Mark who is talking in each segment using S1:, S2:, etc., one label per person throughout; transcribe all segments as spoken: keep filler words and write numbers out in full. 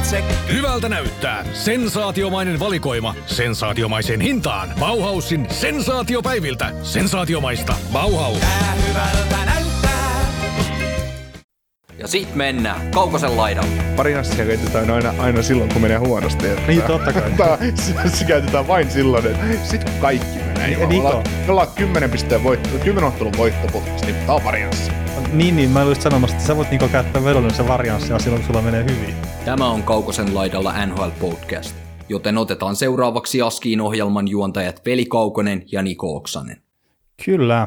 S1: itse.
S2: Hyvältä näyttää. Sensaatiomainen valikoima. Sensaatiomaiseen hintaan. Bauhausin sensaatiopäiviltä. Sensaatiomaista. Bauhaus.
S1: Tää hyvältä näyttää.
S3: Ja sit mennään Kaukosen laidalle.
S4: Pari astia käytetään aina, aina silloin, kun menee huonosti. Että
S5: niin, totta kai.
S4: Tää, se, se käytetään vain silloin, että sit kun kaikki menee.
S5: Niin,
S4: me,
S5: niin
S4: ollaan, me ollaan kymmenen pisteen voitto, kymmenen ottelun voittoputkisti, niin tää on varianssi.
S5: Niin, niin. Mä olin just sanomassa, että sä voit niinku käyttää vedollisen varianssia silloin, kun sulla menee hyvin.
S3: Tämä on Kaukosen laidalla N H L Podcast, joten otetaan seuraavaksi Askiin ohjelman juontajat Veli Kaukonen ja Niko Oksanen.
S5: Kyllä.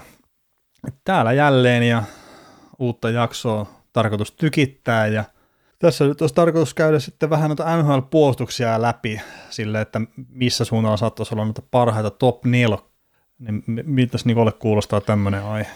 S5: Täällä jälleen ja uutta jaksoa tarkoitus tykittää ja tässä nyt olisi tarkoitus käydä sitten vähän noita N H L-puolustuksia läpi sille, että missä suunnalla saattaisi olla noita parhaita top neljä. Niin mitäs Nikolle kuulostaa tämmöinen aihe?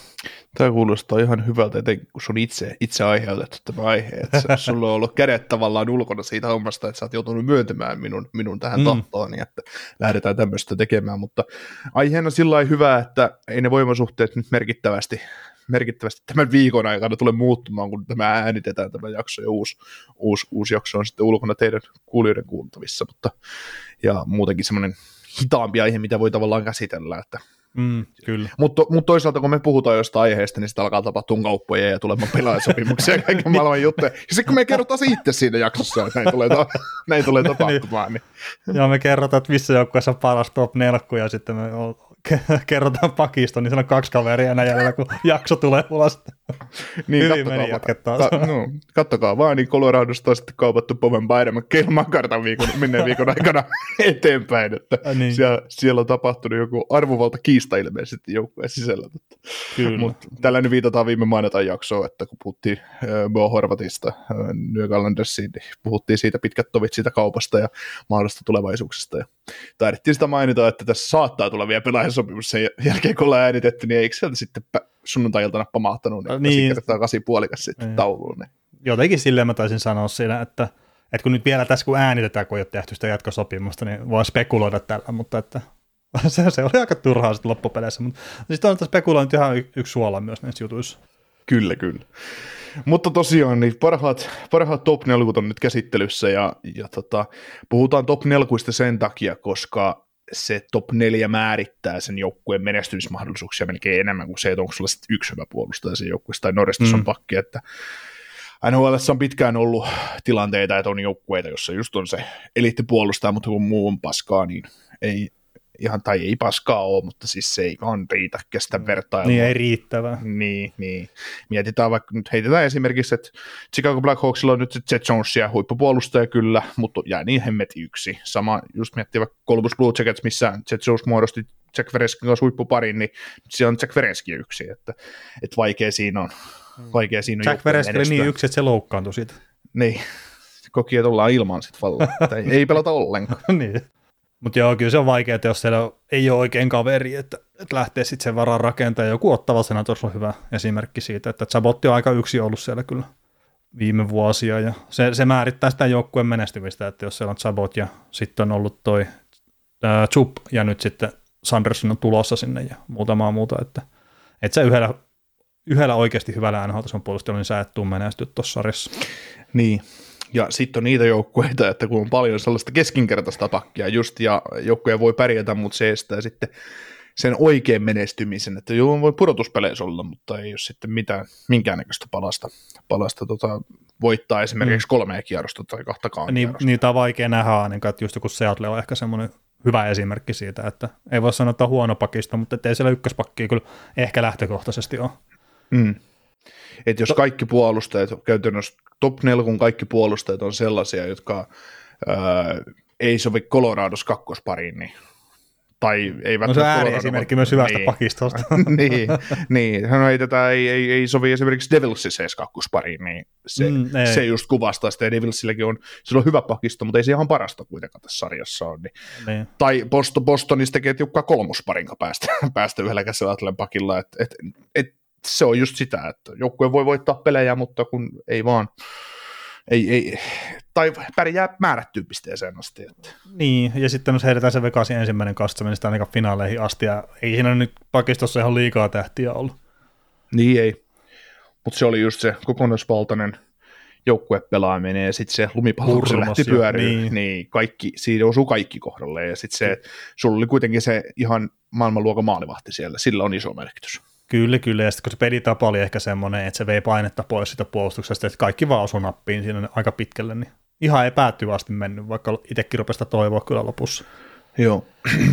S4: Tämä kuulostaa ihan hyvältä, etenkin kun sun itse, itse aiheutettu tämä aihe, että sulla on ollut kädet tavallaan ulkona siitä hommasta, että sä oot joutunut myöntämään minun, minun tähän mm. tahtoon, niin että lähdetään tämmöistä tekemään, mutta aiheena sillä lailla hyvä, että ei ne voimasuhteet nyt merkittävästi, merkittävästi tämän viikon aikana tule muuttumaan, kun tämä äänitetään tämä jakso ja uusi, uusi, uusi jakso on sitten ulkona teidän kuulijoiden kuultavissa, mutta ja muutenkin semmoinen hitaampi aihe, mitä voi tavallaan käsitellä, että
S5: Mm, kyllä.
S4: Mutta mut toisaalta, kun me puhutaan jostain aiheesta, niin sitten alkaa tapahtua kauppoja ja tulemaan pelaajasopimuksia ja kaiken maailman juttuja. Ja sitten kun me kerrotaan itse siinä jaksossa, että näin tulee, ta- näin tulee tapahtumaan. Niin.
S5: Joo, me kerrotaan, että missä joukkueessa on paras top nelkku, ja sitten me kerrotaan pakisto, niin siellä on kaksi kaveria enää jäljellä, kun jakso tulee ulos.
S4: Niin,
S5: hyvin meni jatketaan.
S4: Ka- no, kattokaa vaan, niin Coloradosta on sitten kaupattu Bowen Biden Makartan viikon, menneen viikon aikana eteenpäin, että niin. siellä, siellä on tapahtunut joku arvovalta kiista ilmeisesti joukkueen sisällä. Mutta tällä nyt viitataan viime mainitaan jaksoon, että kun puhuttiin äh, Bo Horvatista äh, New York Islandersiin, niin puhuttiin siitä pitkät tovit siitä kaupasta ja mahdollisesta tulevaisuuksesta. Ja taidettiin sitä mainita, että tässä saattaa tulla vielä pelaajasopimus sen jälkeen, kun ollaan äänitetty, niin eikö sieltä sitten sunnuntai-iltana pamahtanut, niin, niin. kertaa kasi puolikas sitten niin. tauluun. Niin.
S5: Jotenkin silleen mä taisin sanoa siinä, että, että kun nyt vielä tässä kun äänitetään, kun ei ole tehty sitä jatkosopimusta, niin voi spekuloida tällä, mutta että se, se oli aika turhaa sitten loppupeleissä. Mutta sitten on spekuloinut ihan y- yksi suola myös näissä jutuissa.
S4: Kyllä, kyllä. Mutta tosiaan niin parhaat, parhaat top nelkut on nyt käsittelyssä ja, ja tota, puhutaan top nelkuista sen takia, koska se top neljä määrittää sen joukkueen menestymismahdollisuuksia melkein enemmän kuin se, että onko sulla sitten yksi hyvä puolustaja sen joukkueessa tai Norristus on mm. pakki, että N H L:ssä on pitkään ollut tilanteita, että on joukkueita, jossa just on se eliittipuolustaja, mutta kun muu on paskaa, niin ei ihan, tai ei paskaa ole, mutta siis se ei vaan riitä kestä vertailua.
S5: Niin ei riittävää.
S4: Niin, niin. Mietitään vaikka, nyt heitetään esimerkiksi, että Chicago Blackhawksilla on nyt Jet Jonesia huippupuolustaja kyllä, mutta jää niin hemmeti yksi. Sama, just miettii vaikka Columbus Blue Jackets, missä Jet Jones muodosti Jack Vereskin kanssa huippuparin, niin nyt siellä on Jack Vereski yksi, että, että vaikea siinä on. Vaikea siinä on
S5: Jack Vereski oli niin yksi, että se loukkaantui siitä.
S4: Niin, koki, että ollaan ilman sitten vallaa, ei, ei pelata ollenkaan.
S5: Niin. Mutta joo, kyllä se on vaikeaa, jos siellä ei ole oikein kaveri, että, että lähtee sitten sen varaan rakentamaan. Joku Ottava Senators on hyvä esimerkki siitä, että Zabotti on aika yksi ollut siellä kyllä viime vuosia. Ja se, se määrittää sitä joukkueen menestymistä, että jos siellä on Zabot ja sitten on ollut toi ää, Zup ja nyt sitten Sanderson on tulossa sinne ja muutamaa muuta. Että, että sä yhdellä, yhdellä oikeasti hyvällä N H L-tason puolustella, niin sä et tuu menestyä tuossa sarjassa.
S4: Niin. Ja sitten on niitä joukkueita, että kun on paljon sellaista keskinkertaista pakkia just, ja joukkueja voi pärjätä, mutta se estää sitten sen oikein menestymisen, että joo, voi pudotuspeleissä olla, mutta ei ole sitten mitään, minkäännäköistä palasta, palasta tota, voittaa esimerkiksi mm. kolmea kierrosta tai kahtakaan
S5: niin,
S4: kierrosta.
S5: Niitä on vaikea nähdä ainakaan, että just joku Seattle on ehkä semmoinen hyvä esimerkki siitä, että ei voi sanoa, että on huono pakista, mutta ei siellä ykköspakkia kyllä ehkä lähtökohtaisesti ole.
S4: Mm. Että jos kaikki puolustajat, käytännössä top nelkun kaikki puolustajat on sellaisia, jotka ää, ei sovi Colorados kakkospariin, niin, tai eivät...
S5: No se on ääriesimerkki myös hyvästä niin. pakistosta.
S4: niin, niin. Hän heitetään, ei, ei, ei sovi esimerkiksi Devilsissa edes kakkospariin, niin se, mm, se just kuvastaa sitä, ja Devilsilläkin on, sillä on hyvä pakisto, mutta ei se ihan parasta kuitenkaan tässä sarjassa ole. Niin. Niin. Tai Boston, Bostonissa tekee tiukkaa kolmosparinka päästä, päästä yhdellä käsillä Atlen pakilla, että et, et, se on just sitä, että joukkue voi voittaa pelejä, mutta kun ei vaan, ei, ei, tai pärjää määrättyyn pisteeseen asti. Että.
S5: Niin, ja sitten jos heitetään se Vegasin ensimmäinen katsomaan, niin sitä ainakaan finaaleihin asti, ja ei siinä nyt pakistossa ihan liikaa tähtiä ollut.
S4: Niin ei, mutta se oli just se kokonaisvaltainen joukkuepelaaminen ja sitten se lumipallo, kun se lähti pyöryyn, niin. niin kaikki, siinä osui kaikki kohdalle ja sitten se, että sulla oli kuitenkin se ihan maailmanluokan maalivahti siellä, sillä on iso merkitys.
S5: Kyllä, kyllä, ja sitten kun se pelitapa oli ehkä semmoinen, että se vei painetta pois sitä puolustuksesta, että kaikki vaan osui nappiin siinä aika pitkälle, niin ihan epätyvästi mennyt, vaikka itsekin rupesi sitä toivoa kyllä lopussa.
S4: Joo,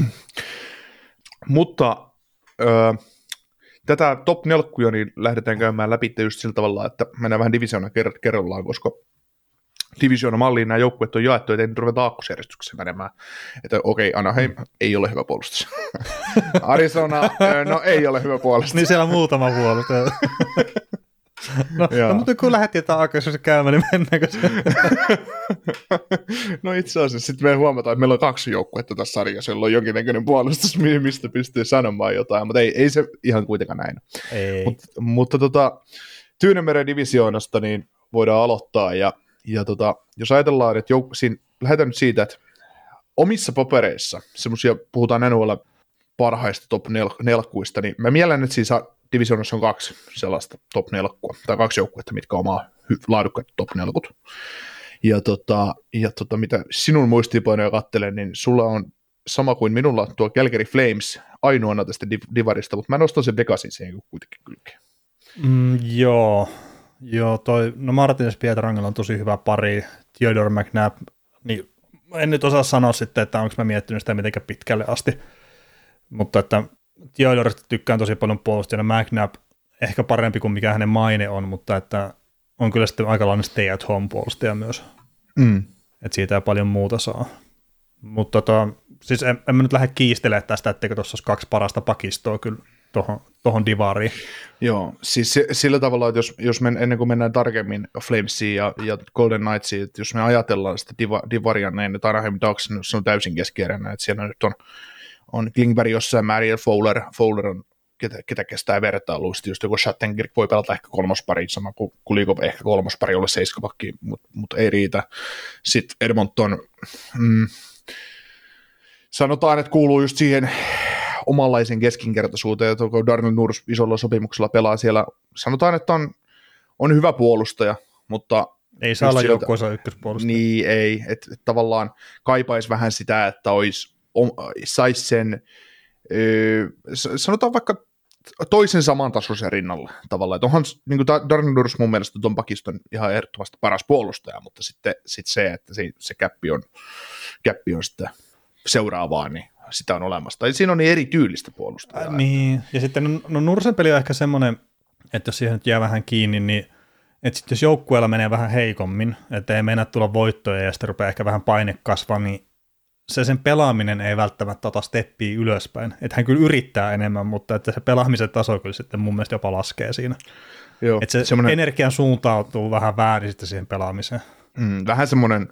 S4: mutta öö, tätä top nelkkuja niin lähdetään käymään läpi just sillä tavalla, että mennään vähän divisioona kerrallaan, koska divisioona-malliin nämä joukkueet on jaettu, ettei nyt ruveta aakkosjärjestyksessä menemään. Että okei, okay, Anaheim mm. ei ole hyvä puolustus. Arizona, no ei ole hyvä puolustus.
S5: Niin siellä on muutama puolustus. No, no mutta kun lähdettiin tätä aakkosjärjestyksessä käymään, niin mennäänkö se?
S4: No itse asiassa sitten me huomataan, että meillä on kaksi joukkuetta tässä sarjassa, jolla on jonkinnäköinen puolustus, mistä pystyy sanomaan jotain, mutta ei, ei se ihan kuitenkaan näin.
S5: Ei.
S4: Mut, mutta tota, Tyynemeren divisioonasta niin voidaan aloittaa ja Ja tota, jos ajatellaan, että jouk- siinä, lähdetään nyt siitä, että omissa papereissa, semmoisia puhutaan N H L parhaista top nel- nelkkuista, niin mä mielen, että siinä divisioonassa on kaksi sellaista top nelkkua, tai kaksi joukkuetta, mitkä on omaa hy- laadukkaat top nelkut. Ja, tota, ja tota, mitä sinun muistiinpanoja katselen, niin sulla on sama kuin minulla tuo Calgary Flames ainoana tästä div- divarista, mutta mä nostan sen Vegasin siihen kuitenkin kylkeen.
S5: Mm, joo. Joo, toi, no Martinez Pietrangelo on tosi hyvä pari, Theodore McNabb, niin en nyt osaa sanoa sitten, että onko mä miettinyt sitä mitenkään pitkälle asti, mutta että Theodoresta tykkään tosi paljon puolustajana, McNabb ehkä parempi kuin mikä hänen maine on, mutta että on kyllä sitten aikalainen stay at home puolustaja myös,
S4: mm.
S5: että siitä ei paljon muuta saa. Mutta tota, siis en, en mä nyt lähde kiistelemään tästä, etteikö tuossa olisi kaksi parasta pakistoa kyllä tuohon tohon divariin.
S4: Joo, siis se, sillä tavalla, että jos, jos men, ennen kuin mennään tarkemmin Flamesiin ja, ja Golden Knightsiin, että jos me ajatellaan sitä diva, divaria, niin että Anaheim Ducks se on täysin keskeeräinen, että siellä nyt on, on Klingberg jossain määrin ja Fowler, Fowler on ketä, ketä kestää vertailuun, sitten just joku Shattenkirk voi pelata ehkä kolmospari, sama kuin Kulikov ehkä kolmospari, olla seiskapakki, mutta mut ei riitä. Sitten Edmonton, mm, sanotaan, että kuuluu just siihen omanlaisen keskinkertaisuuteen, että Darnell Nurse isolla sopimuksella pelaa siellä. Sanotaan, että on, on hyvä puolustaja, mutta
S5: ei saa olla joukkueensa ykköspuolustaja.
S4: Niin, ei. Että et tavallaan kaipaisi vähän sitä, että olisi, saisi sen, öö, sanotaan vaikka toisen saman tasoisen rinnalla tavallaan. Että onhan niin kuin Darnell Nurse mun mielestä tuon pakiston ihan ehdottomasti paras puolustaja, mutta sitten sit se, että se, se käppi on, käppi on sitä seuraavaa, niin sitä on olemassa. Tai siinä on niin eri tyylistä puolustajaa.
S5: Äh, niin, ja sitten no, no Nursen peli on ehkä semmoinen, että jos siihen nyt jää vähän kiinni, niin että sitten jos joukkueella menee vähän heikommin, että ei mennä tulla voittoja ja sitten rupeaa ehkä vähän paine kasvaa, niin se sen pelaaminen ei välttämättä ota steppiä ylöspäin. Että hän kyllä yrittää enemmän, mutta että se pelaamisen taso kyllä sitten mun mielestä jopa laskee siinä. Joo, että se semmoinen energian suuntautuu vähän väärin sitten siihen pelaamiseen.
S4: Mm, vähän semmoinen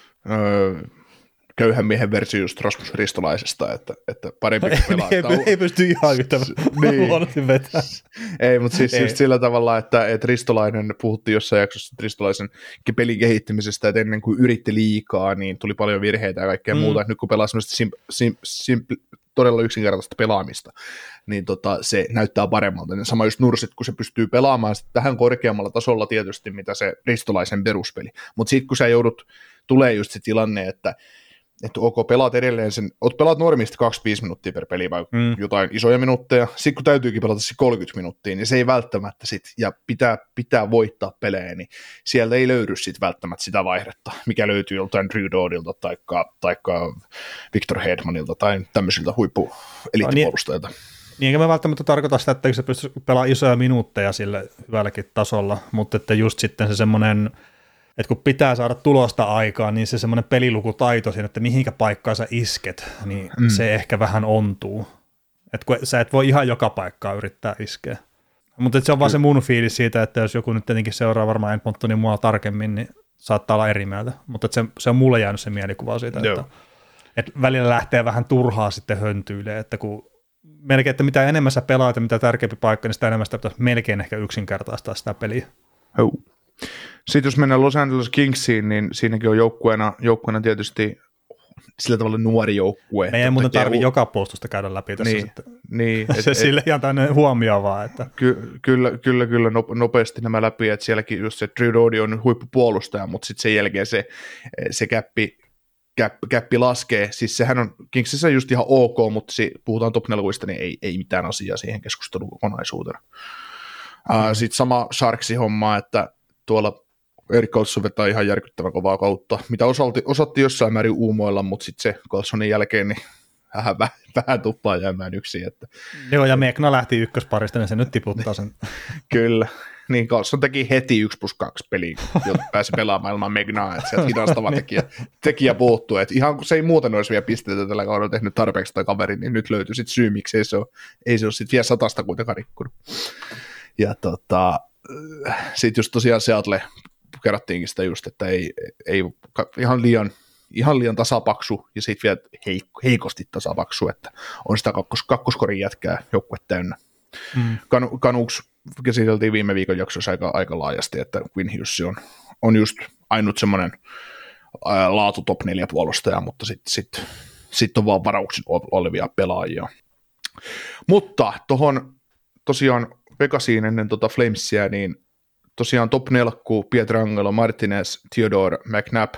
S4: Öö, köyhän miehen versio just Rasmus Ristolaisesta, että, että parempi kuin pelaa.
S5: ei, ei, ei pysty ihan yhtä niin. huonosti vetämään.
S4: Ei, mutta siis ei. Just sillä tavalla, että, että Ristolainen, puhuttiin jossain jaksossa Ristolaisen pelin kehittymisestä, että ennen kuin yritti liikaa, niin tuli paljon virheitä ja kaikkea mm. muuta. Nyt kun pelaa semmoista sim, sim, sim, todella yksinkertaista pelaamista, niin tota, se näyttää paremmalta. Ja sama just Nursit, kun se pystyy pelaamaan vähän korkeammalla tasolla tietysti, mitä se Ristolaisen peruspeli. Mutta sitten kun sä joudut, tulee just se tilanne, että että ok, pelaat edelleen sen, oot pelaat normisti kaksikymmentäviisi minuuttia per peli vai mm. jotain isoja minuutteja, sitten kun täytyykin pelata se kolmekymmentä minuuttia, niin se ei välttämättä sit, ja pitää, pitää voittaa pelejä, niin sieltä ei löydy sit välttämättä sitä vaihdetta, mikä löytyy joltain Drew Doddilta taikka, taikka Victor Hedmanilta tai tämmöisiltä huippueliittipuolustajilta. Niin,
S5: niin eikä me välttämättä tarkoita sitä, että se pystyisi pelaamaan isoja minuutteja sille hyvälläkin tasolla, mutta että just sitten se semmoinen, että kun pitää saada tulosta aikaan, niin se semmoinen pelilukutaito siinä, että mihinkä paikkaan sä isket, niin mm. se ehkä vähän ontuu. Että kun sä et voi ihan joka paikkaa yrittää iskeä. Mutta se on vaan se mun fiilis siitä, että jos joku nyt tietenkin seuraa varmaan Edmontonin mua tarkemmin, niin saattaa olla eri mieltä. Mutta se, se on mulle jäänyt se mielikuva siitä, että, että välillä lähtee vähän turhaa sitten höntyilemään, että kun melkein, että mitä enemmän sä pelaat ja mitä tärkeämpi paikka, niin sitä enemmän sitä pitäisi melkein ehkä yksinkertaistaa sitä peliä.
S4: Oh. Sitten jos mennään Los Angeles Kingsiin, niin siinäkin on joukkueena, joukkueena tietysti sillä tavalla nuori joukkue.
S5: Meidän muuten tarvii joka puolustusta käydä läpi tässä
S4: niin,
S5: sitten.
S4: Niin,
S5: se et, sille ihan tämmöinen huomio vaan. Että.
S4: Ky, kyllä, kyllä, kyllä nopeasti nämä läpi, että sielläkin just se Drew Doughty on huippupuolustaja, mutta sitten sen jälkeen se, se käppi, käppi, käppi laskee. Siis sehän on Kingsissä just ihan ok, mutta si, puhutaan top neljästä, niin ei, ei mitään asiaa siihen keskusteluun kokonaisuutena. Mm. Uh, sitten sama Sharksi-homma, että tuolla Erik Karlsson vetää ihan järkyttävän kovaa kautta, mitä osalti, osatti jossain määrin uumoilla, mutta sitten se Karlssonin jälkeen niin vähän, vähän tuppaa jäämään yksin. Että.
S5: Joo, ja Mekna lähti ykkösparista, niin se nyt tiputtaa sen.
S4: Kyllä, niin Karlsson teki heti yksi plus kaksi peliä, jotta pääsi pelaamaan ilman Megnaa, että sieltä hidastava tekijä, tekijä puuttuu. Että ihan kun se ei muuten olisi vielä pisteitä tällä kaudella tehnyt tarpeeksi toi kaveri, niin nyt löytyy sitten syy, miksi ei se ole, ei se ole sitten vielä satasta kuitenkaan rikkunut. Ja tota, sitten just tosiaan Seattle kerrattiinkin sitä just, että ei, ei ihan, liian, ihan liian tasapaksu ja sitten vielä heik- heikosti tasapaksu, että on sitä kakkos, kakkoskorin jätkää joukkue täynnä. Mm. Kan, kanuks käsiteltiin viime viikon jaksossa aika, aika laajasti, että Quinn Hughes on, on just ainut semmoinen ää, laatu top neljä puolustaja, mutta sitten sit, sit on vaan varauksin olevia pelaajia. Mutta tuohon tosiaan Vegasiin ennen tota Flamesia, niin tosiaan top nelkkuu Pietrangelo, Martinez, Theodore, McNabb,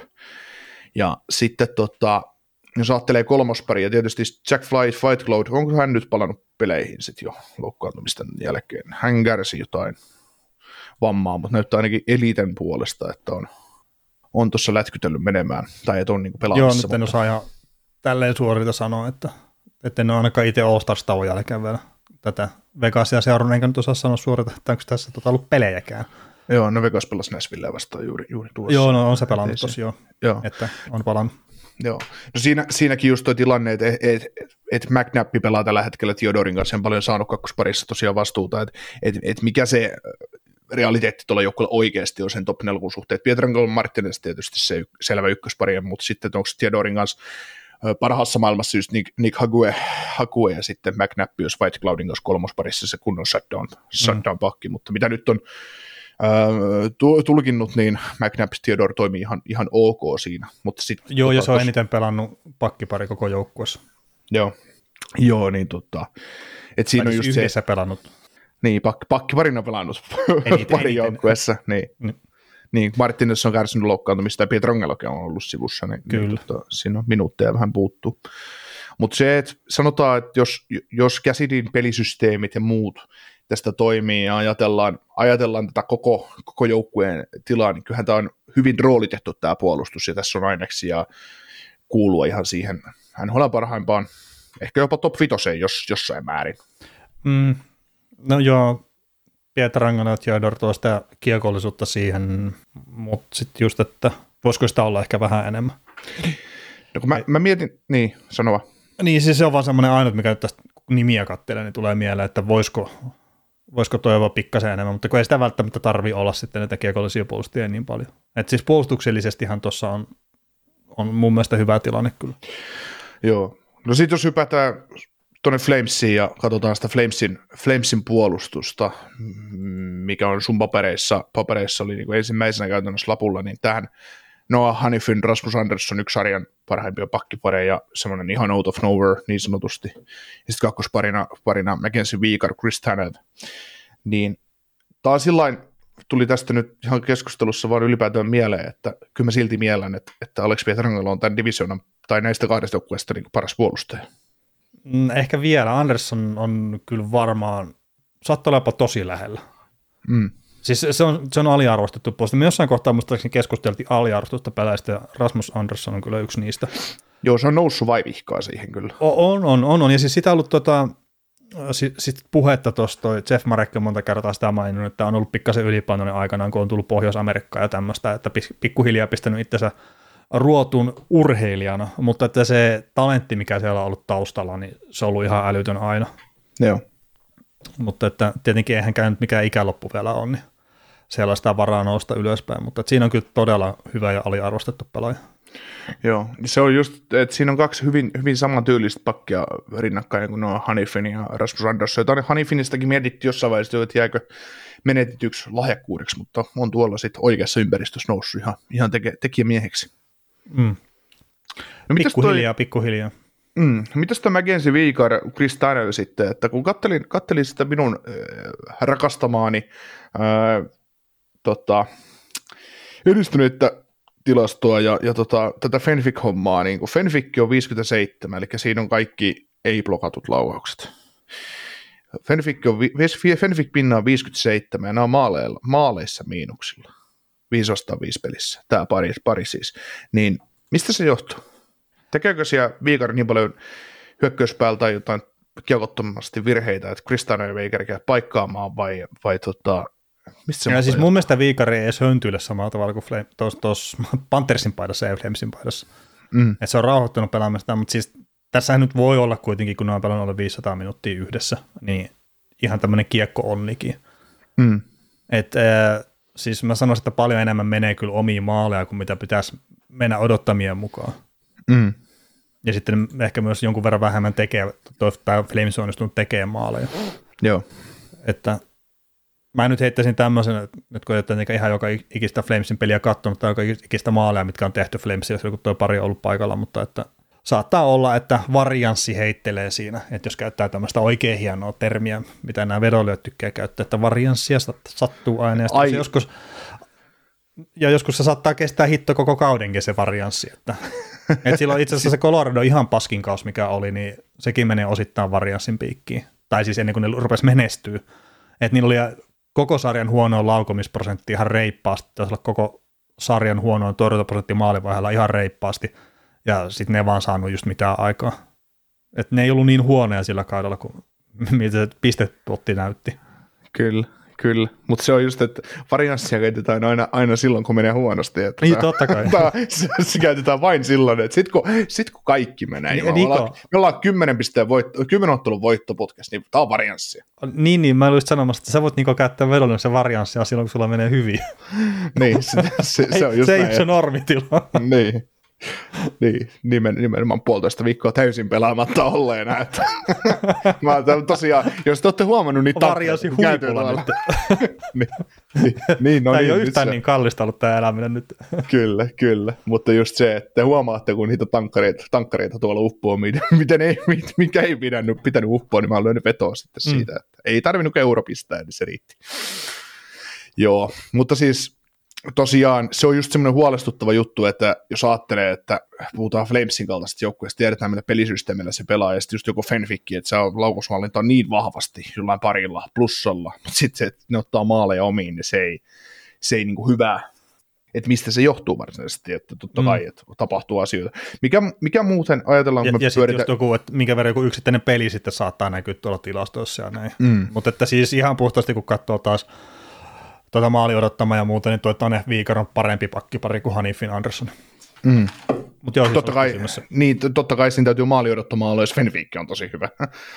S4: ja sitten tota, jos ajattelee kolmosparia, tietysti Jack Flight, Fight Cloud, onko hän nyt palannut peleihin sitten jo loukkaantumisten jälkeen? Hän kärsi jotain vammaa, mutta näyttää ainakin Eliten puolesta, että on, on tuossa lätkytellyt menemään, tai että on niinku pelaamassa.
S5: Joo, nyt en osaa ihan tälleen suorita sanoa, että, että en ole ainakaan itse All-Stars-tauon jälkeen vielä tätä Vegasia seurannut, enkä nyt osaa sanoa suorita, että onko tässä tota ollut pelejäkään.
S4: Joo, no Vegas pelasi Nashvillea vastaan juuri, juuri tuossa.
S5: Joo, no on se pelannut tosiaan, joo. Että on palannut.
S4: Joo, no siinä, siinäkin just tuo tilanne, että et, et, et McNabb pelaa tällä hetkellä Theodorin kanssa, en paljon saanut kakkosparissa tosiaan vastuuta, että et, et mikä se realiteetti tuolla joukkueella oikeasti on sen top neljän suhteen. Pietrangelo Martinez tietysti se selvä ykköspari, mutta sitten onko Theodorin kanssa parhaassa maailmassa just Nick, Nick Hague, Hague ja sitten McNabb, jos White Cloudin kanssa kolmosparissa se kunnon shutdown, shutdown pakki, mm. mutta mitä nyt on äh, tulkinnut, niin McNabb Theodore toimii ihan, ihan ok siinä. Mutta sit,
S5: joo,
S4: tota,
S5: ja se on
S4: tos...
S5: eniten pelannut pakkipari koko joukkueessa.
S4: Joo, joo niin tota, että siinä on just
S5: yhdessä
S4: se,
S5: pelannut.
S4: Niin, pak, pakkiparin on pelannut parin joukkueessa, niin. Mm. Niin, Martinez on kärsinyt loukkaantumista ja Pietrangelokin on ollut sivussa, niin, niin tota, siinä on minuutteja vähän puuttuu. Mutta se, että sanotaan, että jos, jos Cassidyn pelisysteemit ja muut tästä toimii ja ajatellaan, ajatellaan tätä koko, koko joukkueen tilaa, niin kyllähän tämä on hyvin roolitettu tämä puolustus ja tässä on aineksia kuulua ihan siihen N H L parhaimpaan, ehkä jopa top vitoseen jos, jossain määrin.
S5: Mm, no joo. Pietrangelo ja Theodore tuo sitä kiekollisuutta siihen, mutta sitten just, että voisiko sitä olla ehkä vähän enemmän.
S4: No kun mä, mä mietin, niin, sanova.
S5: Niin, siis se on vaan semmoinen ainut, mikä nyt tästä nimiä katselee, niin tulee mieleen, että voisiko, voisiko toivoa pikkasen enemmän, mutta kun ei sitä välttämättä tarvitse olla sitten näitä kiekollisia puolustajia niin paljon. Että siis puolustuksellisestihan tuossa on, on mun mielestä hyvä tilanne kyllä. Joo,
S4: no sitten jos hypätään tuonne Flamesiin ja katsotaan sitä Flamesin, Flamesin puolustusta, mikä on sun papereissa, papereissa oli niin ensimmäisenä käytännössä lapulla, niin tähän Noah Hanifin, Rasmus Andersson, yksi sarjan parhaimpia pakkipareja ja semmoinen ihan out of nowhere niin sanotusti. Ja sitten kakkosparina parina Mackenzie Weegar, Chris Tanev. Niin taas sillain tuli tästä nyt ihan keskustelussa vaan ylipäätään mieleen, että kyllä mä silti miellän, että, että Alex Pietrangelo on tämän divisioonan tai näistä kahdesta joukkueesta niin paras puolustaja.
S5: Ehkä vielä. Andersson on kyllä varmaan, saattaa olla jopa tosi lähellä. Mm. Siis se on, se on aliarvostettu puolesta. Me jossain kohtaa muistaakseni keskusteltiin aliarvostusta peleistä, ja Rasmus Andersson on kyllä yksi niistä.
S4: Joo, se on noussut vaivihkaa siihen kyllä.
S5: On, on, on, on. Ja siis sitä on ollut tota, sit, sit puhetta tuosta, Jeff Marek on monta kertaa sitä maininnut, että on ollut pikkasen ylipainoinen aikanaan, kun on tullut Pohjois-Amerikkaan ja tämmöistä, että pikkuhiljaa pistänyt itsensä ruotun urheilijana, mutta että se talentti, mikä siellä on ollut taustalla, niin se on ollut ihan älytön aina.
S4: Joo.
S5: Mutta että tietenkin eihän käynyt mikään ikäloppu vielä on, niin siellä on sitä varaa nousta ylöspäin, mutta että siinä on kyllä todella hyvä ja aliarvostettu pelaaja.
S4: Joo, se on just, että siinä on kaksi hyvin, hyvin samantyylistä pakkia rinnakkain kuin nuo Hanifin ja Rasmus Andersson. Jota Hanifinistakin mietittiin jossain vaiheessa, että jääkö menetetyksi lahjakkuudeksi, mutta on tuolla sitten oikeassa ympäristössä noussut ihan, ihan teke, tekijämieheksi.
S5: Mm.
S4: No,
S5: pikkuhiljaa, toi, pikkuhiljaa.
S4: Mm, mitäs tämä Mackenzie Viikar, Chris Tanner sitten, että kun kattelin, kattelin sitä minun äh, rakastamaani äh, tota, edistyneitä tilastoa ja, ja tota, tätä Fenfic-hommaa, niin kun Fenfic on viisikymmentäseitsemän, eli siinä on kaikki ei-blokatut laukaukset. Fenfic, on, Fenfic pinna on viisikymmentäseitsemän ja nämä on maaleilla, maaleissa miinuksilla. viisi vastaan viisi pelissä, tämä pari, pari siis. Niin mistä se johtuu? Tekeekö siellä Viikar niin paljon hyökkäyspäältä tai jotain kiekottomasti virheitä, että Chris Tanner ei kerkeä paikkaamaan vai, vai tota, mistä se
S5: ja siis mun mielestä Viikari ei edes höntyile samalla tavalla kuin tuossa Panthersin paidassa ja Flamesin paidassa. Mm. Että se on rauhoittunut pelaamista, mutta siis tässähän nyt voi olla kuitenkin, kun ne on pelannut alle viisisataa minuuttia yhdessä, niin ihan tämmöinen kiekko-onnikin. Mm. Että äh, siis mä sanoisin, että paljon enemmän menee kyllä omiin maaleja kuin mitä pitäisi mennä odottamien mukaan. Mm. Ja sitten ehkä myös jonkun verran vähemmän tekee, tai Flames on onnistunut tekemään maaleja. Joo. Että mä nyt heittäisin tämmöisen, että nyt kun ei ihan joka ikistä Flamesin peliä katsonut, tai joka ikistä maaleja, mitkä on tehty Flamesilla, kun tuo pari on ollut paikalla, mutta että saattaa olla, että varianssi heittelee siinä, että jos käyttää tämmöistä oikein hienoa termiä, mitä nämä vedoilijat tykkää käyttää, että varianssia sattuu aina, ja, se joskus, ja joskus se saattaa kestää hitto koko kaudenkin se varianssi, että et silloin itse asiassa se Colorado ihan paskin kaus, mikä oli, niin sekin menee osittain varianssin piikkiin, tai siis ennen kuin ne rupesi menestyä, että niillä oli koko sarjan huonoa laukomisprosentti ihan reippaasti, taisi olla koko sarjan huonoa torjuntaprosentti maalivaiheella ihan reippaasti, ja sitten ne ei vaan saanut just mitään aikaa. Että ne ei ollut niin huonoja sillä kaudella, kuin mitä se pistepotti näytti.
S4: Kyllä, kyllä. Mutta se on just, että varianssia käytetään aina, aina silloin, kun menee huonosti. Että
S5: niin, totta kai.
S4: Tämä, se, se käytetään vain silloin, että sitten kun, sit, kun kaikki menee, niin, me, ollaan, me ollaan kymmenen pisteen voitto, kymmenen ottelun voittoputkessa, niin tämä on varianssia.
S5: Niin, niin, mä olin just sanomassa, että sä voit niinku käyttää vedollinen se varianssia silloin, kun sulla menee hyvin.
S4: Niin, se, se, se on just
S5: se
S4: näin.
S5: ei ole se normitila.
S4: Niin. Niin, nimen, nimenomaan puolitoista viikkoa täysin pelaamatta olleena. Että mä tosiaan, jos te olette huomannut niitä
S5: varjasi huipulla nyt.
S4: niin, niin, niin, no
S5: tämä
S4: niin,
S5: ei ole yhtään
S4: se,
S5: niin kallista ollut tämä eläminen nyt.
S4: Kyllä, kyllä, mutta just se, että te huomaatte, kun niitä tankkareita, tankkareita tuolla uppoo, miten ei, mikä ei pitänyt, pitänyt uppoa, niin mä oon lyönyt vetoa sitten mm. siitä, että ei tarvinnut euro pistää, niin se riitti. Joo, mutta siis tosiaan se on just semmoinen huolestuttava juttu, että jos ajattelee, että puhutaan Flamesin kaltaisesta joukkueesta, tiedetään millä pelisysteemillä se pelaa, ja sitten just joku Fenfikki, että se on laukaushallinta niin vahvasti jollain parilla plussalla, mutta sitten se, että ne ottaa maaleja omiin, niin se ei, se ei niinku hyvää, että mistä se johtuu varsinaisesti, että totta kai, mm. että tapahtuu asioita. Mikä, mikä muuten ajatellaan, kun
S5: ja,
S4: me
S5: ja
S4: pyöritään...
S5: sitten joku, että minkä verran joku yksittäinen peli sitten saattaa näkyä tuolla tilastoissa ja näin, mm. mutta että siis ihan puhtaasti, kun katsoo taas tuota maali odottamaa ja muuta, niin tuo Tanner Viikar on parempi pakkipari kuin Hanifin Andersson. Mm. Mut joo,
S4: totta, kai, niin, totta kai siinä täytyy maali odottamaan olla, jos Fenwick on tosi hyvä.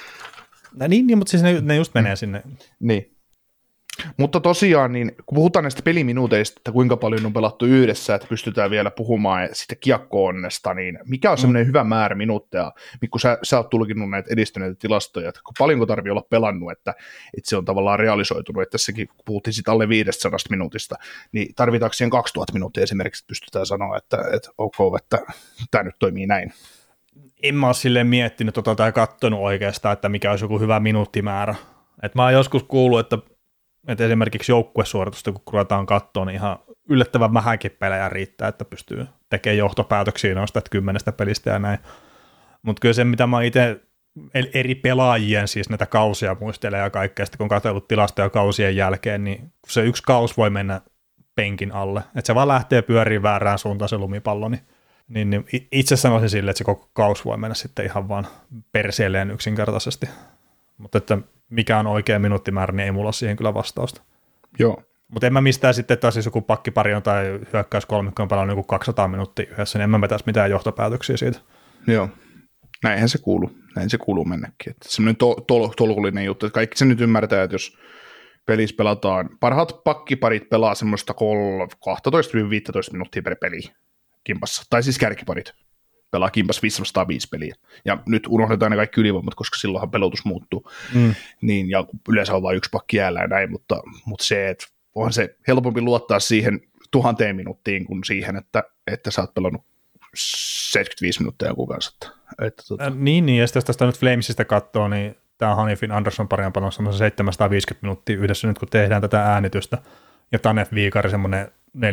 S5: No niin, niin, mutta siis ne, ne just menee sinne.
S4: Niin. Mutta tosiaan, niin kun puhutaan näistä peliminuuteista, että kuinka paljon on pelattu yhdessä, että pystytään vielä puhumaan sitten kiekko-onnesta, niin mikä on semmoinen mm. hyvä määrä minuutteja, kun sä, sä oot tulkinnut näitä edistyneitä tilastoja, että paljonko tarvii olla pelannut, että, että se on tavallaan realisoitunut, että tässäkin kun puhuttiin sitten alle viisisataa minuutista, niin tarvitaanko siihen kaksituhatta minuuttia esimerkiksi, että pystytään sanoa, että, että ok, että tämä nyt toimii näin.
S5: En mä ole silleen miettinyt tota, tai katsonut oikeastaan, että mikä olisi joku hyvä minuuttimäärä. Et mä oon joskus kuullut, että että esimerkiksi joukkuesuoritusta, kun ruvetaan katsoa, niin ihan yllättävän vähänkin pelejä riittää, että pystyy tekemään johtopäätöksiä noista että kymmenestä pelistä ja näin. Mutta kyllä se, mitä mä itse eri pelaajien, siis näitä kausia muistelen ja kaikkea, sitten kun on katsellut tilastoja kausien jälkeen, niin se yksi kaus voi mennä penkin alle. Että se vaan lähtee pyöriin väärään suuntaan se lumipallo, niin, niin, niin itse sanoisin sille, että se koko kaus voi mennä sitten ihan vaan perseelleen yksinkertaisesti. Mutta että mikä on oikea minuuttimäärä, niin ei mulla ole siihen kyllä vastausta.
S4: Joo.
S5: Mutta en mä mistään sitten taas siis joku pakkipari on tai hyökkäys kolmikko on pelannut joku kaksisataa minuuttia yhdessä, niin en mä vetäisi mitään johtopäätöksiä siitä.
S4: Joo. Näinhän se kuuluu. Näin se kuuluu mennäkin. Että semmoinen to- tol- tolkullinen juttu, että kaikki se nyt ymmärtää, että jos pelissä pelataan, parhaat pakkiparit pelaa semmoista kaksitoista viisitoista minuuttia per peli kimpassa, tai siis kärkiparit pelaa kimpas viisisataaviisi peliä. Ja nyt unohdetaan ne kaikki ylivoimat, koska silloinhan pelotus muuttuu. Mm. Niin, ja yleensä on vain yksi pakki jäällä ja näin, mutta, mutta se, että onhan se helpompi luottaa siihen tuhanteen minuuttiin kuin siihen, että, että sä oot pelannut seitsemänkymmentäviisi minuuttia joku kanssa. Että, tota.
S5: äh, niin, niin, ja sitten jos tästä nyt Flamesista katsoo, niin tämä Hanifin Anderson pari on pannut semmoisen seitsemänsataaviisikymmentä minuuttia yhdessä nyt, kun tehdään tätä äänitystä, ja Tanef Viikari semmoinen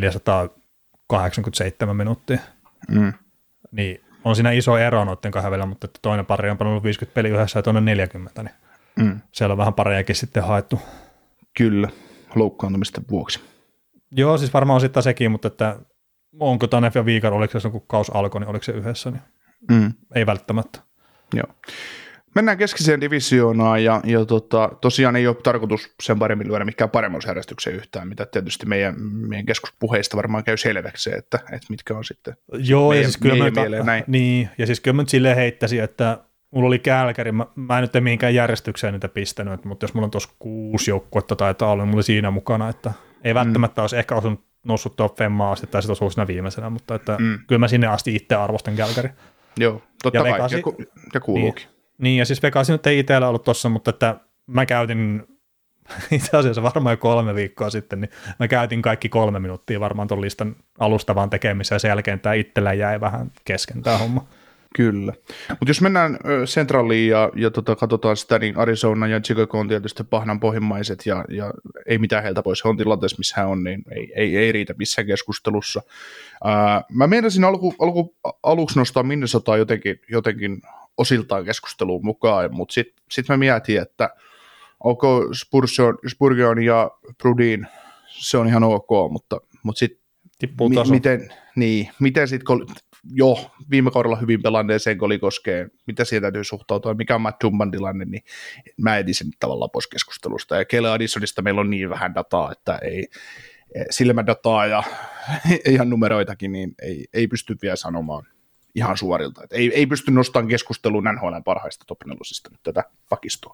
S5: neljäsataakahdeksankymmentäseitsemän minuuttia. Mm. Niin on siinä iso ero noiden kahden välillä, mutta että toinen pari on pannut viisikymmentä peli yhdessä ja toinen neljäkymmentä, niin mm. siellä on vähän parejakin sitten haettu.
S4: Kyllä, loukkaantumisten vuoksi.
S5: Joo, siis varmaan on sitten sekin, mutta että onko Tanef ja Viikari, oliko se kun kaus alkoi, niin oliko se yhdessä, niin mm. ei välttämättä.
S4: Joo. Mennään keskiseen divisioonaan ja, ja tota, tosiaan ei ole tarkoitus sen paremmin lyödä mikään paremmuusjärjestykseen yhtään, mitä tietysti meidän, meidän keskuspuheista varmaan käy selväksi, että, että mitkä on sitten
S5: Joo,
S4: meidän,
S5: ja siis kyllä
S4: meidän
S5: mä,
S4: mieleen näin.
S5: Niin, ja siis kyllä mä nyt silleen heittäisin, että mulla oli Kälkäri, mä, mä en nyt tee mihinkään järjestykseen niitä pistänyt, mutta jos mulla on tuossa kuusi joukkuetta taitaa olla, niin mulla oli siinä mukana, että ei välttämättä mm. olisi ehkä osunut noussut top femmaa asti, tai sitten olisi ollut siinä viimeisenä, mutta että mm. kyllä mä sinne asti itse arvostan Kälkäri.
S4: Joo, totta
S5: ja
S4: kai,
S5: Vegasi,
S4: ja, ku, ja kuuluukin.
S5: Niin, niin, ja siis Vegasi nyt ei itsellä ollut tossa, mutta että mä käytin itse asiassa varmaan jo kolme viikkoa sitten, niin mä käytin kaikki kolme minuuttia varmaan tuon listan alustavaan tekemiseen, ja sen jälkeen tämä itsellä jäi vähän kesken tämä homma.
S4: Kyllä. Mutta jos mennään Centraliin ja, ja tota, katsotaan sitä, niin Arizona ja Chicago on tietysti pahnan pohjimmaiset, ja, ja ei mitään heiltä pois. He on tilanteessa, missä hän on, niin ei, ei, ei riitä missään keskustelussa. Ää, mä meinasin alku, alku, aluksi nostaa Minnesotaa jotenkin, jotenkin osiltaan keskusteluun mukaan, mutta sitten sit mä mietin, että onko Spurgeon, Spurgeon ja Brudin, se on ihan ok, mutta, mutta sitten mi, miten, niin, miten sitten jo viime kaudella hyvin pelanneeseen Golikoskeen, mitä siihen täytyy suhtautua, mikä on Matt Dumban tilanne, niin mä etin sen tavallaan pois keskustelusta. Ja Kele Addisonista meillä on niin vähän dataa, että ei silmädataa ja ihan numeroitakin, niin ei, ei pysty vielä sanomaan ihan suorilta. Et ei, ei pysty nostamaan keskusteluun N H L:n parhaista top nelosista nyt tätä pakistoa.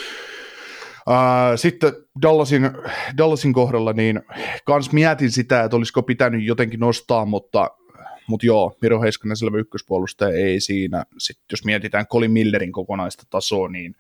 S4: Uh, sitten Dallasin, Dallasin kohdalla, niin kans mietin sitä, että olisiko pitänyt jotenkin nostaa, mutta Mutta joo, Miro Heiskanen selvä ykköspuolustaja ei siinä. Sitten jos mietitään Colin Millerin kokonaista tasoa, niin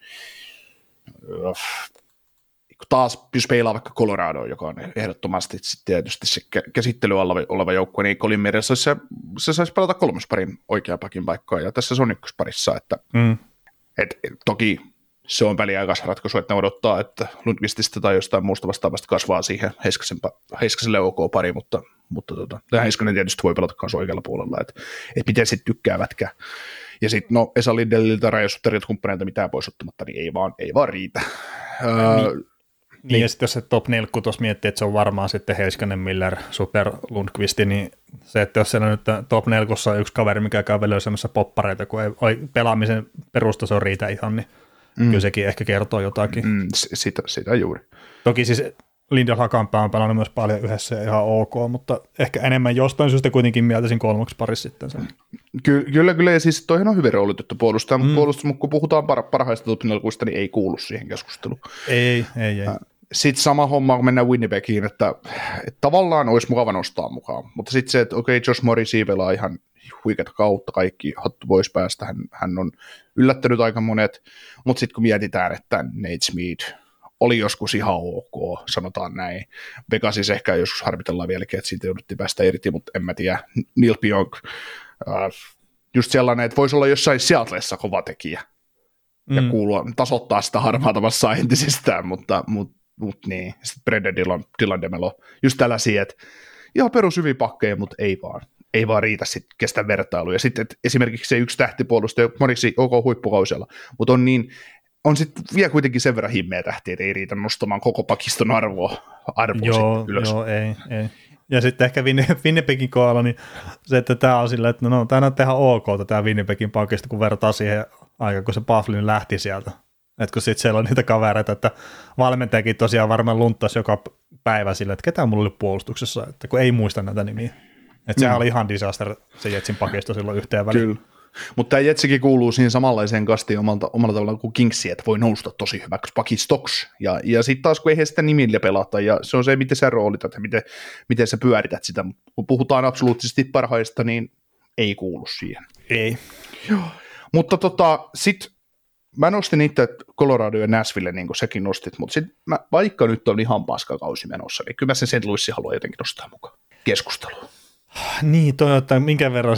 S4: taas jos peilaa vaikka Coloradoa, joka on ehdottomasti tietysti se käsittely oleva joukkue, niin Colin Miller se, se saisi pelata kolmosparin oikea pakin paikkaa, ja tässä se on ykkösparissa. Että, mm. et, toki se on väliaikaisratkaisu, että ne odottaa, että Lundqvistista tai jostain muusta vastaavasta kasvaa siihen Heiskaselle OK-pari, mutta, mutta tota, Heiskanen tietysti voi pelata kanssa oikealla puolella, että et miten sitten tykkäävätkään. Ja sitten no Esa Lindeliltä, rajoitterilta kumppaneilta mitään pois ottamatta, niin ei vaan, ei vaan riitä.
S5: Niin, öö, niin, ja sitten jos se top neljä tuossa miettii, että se on varmaan sitten Heiskanen, Miller, Super, Lundqvisti, niin se, että jos siellä nyt top neljä on yksi kaveri, mikä kävelee semmoisessa poppareita, kun ei pelaamisen perustaso riitä ihan, niin Mm. kyllä sekin ehkä kertoo jotakin.
S4: Mm, sitä, sitä juuri.
S5: Toki siis Lindell Hakanpää on pelannut myös paljon yhdessä ja ihan ok, mutta ehkä enemmän jostain syystä kuitenkin mieltäisin kolmaksi parissa sitten sen.
S4: Ky- kyllä, kyllä, ja siis toihan on hyvin roolitettu puolustaja, mutta mm. puolustus, kun puhutaan par- parhaista topinelkuista, niin ei kuulu siihen keskusteluun.
S5: Ei, ei, ei.
S4: Sitten sama homma, kun mennään Winnipegiin, että, että tavallaan olisi mukava nostaa mukaan, mutta sitten se, että okei, okay, Josh Morrissey pelaa ihan huikeata kautta, kaikki hattu pois päästä, hän, hän on yllättänyt aika monet, mutta sitten kun mietitään, että Nate Smith oli joskus ihan ok, sanotaan näin, Vegasis ehkä joskus harmitellaan vieläkin, että siitä jouduttiin päästä irti, mutta en mä tiedä, Neil Pionk, äh, just sellainen, että voisi olla jossain Seattlessa kova tekijä, mm. ja kuulua, tasoittaa sitä harmaata massaa entisestään, mutta, mutta, mutta niin, sitten Brendan Dillon, Dillon Demelo, just tällaisia, että ihan perus hyviä pakkeja, mutta ei vaan. ei vaan riitä sit kestä vertailuja. Sitten esimerkiksi se yksi tähtipuolustaja, Moriksi OK huippukausella, mutta on niin, on sitten vielä kuitenkin sen verran himmeä tähtiä, että ei riitä nostamaan koko pakiston arvoa, arvoa
S5: joo,
S4: ylös.
S5: Joo, ei, ei. Ja sitten ehkä Winnipegin kohdalla, niin se, että tämä on sillä, että no, tämä on ihan ok, tämä Winnipegin pakista, kun vertaa siihen aikaan, kun se Bufflin lähti sieltä. Että kun sitten siellä on niitä kavereita, että valmentajakin tosiaan varmaan lunttasi joka päivä sillä, että ketään mulla oli puolustuksessa, että kun ei muista näitä nimiä. Että sehän mm. oli ihan disaster se Jetsin pakisto silloin yhteen väliin.
S4: Kyllä. Mutta tämä Jetsikin kuuluu siihen samanlaiseen kastiin omalta, omalla tavallaan kuin Kingsi, että voi nousta tosi hyväksi pakistoksi. Ja, ja sitten taas kun ei he sitä nimillä pelata, ja se on se, miten sä roolitat ja miten, miten sä pyörität sitä. Mutta kun puhutaan absoluuttisesti parhaista, niin ei kuulu siihen.
S5: Ei.
S4: Joo. Mutta tota, sitten mä nostin itse Colorado ja Nashville, niin kuin säkin nostit, mutta sit mä, vaikka nyt on ihan paskakausi menossa, niin kyllä mä sen Saint Louisin haluan jotenkin nostaa mukaan keskusteluun.
S5: Niin, toi, että minkä verran siinä on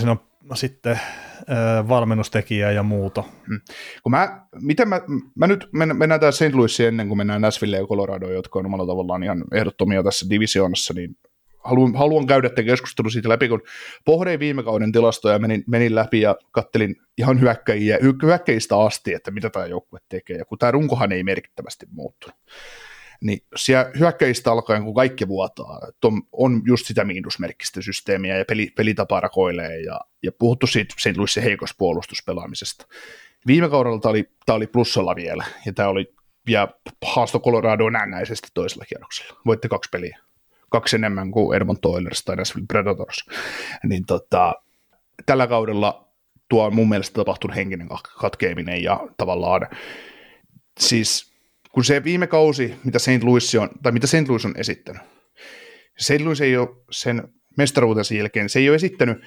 S5: sitten äh, valmennustekijää ja muuta.
S4: Hmm. Kun mä, miten mä, mä nyt mennään tää Saint Louisiin ennen kuin mennään Nashville ja Coloradoon, jotka on omalla tavallaan ihan ehdottomia tässä divisioonassa, niin haluan, haluan käydä tämän keskustelun siitä läpi, kun pohdin viime kauden tilastoja, menin, menin läpi ja kattelin ihan hyökkäjiä, hyökkäjistä asti, että mitä tämä joukkue tekee, ja kun tämä runkohan ei merkittävästi muuttunut. Niin siellä hyökkäjistä alkaen, kun kaikki vuotaa, on, on just sitä miinusmerkkistä systeemiä ja peli, pelitapa rakoilee ja, ja puhuttu siitä Saint Louisin heikosta puolustuspelaamisesta. Viime kaudella tämä oli, tämä oli plussalla vielä ja tämä oli ja haasto Coloradoa näennäisesti toisella kierroksella. Voitte kaksi peliä, kaksi enemmän kuin Edmonton Oilers tai Nashville Predators. Niin tota, tällä kaudella tuo on mun mielestä tapahtunut henkinen katkeaminen ja tavallaan siis kun se viime kausi, mitä Saint Louis on, tai mitä Saint Louis on esittänyt, Saint Louis ei ole sen mestaruutensa jälkeen, se ei ole esittänyt,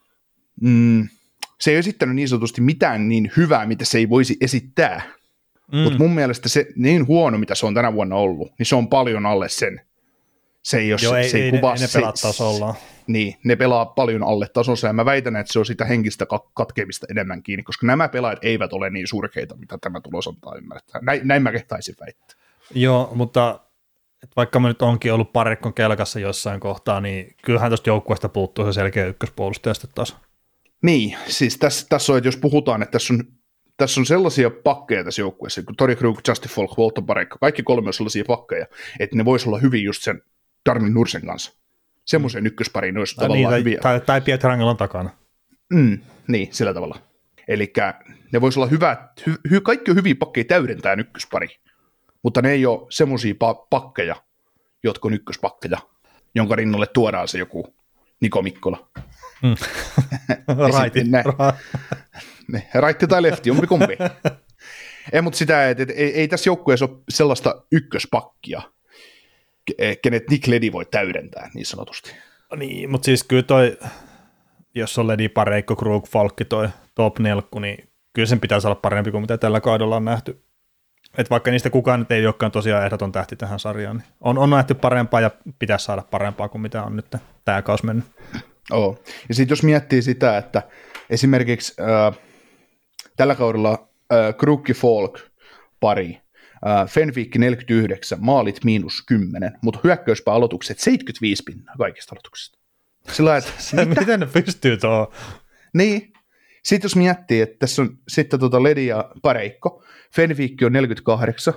S4: mm, se ei ole esittänyt niin sanotusti mitään niin hyvää, mitä se ei voisi esittää, mm. mutta mun mielestä se niin huono, mitä se on tänä vuonna ollut, niin se on paljon alle sen. Se ei, ole,
S5: Joo,
S4: se,
S5: ei,
S4: se ei,
S5: ei
S4: kuvaa,
S5: ne, ne pelaa tasolla.
S4: Niin, ne pelaa paljon alle tasonsa, ja mä väitän, että se on sitä henkistä katkeamista enemmän kiinni, koska nämä pelaajat eivät ole niin surkeita, mitä tämä tulos antaa ymmärtää. Näin, näin mä kehtaisin väittää.
S5: Joo, mutta vaikka mä nyt onkin ollut parikkon kelkassa jossain kohtaa, niin kyllähän tuosta joukkueesta puuttuu se selkeä ykköspuolustaja sitten taas.
S4: Niin, siis tässä, tässä on, että jos puhutaan, että tässä on, tässä on sellaisia pakkeja tässä joukkueessa, kun Tori Krug, Justin Falk, Walton Parikka, kaikki kolme on sellaisia pakkeja, että ne vois olla hyvin just sen Darnell Nursen kanssa. Semmoisen mm. ykköspariin ne olisi tai tavallaan
S5: niin,
S4: hyviä.
S5: Tai, tai Pietrangelan takana.
S4: Mm, niin, sillä tavalla. Eli ne voisi olla hyvä, hy, hy, kaikki on hyviä pakkeja täydentää ykköspari, mutta ne ei ole semmoisia pa- pakkeja, jotka on ykköspakkeja, jonka rinnalle tuodaan se joku Niko Mikkola.
S5: Mm. Raitti.
S4: Raitti tai lefti, jompi kumpi. Ei, mutta sitä, että et, ei, ei tässä joukkueessa ole sellaista ykköspakkia, kenet Nick Leddy voi täydentää, niin sanotusti.
S5: Niin, mutta siis kyllä toi, jos on Leddy, Pareikko, Krug, Falkki, toi top nelkku, niin kyllä sen pitäisi olla parempi kuin mitä tällä kaudella on nähty. Että vaikka niistä kukaan nyt ei olekaan tosiaan ehdoton tähti tähän sarjaan, niin on, on nähty parempaa ja pitäisi saada parempaa kuin mitä on nyt tämä kausi mennyt. Oo.
S4: Ja sitten jos miettii sitä, että esimerkiksi äh, tällä kaudella äh, Krugki Falk pari, äh, Fenwick neljäkymmentäyhdeksän, maalit miinus kymmenen, mutta hyökkäyspää aloitukset seitsemänkymmentäviisi pinnaa kaikista aloituksista. Sillä että,
S5: se, miten ne pystyy tuohon?
S4: Niin. Sitten jos miettii, että tässä on sitten tuota Leddy ja Pareikko, Fenwick on neljäkymmentäkahdeksan,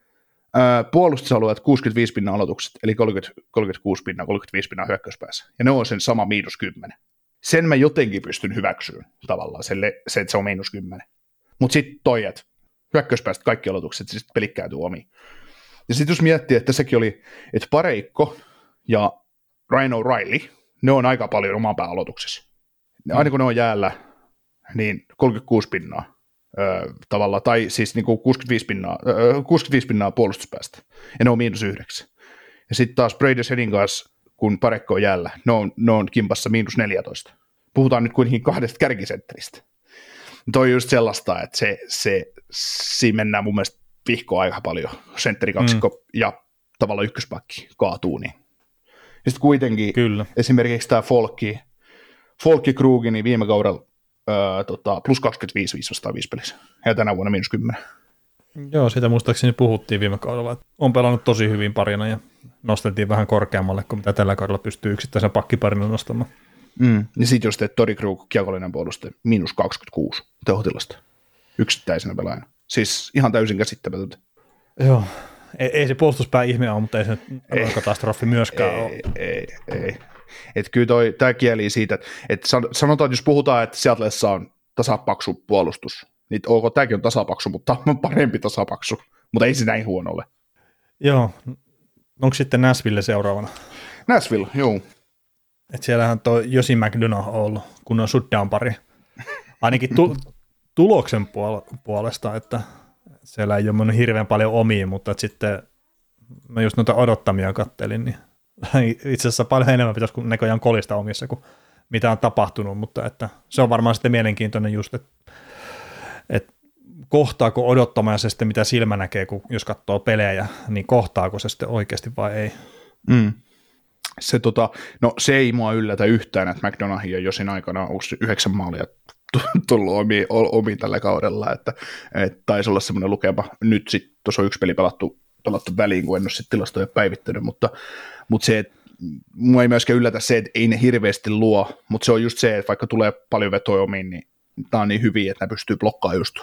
S4: ää, puolustusalueet kuusikymmentäviisi pinnan aloitukset, eli kolmekymmentä, kolmekymmentäkuusi pinnaa, kolmekymmentäviisi pinnan hyökkäyspäässä, ja ne on sen sama miinus kymmenen. Sen mä jotenkin pystyn hyväksyyn tavallaan, se, se että se on miinus kymmenen. Mutta sitten toi, että hyökkäyspäästä kaikki aloitukset, siis pelit käytyy omiin. Ja sitten jos miettii, että sekin oli, että Pareikko ja Ryan O'Reilly, ne on aika paljon oman pään aloituksessa. Aina kun ne on jäällä, niin kolmekymmentäkuusi pinnaa öö, tavallaan, tai siis niin kuin kuusikymmentäviisi pinnaa, öö, kuusikymmentäviisi pinnaa puolustuspäästä, ja ne on miinus yhdeksän. Ja sitten taas Brady Sedin kanssa, kun Parekko on jäällä, ne on, ne on kimpassa miinus neljätoista. Puhutaan nyt kuitenkin kahdesta kärkisentteristä. Toi on just sellaista, että se, se, siinä mennään mun mielestä vihkoa aika paljon, sentterikaksikko mm. ja tavallaan ykköspakki kaatuu. Niin. Ja sitten kuitenkin
S5: Kyllä.
S4: esimerkiksi tämä Folkki, Folkki Krugi, niin viime kaudella Öö, tota, plus kaksikymmentäviisi viisisataaviisi pelissä, ja tänä vuonna miinus kymmenen.
S5: Joo, siitä muistaakseni puhuttiin viime kaudella, että on pelannut tosi hyvin parina, ja nosteltiin vähän korkeammalle, kuin mitä tällä kaudella pystyy yksittäisen pakkiparina nostamaan.
S4: Mm. Ja sitten jos teet Tori Krug, kiekollinen puolustaja, miinus kaksikymmentäkuusi tehotilasta yksittäisenä pelaajana. Siis ihan täysin käsittämätöntä.
S5: Joo, ei, ei se puolustuspää ihme ole, mutta ei se nyt katastrofi myöskään
S4: ei,
S5: ole.
S4: Ei, ei. Että kyllä toi, tämä kieli siitä, että, että sanotaan, että jos puhutaan, että Seattlessa on tasapaksu puolustus, niin ok, tämäkin on tasapaksu, mutta on parempi tasapaksu, mutta ei se näin huono ole.
S5: Joo, onko sitten Nashville seuraavana?
S4: Nashville, joo.
S5: Että siellähän tuo Josi McDonough on ollut, kun on shutdown pari. Ainakin tu- tuloksen puol- puolesta, että siellä ei ole mennyt hirveän paljon omia, mutta sitten mä just noita odottamia kattelin, niin itse asiassa paljon enemmän pitäisi kuin näköjään kolista omissa kuin mitä on tapahtunut, mutta että se on varmaan sitten mielenkiintoinen just, että, että kohtaako odottamaan se sitten mitä silmä näkee, kun jos katsoo pelejä, niin kohtaako se sitten oikeasti vai ei.
S4: Mm. se, tota, no, se ei mua yllätä yhtään, että McDonaghin ja Josin aikana on yhdeksän maalia tullut omiin, omiin tällä kaudella, että, että taisi olla semmoinen lukema. Nyt sitten tuossa on yksi peli pelattu, pelattu väliin, kun en ole sitten tilastoja päivittänyt, mutta, mutta se, että mua ei myöskään yllätä se, että ei ne hirveästi luo, mutta se on just se, että vaikka tulee paljon vetoja omiin, niin tämä on niin hyviä, että ne pystyy blokkaamaan just.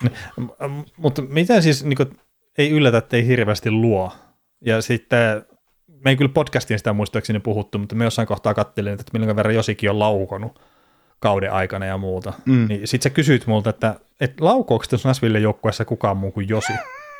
S5: Mutta miten siis niin kuin, ei yllätä, että ei hirveästi luo? Ja sitten, me ei kyllä podcastiin sitä muistaakseni puhuttu, mutta me jossain kohtaa katselin, että milloin verran Josikin on laukonut kauden aikana ja muuta. Mm. Niin sitten sä kysyit multa, että et laukoako tuossa Nashvillen joukkueessa kukaan muu kuin Josi?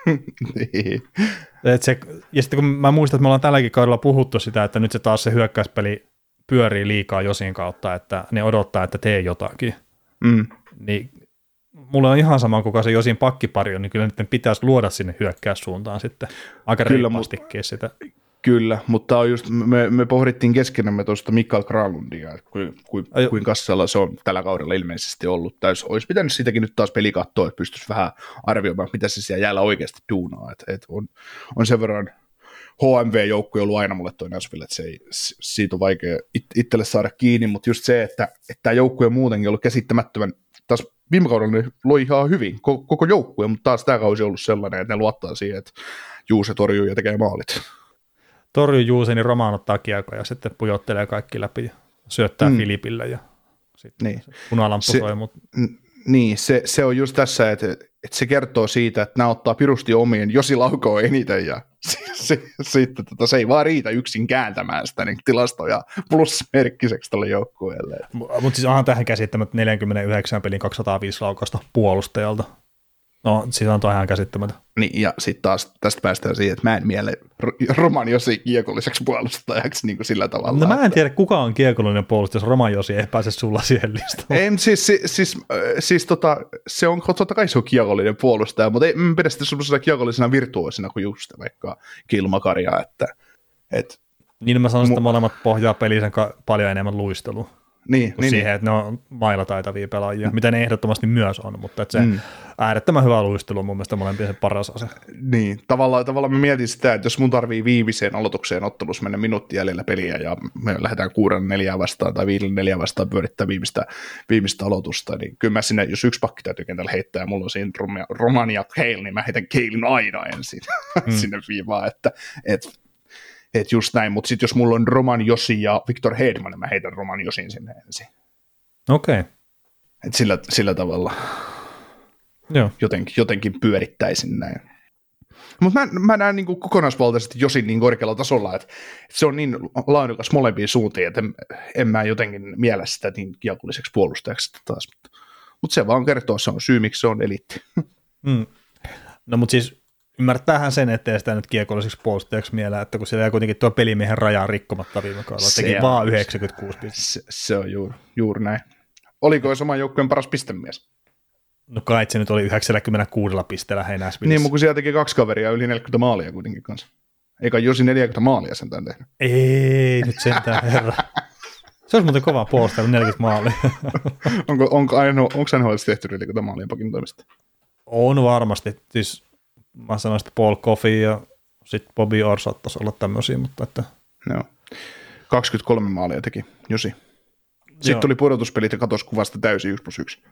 S4: niin.
S5: Et se, ja sitten kun mä muistan, että me ollaan tälläkin kaudella puhuttu sitä, että nyt se taas se hyökkäyspeli pyörii liikaa Josin kautta, että ne odottaa, että tee jotakin. Mm. Niin mulla on ihan sama, kuka se Josin pakkipari on, niin kyllä nyt pitäisi luoda sinne hyökkäyssuuntaan sitten aika reippaastikin sitä.
S4: Kyllä, mutta on just, me, me pohdittiin keskenämme tuosta Mikael Granlundia, että kuin, kuin, kuin kassalla se on tällä kaudella ilmeisesti ollut. Täys, olisi pitänyt siitäkin nyt taas peli katsoa, että pystyisi vähän arvioimaan, mitä se siellä jäällä oikeasti duunaa. Et, et on, on sen verran H M V-joukkue ollut aina mulle toi Nashville, että se ei, siitä on vaikea it, itselle saada kiinni, mutta just se, että, että tämä joukkue on muutenkin ollut käsittämättömän, taas viime kaudella ne loi ihan hyvin, koko, koko joukkue, mutta taas tämä kausi on ollut sellainen, että ne luottaa siihen, että Juuse torjuu ja tekee maalit.
S5: Torjuu Juuse, niin Roman ottaa kiekkoja ja sitten pujottelee kaikki läpi ja syöttää mm. Filipille ja sitten niin. punalamppu
S4: se,
S5: soi. Mutta...
S4: Niin, se, se on just tässä, että, että se kertoo siitä, että nämä ottaa pirusti omiin, Josi laukoo eniten ja sitten tota, se ei vaan riitä yksin kääntämään sitä niin tilastoja plusmerkkiseksi tälle joukkueelle.
S5: Mutta siis onhan tähän käsittämättä neljäkymmentäyhdeksän pelin kaksisataaviisi laukausta puolustajalta. No, siis on toi ihan käsittämätön.
S4: Niin, ja sitten taas tästä päästään siihen, että mä en miele Roman Josi kiekolliseksi puolustajaksi niin kuin sillä tavalla.
S5: No mä en
S4: että...
S5: tiedä, kuka on kiekollinen puolustaja, jos Roman Josi ei pääse sulla siihen listaan.
S4: Ei, siis, siis, siis, siis tota, se on totta kai se on kiekollinen puolustaja, mutta ei pidä sitä semmoisena kiekollisena virtuoosina kuin just vaikka Kilmakaria, että... Et,
S5: niin mä sanon, että molemmat pohjaa peliin paljon enemmän luistelua.
S4: Niin, niin,
S5: siihen,
S4: niin.
S5: että ne on mailataitavia pelaajia, mitä ne ehdottomasti myös on, mutta että se mm. äärettömän hyvä luistelu on mun mielestä molempien se paras ase.
S4: Niin, tavallaan, tavallaan mä mietin sitä, että jos mun tarvii viimeiseen aloitukseen ottelussa mennä minuutti jäljellä peliä ja me lähdetään kuuden neljää vastaan tai viiden neljää vastaan pyörittää viimeistä, viimeistä aloitusta, niin kyllä mä sinne, jos yksi pakki täytyy kentällä heittää ja mulla on siinä Romania Cale, niin mä heitän Calein aina ensin mm. sinne viivaan, että et, et just näin, mutta sitten jos mulla on Roman Josi ja Victor Hedman, niin mä heitän Roman Josin sinne ensin.
S5: Okei. Okay.
S4: Et sillä, sillä tavalla
S5: Joo.
S4: Jotenkin, jotenkin pyörittäisin näin. Mutta mä, mä näen niin kuin kokonaisvaltaisesti Josin niin korkealla tasolla, että, että se on niin laadukas molempiin suuntiin, että en, en mä jotenkin miele sitä niin kiekolliseksi puolustajaksi taas. Mutta, mutta se vaan kertoo, se on syy, miksi se on eliitti. Mm.
S5: No mutta siis ymmärtäähän sen, ettei sitä nyt kiekolliseksi puolustajaksi mielää, että kun siellä kuitenkin tuo pelimiehen raja rikkomatta viime kaudella, teki vaan yhdeksänkymmentäkuusi pistettä.
S4: Se, se on juuri, juuri näin. Oliko saman joukkueen paras pistemies?
S5: No kai se nyt oli yhdeksänkymmentäkuusi pisteellä hei Nashvillessä.
S4: Niin, mutta kun siellä teki kaksi kaveria yli neljäkymmentä maalia kuitenkin kanssa. Eikä Josi neljäkymmentä maalia sentään tehnyt.
S5: Ei nyt sentään, herra. Se olisi muuten kova puolustaja, neljäkymmentä maalia.
S4: onko onko, aino, onko N H L:ssä tehty neljäkymmentä maalia pakin toimesta?
S5: On varmasti. Siis mä sanoin, että Paul Coffey ja sitten Bobby Orr saattaisi olla tämmöisiä, mutta että...
S4: Joo. kaksikymmentäkolme maalia teki Josi. Sitten
S5: Joo.
S4: tuli pudotuspelit ja katosi kuvasta täysin yksi plus yksi.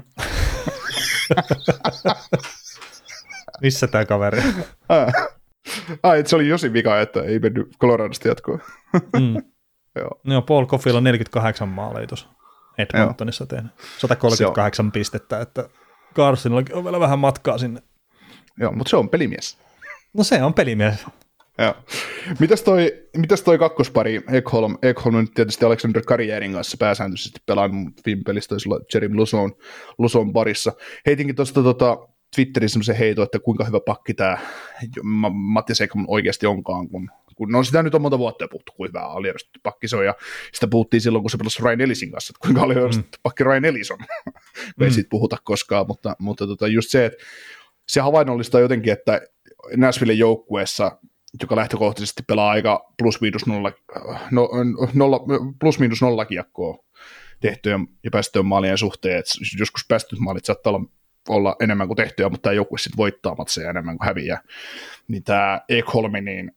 S5: Missä tämä kaveri?
S4: Ai, se oli Josin vika, että ei mennyt Coloradosta jatkoon.
S5: mm. Joo. No, Paul Coffeylla on neljäkymmentäkahdeksan maalia tuossa Edmontonissa tehnyt. sata kolmekymmentäkahdeksan pistettä, että Carsonillakin on vielä vähän matkaa sinne.
S4: Joo, mutta se on pelimies.
S5: No se on pelimies.
S4: Joo. Mitäs toi, mitäs toi kakkospari, Ekholm, Ekholm nyt tietysti Alexander Karjärin kanssa pääsääntöisesti pelaan, mutta viime pelissä taisi olla Jeremy Luson, Luson parissa. Heitinkin tuosta tota, Twitterissä semmoisen heiton, että kuinka hyvä pakki tämä Mattias Ekholm oikeasti onkaan, kun, kun no sitä nyt on monta vuotta puhuttu, kuinka hyvä aliarvostettu pakki se on, ja sitä puhuttiin silloin, kun se pelasi Ryan Ellisin kanssa, että kuinka aliarvostettu mm. pakki Ryan Ellis on. mm. Ei siitä puhuta koskaan, mutta, mutta tota, just se, että se havainnollistaa jotenkin, että Nashvillen joukkueessa, joka lähtökohtaisesti pelaa aika plus-miinus nolla, no, nolla, plus-miinus nolla kiekkoa tehtyjen ja päästöjen maalien suhteen, että joskus päästöt maalit saattaa olla, olla enemmän kuin tehtyjä, mutta tämä joukkue sitten voittaa matseja enemmän kuin häviää. Niin tämä Ekholmi, niin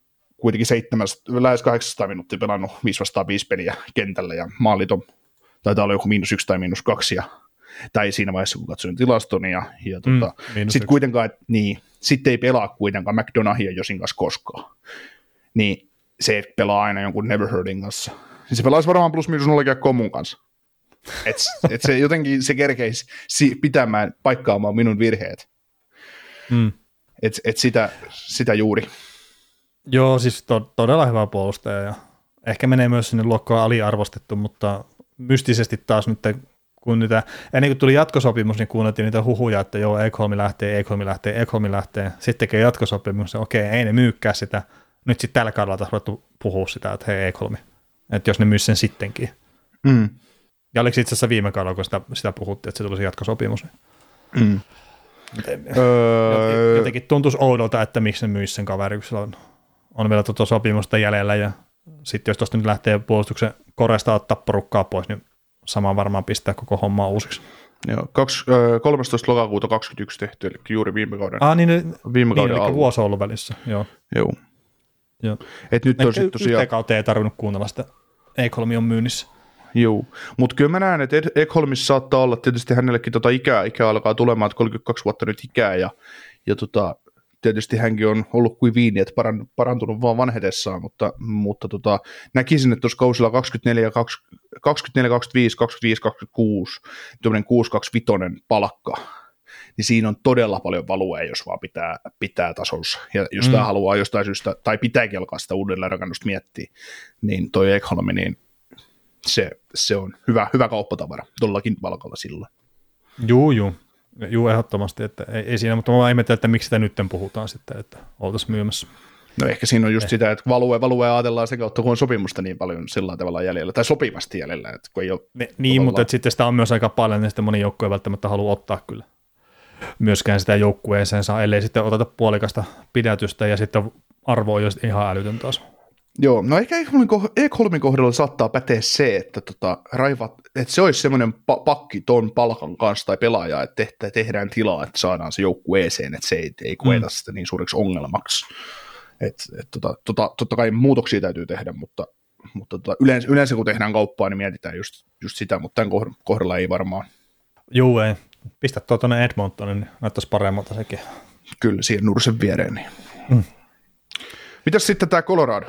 S4: kuitenkin seitsemästä, lähes kahdeksansataa minuuttia pelannut viisi vastaan viisi peliä kentällä ja maalit on, taitaa olla joku miinus yksi tai miinus kaksi, ja, tai siinä vaiheessa kun katsoin tilaston, ja, ja tota,
S5: mm,
S4: sitten kuitenkaan, niin, sitten ei pelaa kuitenkaan McDonaghin ja Josin kanssa koskaan, niin se et pelaa aina jonkun Never Heardin kanssa, niin se pelaisi varmaan plus miinus nolla Komun kanssa, että et se jotenkin se kerkeisi pitämään paikkaamaan minun virheet, mm. että et sitä, sitä juuri.
S5: Joo, siis to- todella hyvä puolustaja ja ehkä menee myös sinne luokkaan aliarvostettu, mutta mystisesti taas nyt, kun niitä, ennen kuin tuli jatkosopimus, niin kuunneltiin niitä huhuja, että joo, Ekholmi lähtee, Ekholmi lähtee, Ekholmi lähtee, sitten tekee jatkosopimus, ja okei, ei ne myykkää sitä, nyt sitten tällä kaudella taas ruvettu puhua sitä, että hei Ekholmi, että jos ne myy sen sittenkin. Mm. Ja oliko itse asiassa viime kaudella, kun sitä, sitä puhuttiin, että se tulisi jatkosopimus. Mm. Jotenkin tuntuisi oudolta, että miksi ne myisi sen kaveri, kun sillä on, on vielä tuota sopimusta jäljellä, ja sitten jos tuosta nyt lähtee puolustuksen koresta ottaa porukkaa pois, niin sama varmaan pistää koko hommaa uusiksi.
S4: Joo, kolmastoista lokakuuta kaksikymmentäyksi tehty, eli juuri viime kauden,
S5: ah, niin,
S4: viime
S5: niin,
S4: kauden
S5: eli
S4: alla.
S5: vuosi on ollut välissä. Joo.
S4: Joo.
S5: Joo.
S4: Et nyt on sitten tosiaan...
S5: Yhteen kautta ei tarvinnut kuunnella sitä, Ekholmi on myynnissä.
S4: Joo, mutta kyllä mä näen, että Ekholmissa saattaa olla, tietysti hänellekin tota ikää, ikää alkaa tulemaan, että kolmekymmentäkaksi vuotta nyt ikää, ja, ja tota, tietysti hänkin on ollut kuin viini, että parantunut vaan vanhetessaan, mutta, mutta tota, näkisin, että tuossa kausilla kaksikymmentäneljä, kaksikymmentäviisi, kaksikymmentäviisi, kaksikymmentäkuusi, tuommoinen kuusi kaksikymmentäviisi palkka, niin siinä on todella paljon valuea, jos vaan pitää, pitää tasonsa. Ja jos mm. tämä haluaa jostain syystä, tai pitääkin alkaa sitä uudelleenrakennusta miettiä, niin toi Ekholmi, niin se, se on hyvä, hyvä kauppatavara tuollakin palkalla silloin.
S5: Juu, juu. Juu, ehdottomasti, että ei, ei siinä, mutta mä ihmettelen, että miksi sitä nyt puhutaan sitten, että oltaisiin myymässä.
S4: No ehkä siinä on just eh. sitä, että value, value ajatellaan sen kautta, kun on sopimusta niin paljon sillä tavalla jäljellä, tai sopivasti jäljellä, että kun ei ole...
S5: Ne, niin, mutta että sitten sitä on myös aika paljon, niin sitten moni joukkue ei välttämättä halua ottaa kyllä myöskään sitä joukkueeseensa, ellei sitten oteta puolikasta pidätystä, ja sitten arvo on just ihan älytön taas.
S4: Joo, no ehkä Ekholmin kohdalla saattaa päteä se, että, tota, raivat, että se olisi semmoinen pa- pakki ton palkan kanssa tai pelaaja, että tehtä, tehdään tilaa, että saadaan se joukkueeseen, että se ei, ei koeta mm. sitä niin suureksi ongelmaksi. Et, et, tota, tota, totta kai muutoksia täytyy tehdä, mutta, mutta tota, yleensä, yleensä kun tehdään kauppaa, niin mietitään just, just sitä, mutta tämän kohdalla ei varmaan.
S5: Juu, ei. Pistä tuo tuonne Edmontonin, niin näyttäisi paremmalta sekin.
S4: Kyllä, siihen nursen viereen. Niin. Mm. Mitäs sitten tämä Colorado?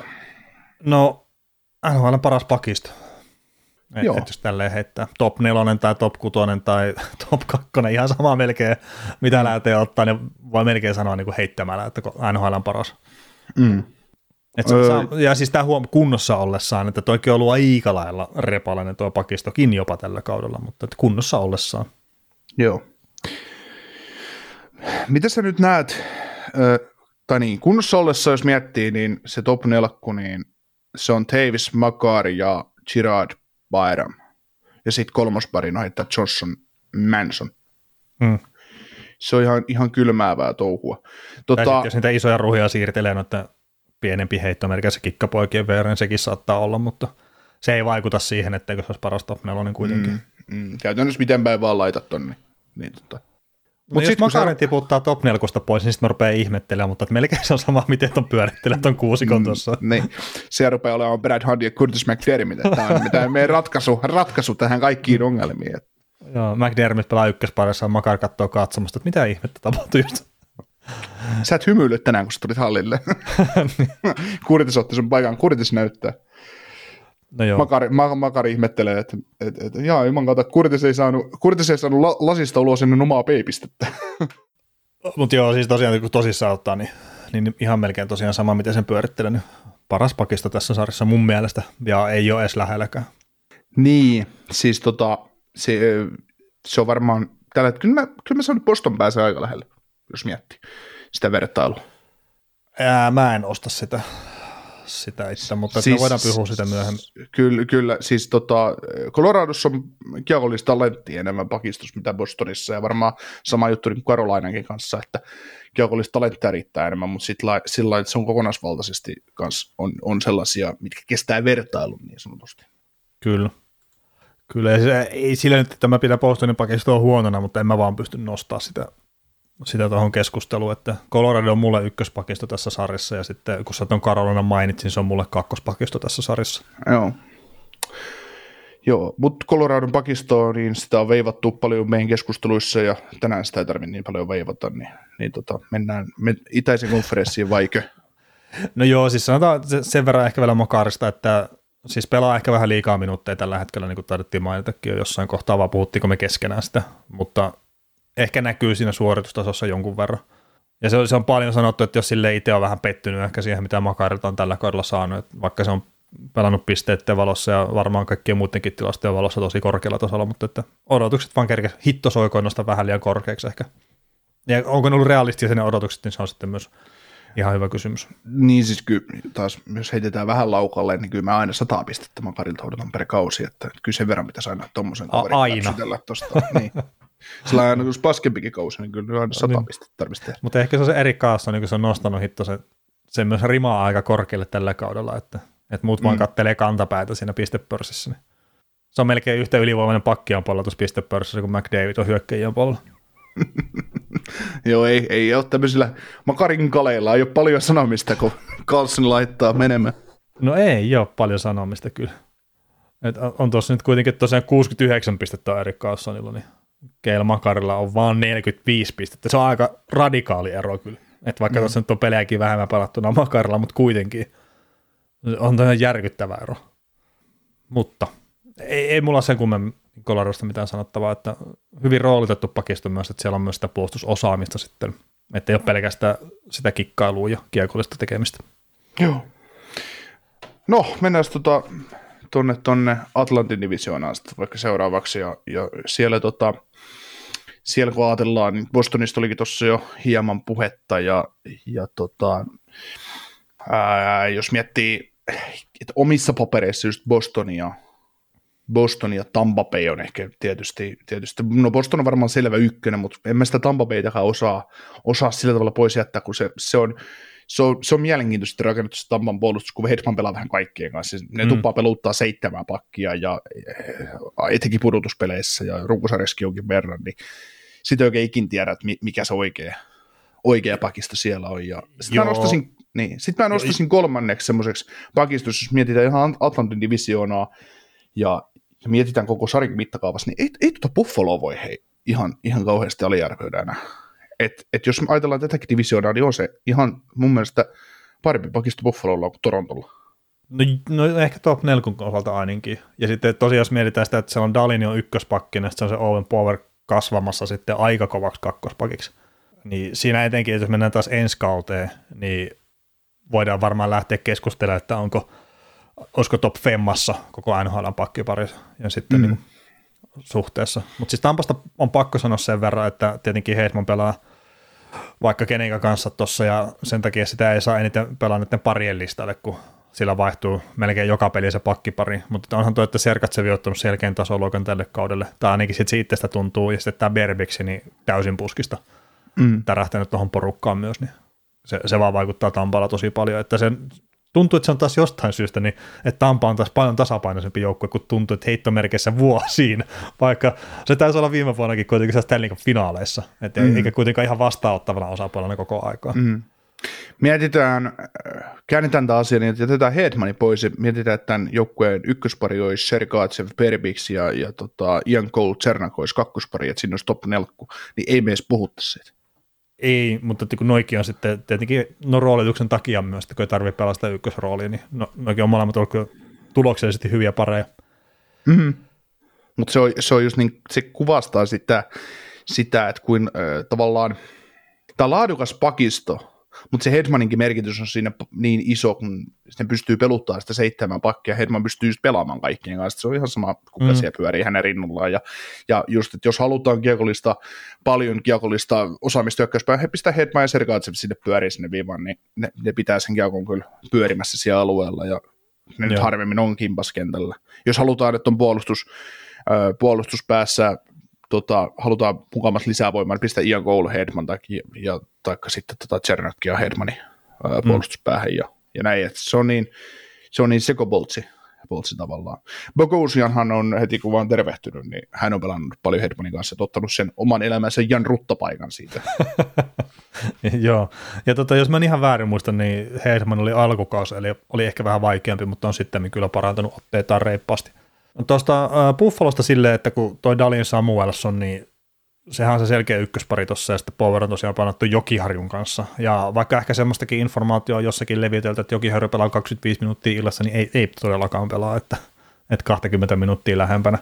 S5: No, N H L paras pakisto. Et, et jos tälleen heittää top nelonen tai top kutonen tai top kakkonen, ihan sama melkein, mitä lähtee ottaa, niin voi melkein sanoa niin kuin heittämällä, että N H L on paras. Mm. Et se, öö. saa, ja siis tämä huom kunnossa ollessaan, että toikin on ollut aika lailla repalainen tuo pakistokin jopa tällä kaudella, mutta että kunnossa ollessaan.
S4: Joo. Mitä sä nyt näet, ö, tai niin, kunnossa ollessa, jos miettii, niin se top nelkku, niin se on Taves, Makar ja Girard Byram. Ja sitten kolmospari noita Johnson, Manson. Hmm. Se on ihan, ihan kylmäävää touhua. Tota,
S5: jos niitä isoja ruhia siirtelee noita pienempi heittomerkissä kikkapoikien verran, sekin saattaa olla, mutta se ei vaikuta siihen, etteikö se olisi paras top nelonen kuitenkin.
S4: Mm, mm, käytännössä miten päin vaan laitat tonne. Niin, tota.
S5: Mut jos Makarin sä... tiputtaa top nelkosta pois, niin sitten mä rupean ihmettelemään, mutta melkein se on sama, miten ton pyörittelee ton kuusikon tuossa.
S4: Mm, niin, se rupeaa olemaan Brad Hunt ja Curtis McDermott, tämä on, tämä on meidän ratkaisu, ratkaisu tähän kaikkiin ongelmiin.
S5: Joo, McDermott pelaa ykkösparissa, Makar katsoo katsomasta, että mitä ihmettä tapahtui just.
S4: Sä et hymyillyt tänään, kun sä tulit hallille. Kurtis otti sun paikan, Kurtis näyttää.
S5: No joo.
S4: Makari, ma, Makari ihmettelee, että et, et, jaa, juman kautta, Kurtis ei saanut, Kurtis ei saanut la, lasista ulos ennen omaa peipistettä.
S5: Mutta joo, siis tosiaan kun tosissaan ottaa, niin, niin ihan melkein tosiaan sama, miten sen pyörittelee. Niin paras pakisto tässä sarjassa mun mielestä, ja ei ole edes lähelläkään.
S4: Niin, siis tota, se, se on varmaan, tällä hetkellä, kyllä mä, kyllä mä sanon, että Boston pääsee aika lähelle, jos miettii sitä vertailua.
S5: Ää, mä en osta sitä. sitä itse, mutta siis, me voidaan puhua sitä myöhemmin.
S4: Kyllä, kyllä siis tota, Coloradossa on kiekollista talenttia enemmän pakistus mitä Bostonissa, ja varmaan sama juttu niin Carolinakin kanssa, että kiekollista talenttia riittää enemmän, mutta sit la, sillä että se on kokonaisvaltaisesti kans on, on sellaisia, mitkä kestää vertailun niin sanotusti.
S5: Kyllä. Kyllä, se, ei sillä nyt, että mä pidän Bostonin pakistoa huonona, mutta en mä vaan pysty nostamaan sitä sitä tuohon keskusteluun, että Colorado on mulle ykköspakisto tässä sarjassa, ja sitten kun sä ton Carolina mainitsin, se on mulle kakkospakisto tässä sarjassa.
S4: Joo. Joo, mutta Coloradon pakistoa, niin sitä on veivattu paljon meidän keskusteluissa, ja tänään sitä ei tarvitse niin paljon veivata, niin, niin tota, mennään me, itäisen konferenssiin vaikö?
S5: No joo, siis sanotaan sen verran ehkä vielä Makarista, että siis pelaa ehkä vähän liikaa minuutteja tällä hetkellä, niin kuin taidettiin mainitakin jo jossain kohtaa, vaan puhuttiinko me keskenään sitä, mutta ehkä näkyy siinä suoritustasossa jonkun verran. Ja se on, se on paljon sanottu, että jos sille itse on vähän pettynyt ehkä siihen, mitä Makarilta on tällä kaudella saanut, että vaikka se on pelannut pisteiden valossa ja varmaan kaikkien muidenkin tilastojen valossa tosi korkealla tasolla, mutta että odotukset vaan kerkesi hittosoikoin nostaa vähän liian korkeaksi ehkä. Ja onko ne ollut realistisia ne odotukset, niin se on sitten myös ihan hyvä kysymys.
S4: Niin siis kyllä taas, jos heitetään vähän laukalle, niin kyllä mä aina sata pistettä Makarilta odotan per kausi, että kyllä sen verran pitäisi aina tuommoisen kaverin läpsytellä tuosta. Niin. Sillä aina kun paskempikin kausi, niin kyllä aina sata niin. pistettä tarvitsisi tehdä.
S5: Mutta ehkä se on se Erik Karlsson, niin kun se on nostanut hitto se, se myös rimaa aika korkealle tällä kaudella, että, että muut vaan mm. kattelee kantapäätä siinä pistepörssissä. Niin. Se on melkein yhtä ylivoimainen pakkiaan puolella tuossa pistepörssissä, kun McDavid on hyökkäjien puolella.
S4: Joo, ei, ei ole tämmöisillä Makarin kaleilla, ei ole paljon sanomista, kun Karlsson laittaa menemään.
S5: No ei ole paljon sanomista kyllä. Et on tuossa nyt kuitenkin tosiaan kuusikymmentäyhdeksän pistettä Erik Karlssonilla, niin Cale Makarilla on vaan neljäkymmentäviisi pistettä. Se on aika radikaali ero kyllä. Et vaikka mm. tuossa nyt on pelejäkin vähemmän pelattuna Makarilla, mutta kuitenkin on ihan järkyttävä ero. Mutta ei, ei mulla sen kummemmin Coloradosta mitään sanottavaa, että hyvin roolitettu pakisto myös, että siellä on myös sitä puolustusosaamista sitten, että ei ole pelkästään sitä kikkailua ja kiekollista tekemistä.
S4: Joo. No, mennään tota, tuonne, tuonne Atlantin divisioonaan sitten vaikka seuraavaksi, ja, ja siellä, tota, siellä kun ajatellaan, niin Bostonista olikin tuossa jo hieman puhetta, ja, ja tota, ää, jos miettii, että omissa papereissa just Bostonia, Boston ja Tampa Bay on ehkä tietysti, tietysti, no Boston on varmaan selvä ykkönen, mutta en mä sitä Tampa Baytäkään osaa, osaa sillä tavalla pois jättää, kun se, se, on, se, on, se on mielenkiintoisesti rakennettu se Tampan puolustus, kun Hedman pelaa vähän kaikkien kanssa. Ne mm. tuppaa peluttaa seitsemää pakkia, ja etenkin pudotuspeleissä, ja runkosarjassakin jonkin verran, niin sitten oikein ikin tiedä, että mikä se oikea, oikea pakisto siellä on. Sitten mä nostaisin, niin, sit mä nostaisin kolmanneksi semmoiseksi pakistossa, jos mietitään ihan Atlantin divisioonaa, ja ja mietitään koko sarjan mittakaavassa, niin ei, ei tuota Buffaloa voi hei, ihan, ihan kauheasti aliarvioida enää. Et, et jos me ajatellaan tätäkin divisioonaa, niin on se ihan mun mielestä parempi pakisto Buffalolla kuin Torontolla.
S5: No, no ehkä top neljän osalta ainakin. Ja sitten tosiaan jos mietitään sitä, että se on Dalin on ykköspakkina, sitten se on se Owen Power kasvamassa sitten aika kovaksi kakkospakiksi. Niin siinä etenkin, että jos mennään taas ensi kauteen, niin voidaan varmaan lähteä keskustelemaan, että onko olisiko top femmassa koko N H L:n pakkipari ja sitten mm. niin suhteessa. Mutta siis Tampasta on pakko sanoa sen verran, että tietenkin Hedman pelaa vaikka kenenkään kanssa tuossa, ja sen takia sitä ei saa eniten pelaa niiden parien listalle, kun sillä vaihtuu melkein joka peli se pakkipari. Mutta onhan tuo, että Sergatsevi on ottanut selkeän tasoluokan tälle kaudelle, tai ainakin sitten itsestä tuntuu, ja sitten tämä Berbiksi niin täysin puskista mm. tärähtänyt tuohon porukkaan myös, niin se, se vaan vaikuttaa Tampalla tosi paljon, että sen tuntuu, että se on taas jostain syystä, niin, että Tampa on taas paljon tasapainoisempi joukkue, kun tuntuu, että heittomerkeissä vuosiin, vaikka se taisi olla viime vuonnakin kuitenkin siellä Stanley Cup-finaaleissa, että mm. eikä kuitenkaan ihan vastaanottavana osapuolella koko aikaa. Mm.
S4: Mietitään, käännetään tämä asia, niin jätetään Hedmanin pois, ja mietitään, että tämän joukkueen ykköspari olisi Sergatsev, Berbix ja, ja tota, Ian Cole, Cernako olisi kakkospari, että siinä olisi top nelkku, niin ei me edes puhuttaisi siitä.
S5: Ei, mutta kun noikin on sitten tietenkin no roolituksen takia myös, että kun ei tarvitse pelaa sitä ykkösroolia, niin no, noikin on molemmat ollut tuloksellisesti hyviä pareja.
S4: Mm-hmm. Mutta se on, se on just niin, se kuvastaa sitä, sitä että kuin äh, tavallaan tämä laadukas pakisto, mutta se Hedmaninkin merkitys on siinä niin iso, kun ne pystyy peluttamaan sitä seitsemän pakkia, Hedman pystyy just pelaamaan kaikkien kanssa, se on ihan sama, kuka mm. siellä pyörii hänen rinnallaan, ja, ja just, että jos halutaan kiekollista, paljon kiekollista osaamista hyökkäyspäin, he pistää Hedman ja Sergatsev sinne pyörii sinne viivaan, niin ne, ne pitää sen kiekon kyllä pyörimässä siellä alueella, ja ne nyt harvemmin on kimpaskentällä. Jos halutaan, että on puolustus, äh, puolustuspäässä, Tota, halutaan mukamassa lisää voimaa, niin pistää Ian Cole Hedman tai, ja, taikka sitten tota Czernakkia Hedmanin ää, puolustuspäähän ja, ja näin, että se on niin, se on niin sekoboltsi Boltsi tavallaan. Bogosianhan on heti kun vaan tervehtynyt, niin hän on pelannut paljon Hedmanin kanssa ja ottanut sen oman elämänsä Jan Rutta-paikan siitä.
S5: Joo, ja tota, jos mä ihan väärin muistan, niin Hedman oli alkukausi, eli oli ehkä vähän vaikeampi, mutta on sitten kyllä parantanut otteitaan reippaasti. Tuosta äh, Buffalosta silleen, että kun toi Dalin Samuelson, niin sehän on se selkeä ykköspari tuossa, ja sitten Power on tosiaan panattu Jokiharjun kanssa. Ja vaikka ehkä semmoistakin informaatiota jossakin levitelty, että Jokiharju pelaa kaksikymmentäviisi minuuttia illassa, niin ei, ei todellakaan pelaa, että, että kaksikymmentä minuuttia lähempänä.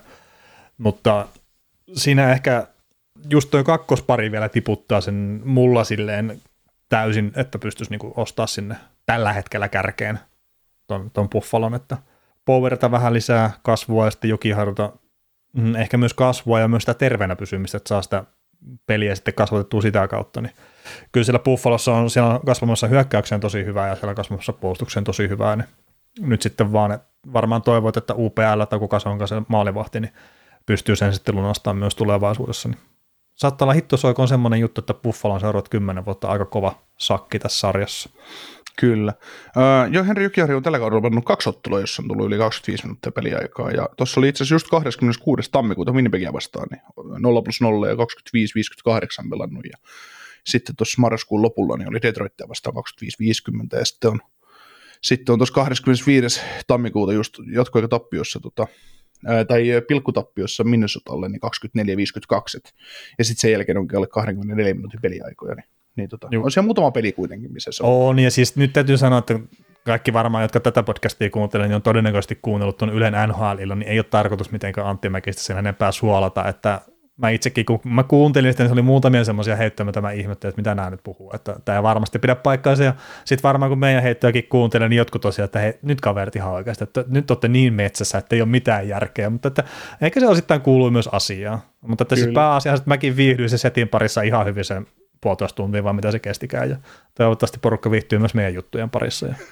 S5: Mutta siinä ehkä just tuo kakkospari vielä tiputtaa sen mulla silleen täysin, että pystyisi niinku ostaa sinne tällä hetkellä kärkeen ton, ton Buffalon, että Powerta vähän lisää kasvua ja sitten Jokiharjuta mm, ehkä myös kasvua ja myös sitä terveenä pysymistä, että saa sitä peliä sitten kasvatettua sitä kautta, niin kyllä siellä Buffalossa on, siellä on kasvamassa hyökkäykseen tosi hyvää ja siellä on kasvamassa puolustukseen tosi hyvää, niin nyt sitten vaan, että varmaan toivot, että U P L tai kuka se onkaan se maalivahti, niin pystyy sen sitten lunastamaan myös tulevaisuudessa, niin saattaa olla hittosoikoon semmoinen juttu, että Buffalo on seuraavat kymmenen vuotta aika kova sakki tässä sarjassa.
S4: Kyllä. Uh, jo Henri Jokiharju on tällä kaudella pannut kaksi ottelua, jossa on tullut yli kaksikymmentäviisi minuuttia peliaikaa. Ja tuossa oli itse asiassa just kahdeskymmeneskuudes tammikuuta Winnipegia vastaan, niin nolla plus nolla ja kaksikymmentäviisi viisikymmentäkahdeksan pelannut. Ja sitten tuossa marraskuun lopulla niin oli Detroitia vastaan kaksikymmentäviisi viisikymmentä. Ja sitten on, sitten on tuossa kahdeskymmenesviides tammikuuta just jatkoaikatappiossa tota, ää, tai pilkkutappiossa Minnesotalle niin kaksikymmentäneljä viisikymmentäkaksi. Ja sitten sen jälkeen onkin alle kaksikymmentäneljä minuutin peliaikoja. Niin Niin tota, on siellä muutama peli kuitenkin, missä se on.
S5: On, ja siis nyt täytyy sanoa, että kaikki varmaan, jotka tätä podcastia kuuntelevat, niin on todennäköisesti kuunnellut tuon Ylen N H L-illan, niin ei ole tarkoitus mitenkään Antti Mäkistä sen enempää suolata, että mä itsekin, kun mä kuuntelin sitä, niin se oli muutamia semmoisia heittoja, mitä mä ihmettelin, että mitä nämä nyt puhuu, että tämä ei varmasti pidä paikkaansa, ja sitten varmaan kun meidän heittojakin kuuntelen, niin jotkut tosiaan, että hei, nyt kaverit ihan oikeasti, että nyt olette niin metsässä, että ei ole mitään järkeä, mutta että ehkä se osittain kuuluu myös asiaan, mutta että siis pääasiassa, että mäkin viihdyin se setin parissa ihan hyvin sen puolitoista tuntia, vaan mitä se kestikään, ja toivottavasti porukka viihtyy myös meidän juttujen parissa. Ja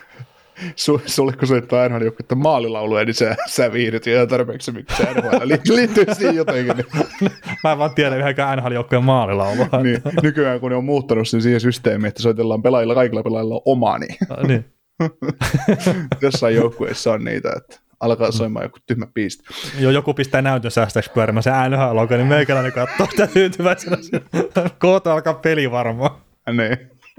S4: Sulle kun soittaa N H L että maalilauluja, niin sä, sä viihdyt jo ihan tarpeeksi, mikä se N H L liittyy siihen jotenkin. Niin.
S5: Mä en vaan tiedä yhdenkään N H L-joukkojen maalilaulua.
S4: Niin, nykyään kun ne on muuttanut sen siihen systeemiin, että soitellaan pelaajilla, kaikilla pelaajilla on oma, niin,
S5: niin.
S4: Jossain joukkueessa on niitä, että alkaa soimaan joku tyhmä biisti.
S5: Joo, joku pistää näytön säästäksi pyörimään se N H L-logo, niin meikäläinen katsoo sitä tyytyväisenä. Kohta alkaa peli varmaan.
S4: Niin.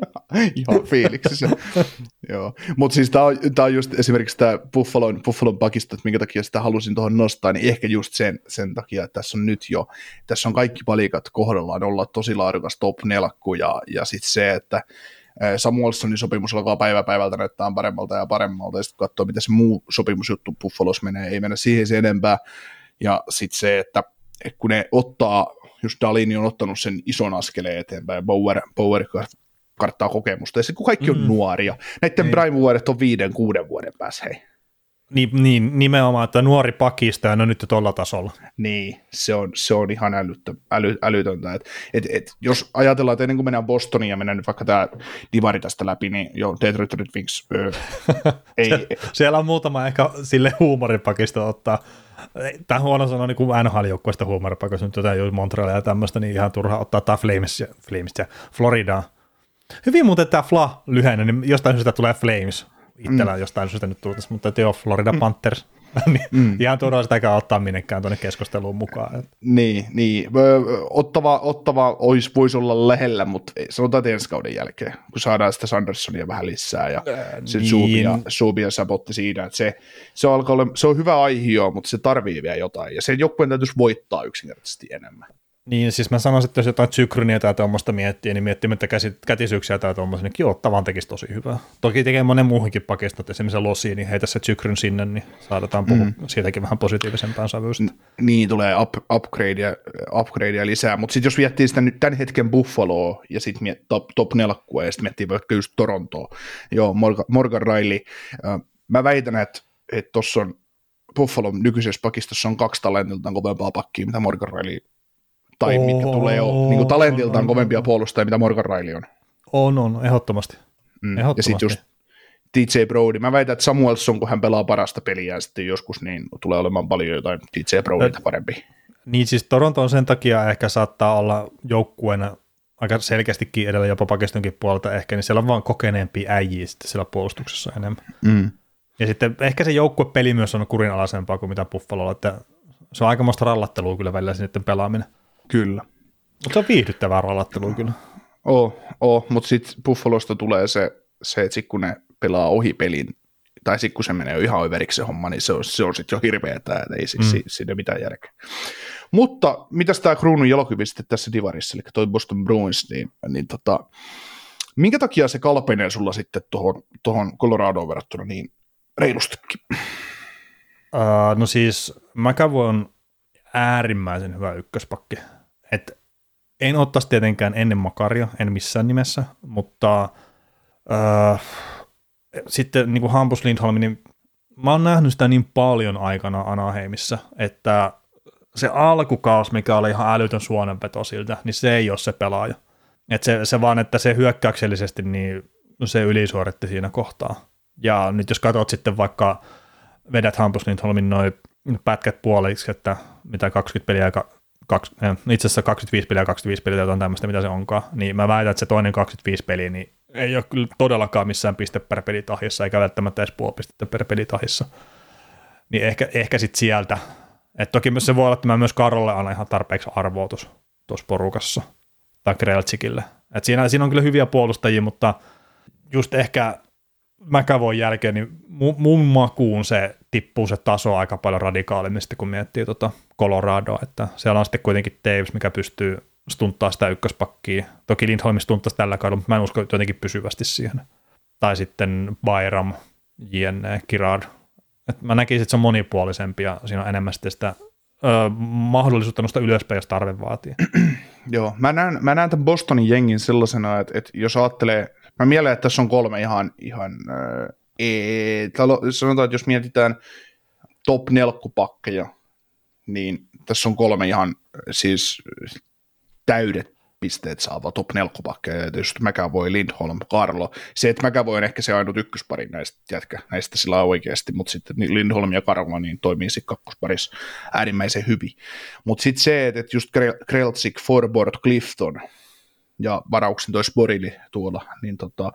S4: Ihan fiiliksissä. Joo. Mutta siis tämä on, on just esimerkiksi tämä Buffalon, Buffalon pakisto, että minkä takia sitä halusin tuohon nostaa, niin ehkä just sen, sen takia, että tässä on nyt jo, tässä on kaikki palikat kohdallaan olla tosi laadukas top nelkku, ja, ja sitten se, että Samuelsonin sopimus alkaa päivä päivältä näyttää paremmalta ja paremmalta, ja sitten kun katsoo, miten se muu sopimusjuttu Buffalos menee, ei mennä siihen sen enempää, ja sitten se, että kun ne ottaa, just Dalini on ottanut sen ison askeleen eteenpäin, ja Bauer, Bauer karttaa kokemusta, ja sitten kun kaikki on mm. nuoria, näiden prime-vuodet on viiden, kuuden vuoden päässä, hei.
S5: Niin, niin, nimenomaan, että nuori pakisto ja no nyt tuolla tasolla.
S4: Niin, se on, se on ihan älyttä, äly, älytöntä. Et, et, et, jos ajatellaan, että ennen kuin mennään Bostoniin ja mennään nyt vaikka tämä divari tästä läpi, niin jo Detroit Red Wings öö, ei.
S5: Se, siellä on muutama ehkä sille huumoripakisto ottaa. Tämä huono sanoa niin kuin N H L-joukkueesta huumoripakisto, nyt jotain juuri Montrealia ja tämmöistä, niin ihan turha ottaa tämä Flames ja, Flames ja Floridaa. Hyvin muuten tämä Fla lyhenne, niin jostain syystä tulee Flames. Itsellä mm. jostain syystä nyt tultaisiin, mutta joo, Florida Panthers. Mm. niin ihan turhaa sitäkään ottaa minnekään tuonne keskusteluun mukaan.
S4: Niin, niin. Ottava, ottava olisi, voisi olla lähellä, mutta sanotaan, että ensi kauden jälkeen, kun saadaan sitä Sandersonia vähän lisää ja se niin. Subia, Subia sabotti siinä, että se, se, alkaa olla, se on hyvä aihio, mutta se tarvii vielä jotain, ja sen joukkueen täytyisi voittaa yksinkertaisesti enemmän.
S5: Niin, siis mä sanoisin, että jos jotain Zykryniä tai tuommoista miettii, niin miettimättä kätisyyksiä tai tuommoista, niin Ottavan tekisi tosi hyvää. Toki tekee monen muuhunkin pakistot, esimerkiksi Losiin, niin heitä se Zykryn sinne, niin saadaan puhua mm. siitäkin vähän positiivisempään sävyystä. Niin,
S4: tulee up, upgradea, upgradea lisää, mutta sitten jos miettii sitä nyt tämän hetken Buffaloa ja sitten miet, top, top nelkkua ja sitten miettii vaikka just Torontoa, joo, Morgan, Morgan Riley, äh, mä väitän, että tuossa on Buffalon nykyisessä pakistossa on kaksi talentiltaan kovempaa pakkia, mitä Morgan Riley tai oh, mitkä tulee jo niin talentiltaan kovempia puolustajia, mitä Morgan Riley on.
S5: On, on, ehdottomasti.
S4: Mm. ehdottomasti. Ja sitten just D J Brody. Mä väitän, että Samuelson, kun hän pelaa parasta peliä sitten joskus, niin tulee olemaan paljon jotain D J Brodyta parempi.
S5: Niin siis Toronto on sen takia ehkä saattaa olla joukkueena aika selkeästikin edellä jopa pakistonkin puolelta ehkä, niin siellä on vaan kokeneempia äijiä sitten siellä puolustuksessa enemmän.
S4: Mm.
S5: Ja sitten ehkä se joukkuepeli myös on kurinalaisempaa kuin mitä Buffalolla, että se on aikamoista rallattelua kyllä välillä sitten pelaaminen.
S4: Kyllä.
S5: Mutta se on viihdyttävää rallattelua kyllä.
S4: Oo, oo mutta sitten Buffalosta tulee se, se että sit kun ne pelaa ohi pelin, tai sitten kun se menee jo ihan overiksi se homma, niin se on, se on sitten jo hirveetä, että ei mm. si, siinä mitään järkeä. Mutta mitäs tämä kruunun jalokivi sitten tässä divarissa, eli toi Boston Bruins, niin, niin tota, minkä takia se kalpenee sulla sitten tuohon tohon Coloradoon verrattuna niin reilustikin?
S5: Uh, no siis McAvoy on äärimmäisen hyvä ykköspakki. Et en ottaisi tietenkään ennen Makaria, en missään nimessä, mutta uh, sitten niin kuin Hampus Lindholm, niin mä oon nähnyt sitä niin paljon aikana Anaheimissa, että se alkukaus, mikä oli ihan älytön suonenpeto siltä, niin se ei ole se pelaaja. Et se, se vaan, että se hyökkäyksellisesti, niin se ylisuoritti siinä kohtaa. Ja nyt jos katsot sitten vaikka vedät Hampus Lindholmin noin pätkät puoliksi, että mitä kaksikymmentä peliä, kaksi, itse asiassa kaksikymmentäviisi peliä, kaksikymmentäviisi peliä, jotain tämmöistä, mitä se onkaan, niin mä väitän, että se toinen kaksikymmentäviisi peliä, niin ei ole kyllä todellakaan missään piste per pelitahissa, eikä välttämättä edes puoli pistettä per pelitahissa. Niin ehkä, ehkä sitten sieltä. Et toki myös se voi olla, että mä myös Karolle annan ihan tarpeeksi arvoa tuossa porukassa, tai Kreltsikille. Et siinä, siinä on kyllä hyviä puolustajia, mutta just ehkä McAvoyn jälkeen, niin mun makuun se tippuu se taso aika paljon radikaalimmin sitten, kun miettii tota Coloradoa, että siellä on sitten kuitenkin Taves, mikä pystyy stunttaa sitä ykköspakkia. Toki Lindholm stunttaisi tällä kaudella, mutta mä en usko jotenkin pysyvästi siihen. Tai sitten Byram, jne, Girard. Et mä näkisin, että se on monipuolisempi ja siinä on enemmän sitten sitä ö, mahdollisuutta nostaa ylöspäin, jos tarve vaatii.
S4: Joo, mä näen, mä näen tämän Bostonin jengin sellaisena, että, että jos ajattelee, mä mielen, että tässä on kolme ihan, ihan äh, ee, sanotaan, että jos mietitään top nelkkupakkeja, niin tässä on kolme ihan siis täydet pisteet saava top nelkkupakkeja, just McAvoy, Lindholm, Carlo. Se, että McAvoy on ehkä se ainut ykköspari näistä jätkä, näistä sillä oikeasti, mutta sitten Lindholm ja Carlo niin toimii sitten kakkosparissa äärimmäisen hyvin. Mutta sitten se, että just Kreltsik, Forbort, Clifton ja varauksen toi Sporili tuolla, niin tota,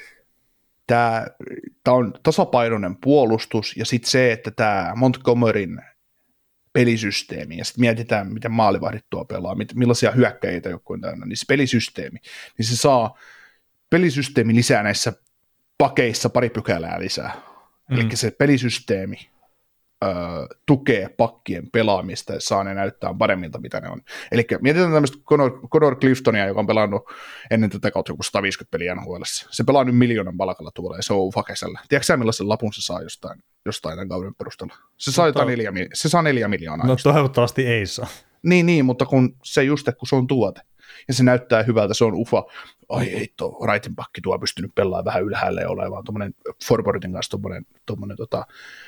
S4: tämä on tasapainoinen puolustus, ja sitten se, että tämä Montgomeryn pelisysteemi, ja sitten mietitään, miten maalivahdit tuo pelaa, mit, millaisia hyökkäjiä joku on täynnä, niin se pelisysteemi, niin se saa, pelisysteemi lisää näissä pakeissa pari pykälää lisää, mm. eli se pelisysteemi ö, tukee pakkien pelaamista, ja saa ne näyttää paremmilta, mitä ne on. Eli mietitään tämmöistä Conor, Conor Cliftonia, joka on pelannut ennen tätä kautta joku sata viisikymmentä peliä N H L:ssä. Se pelaa nyt miljoonan palkalla tuolla, ja se on Fakesella. Tiedätkö sä, millaisen lapun se saa jostain, jostain tämän kauden perusteella? Se saa, no, neljä, se saa neljä miljoonaa.
S5: No toivottavasti ei saa.
S4: Niin, niin, mutta kun se just, kun se on tuote, ja se näyttää hyvältä, se on ufa. Ai heitto, rightin pakki tuo pystynyt pelaamaan vähän ylhäälle ja olemaan tuommoinen Forwardin kanssa tuommoinen, tuommoinen tota,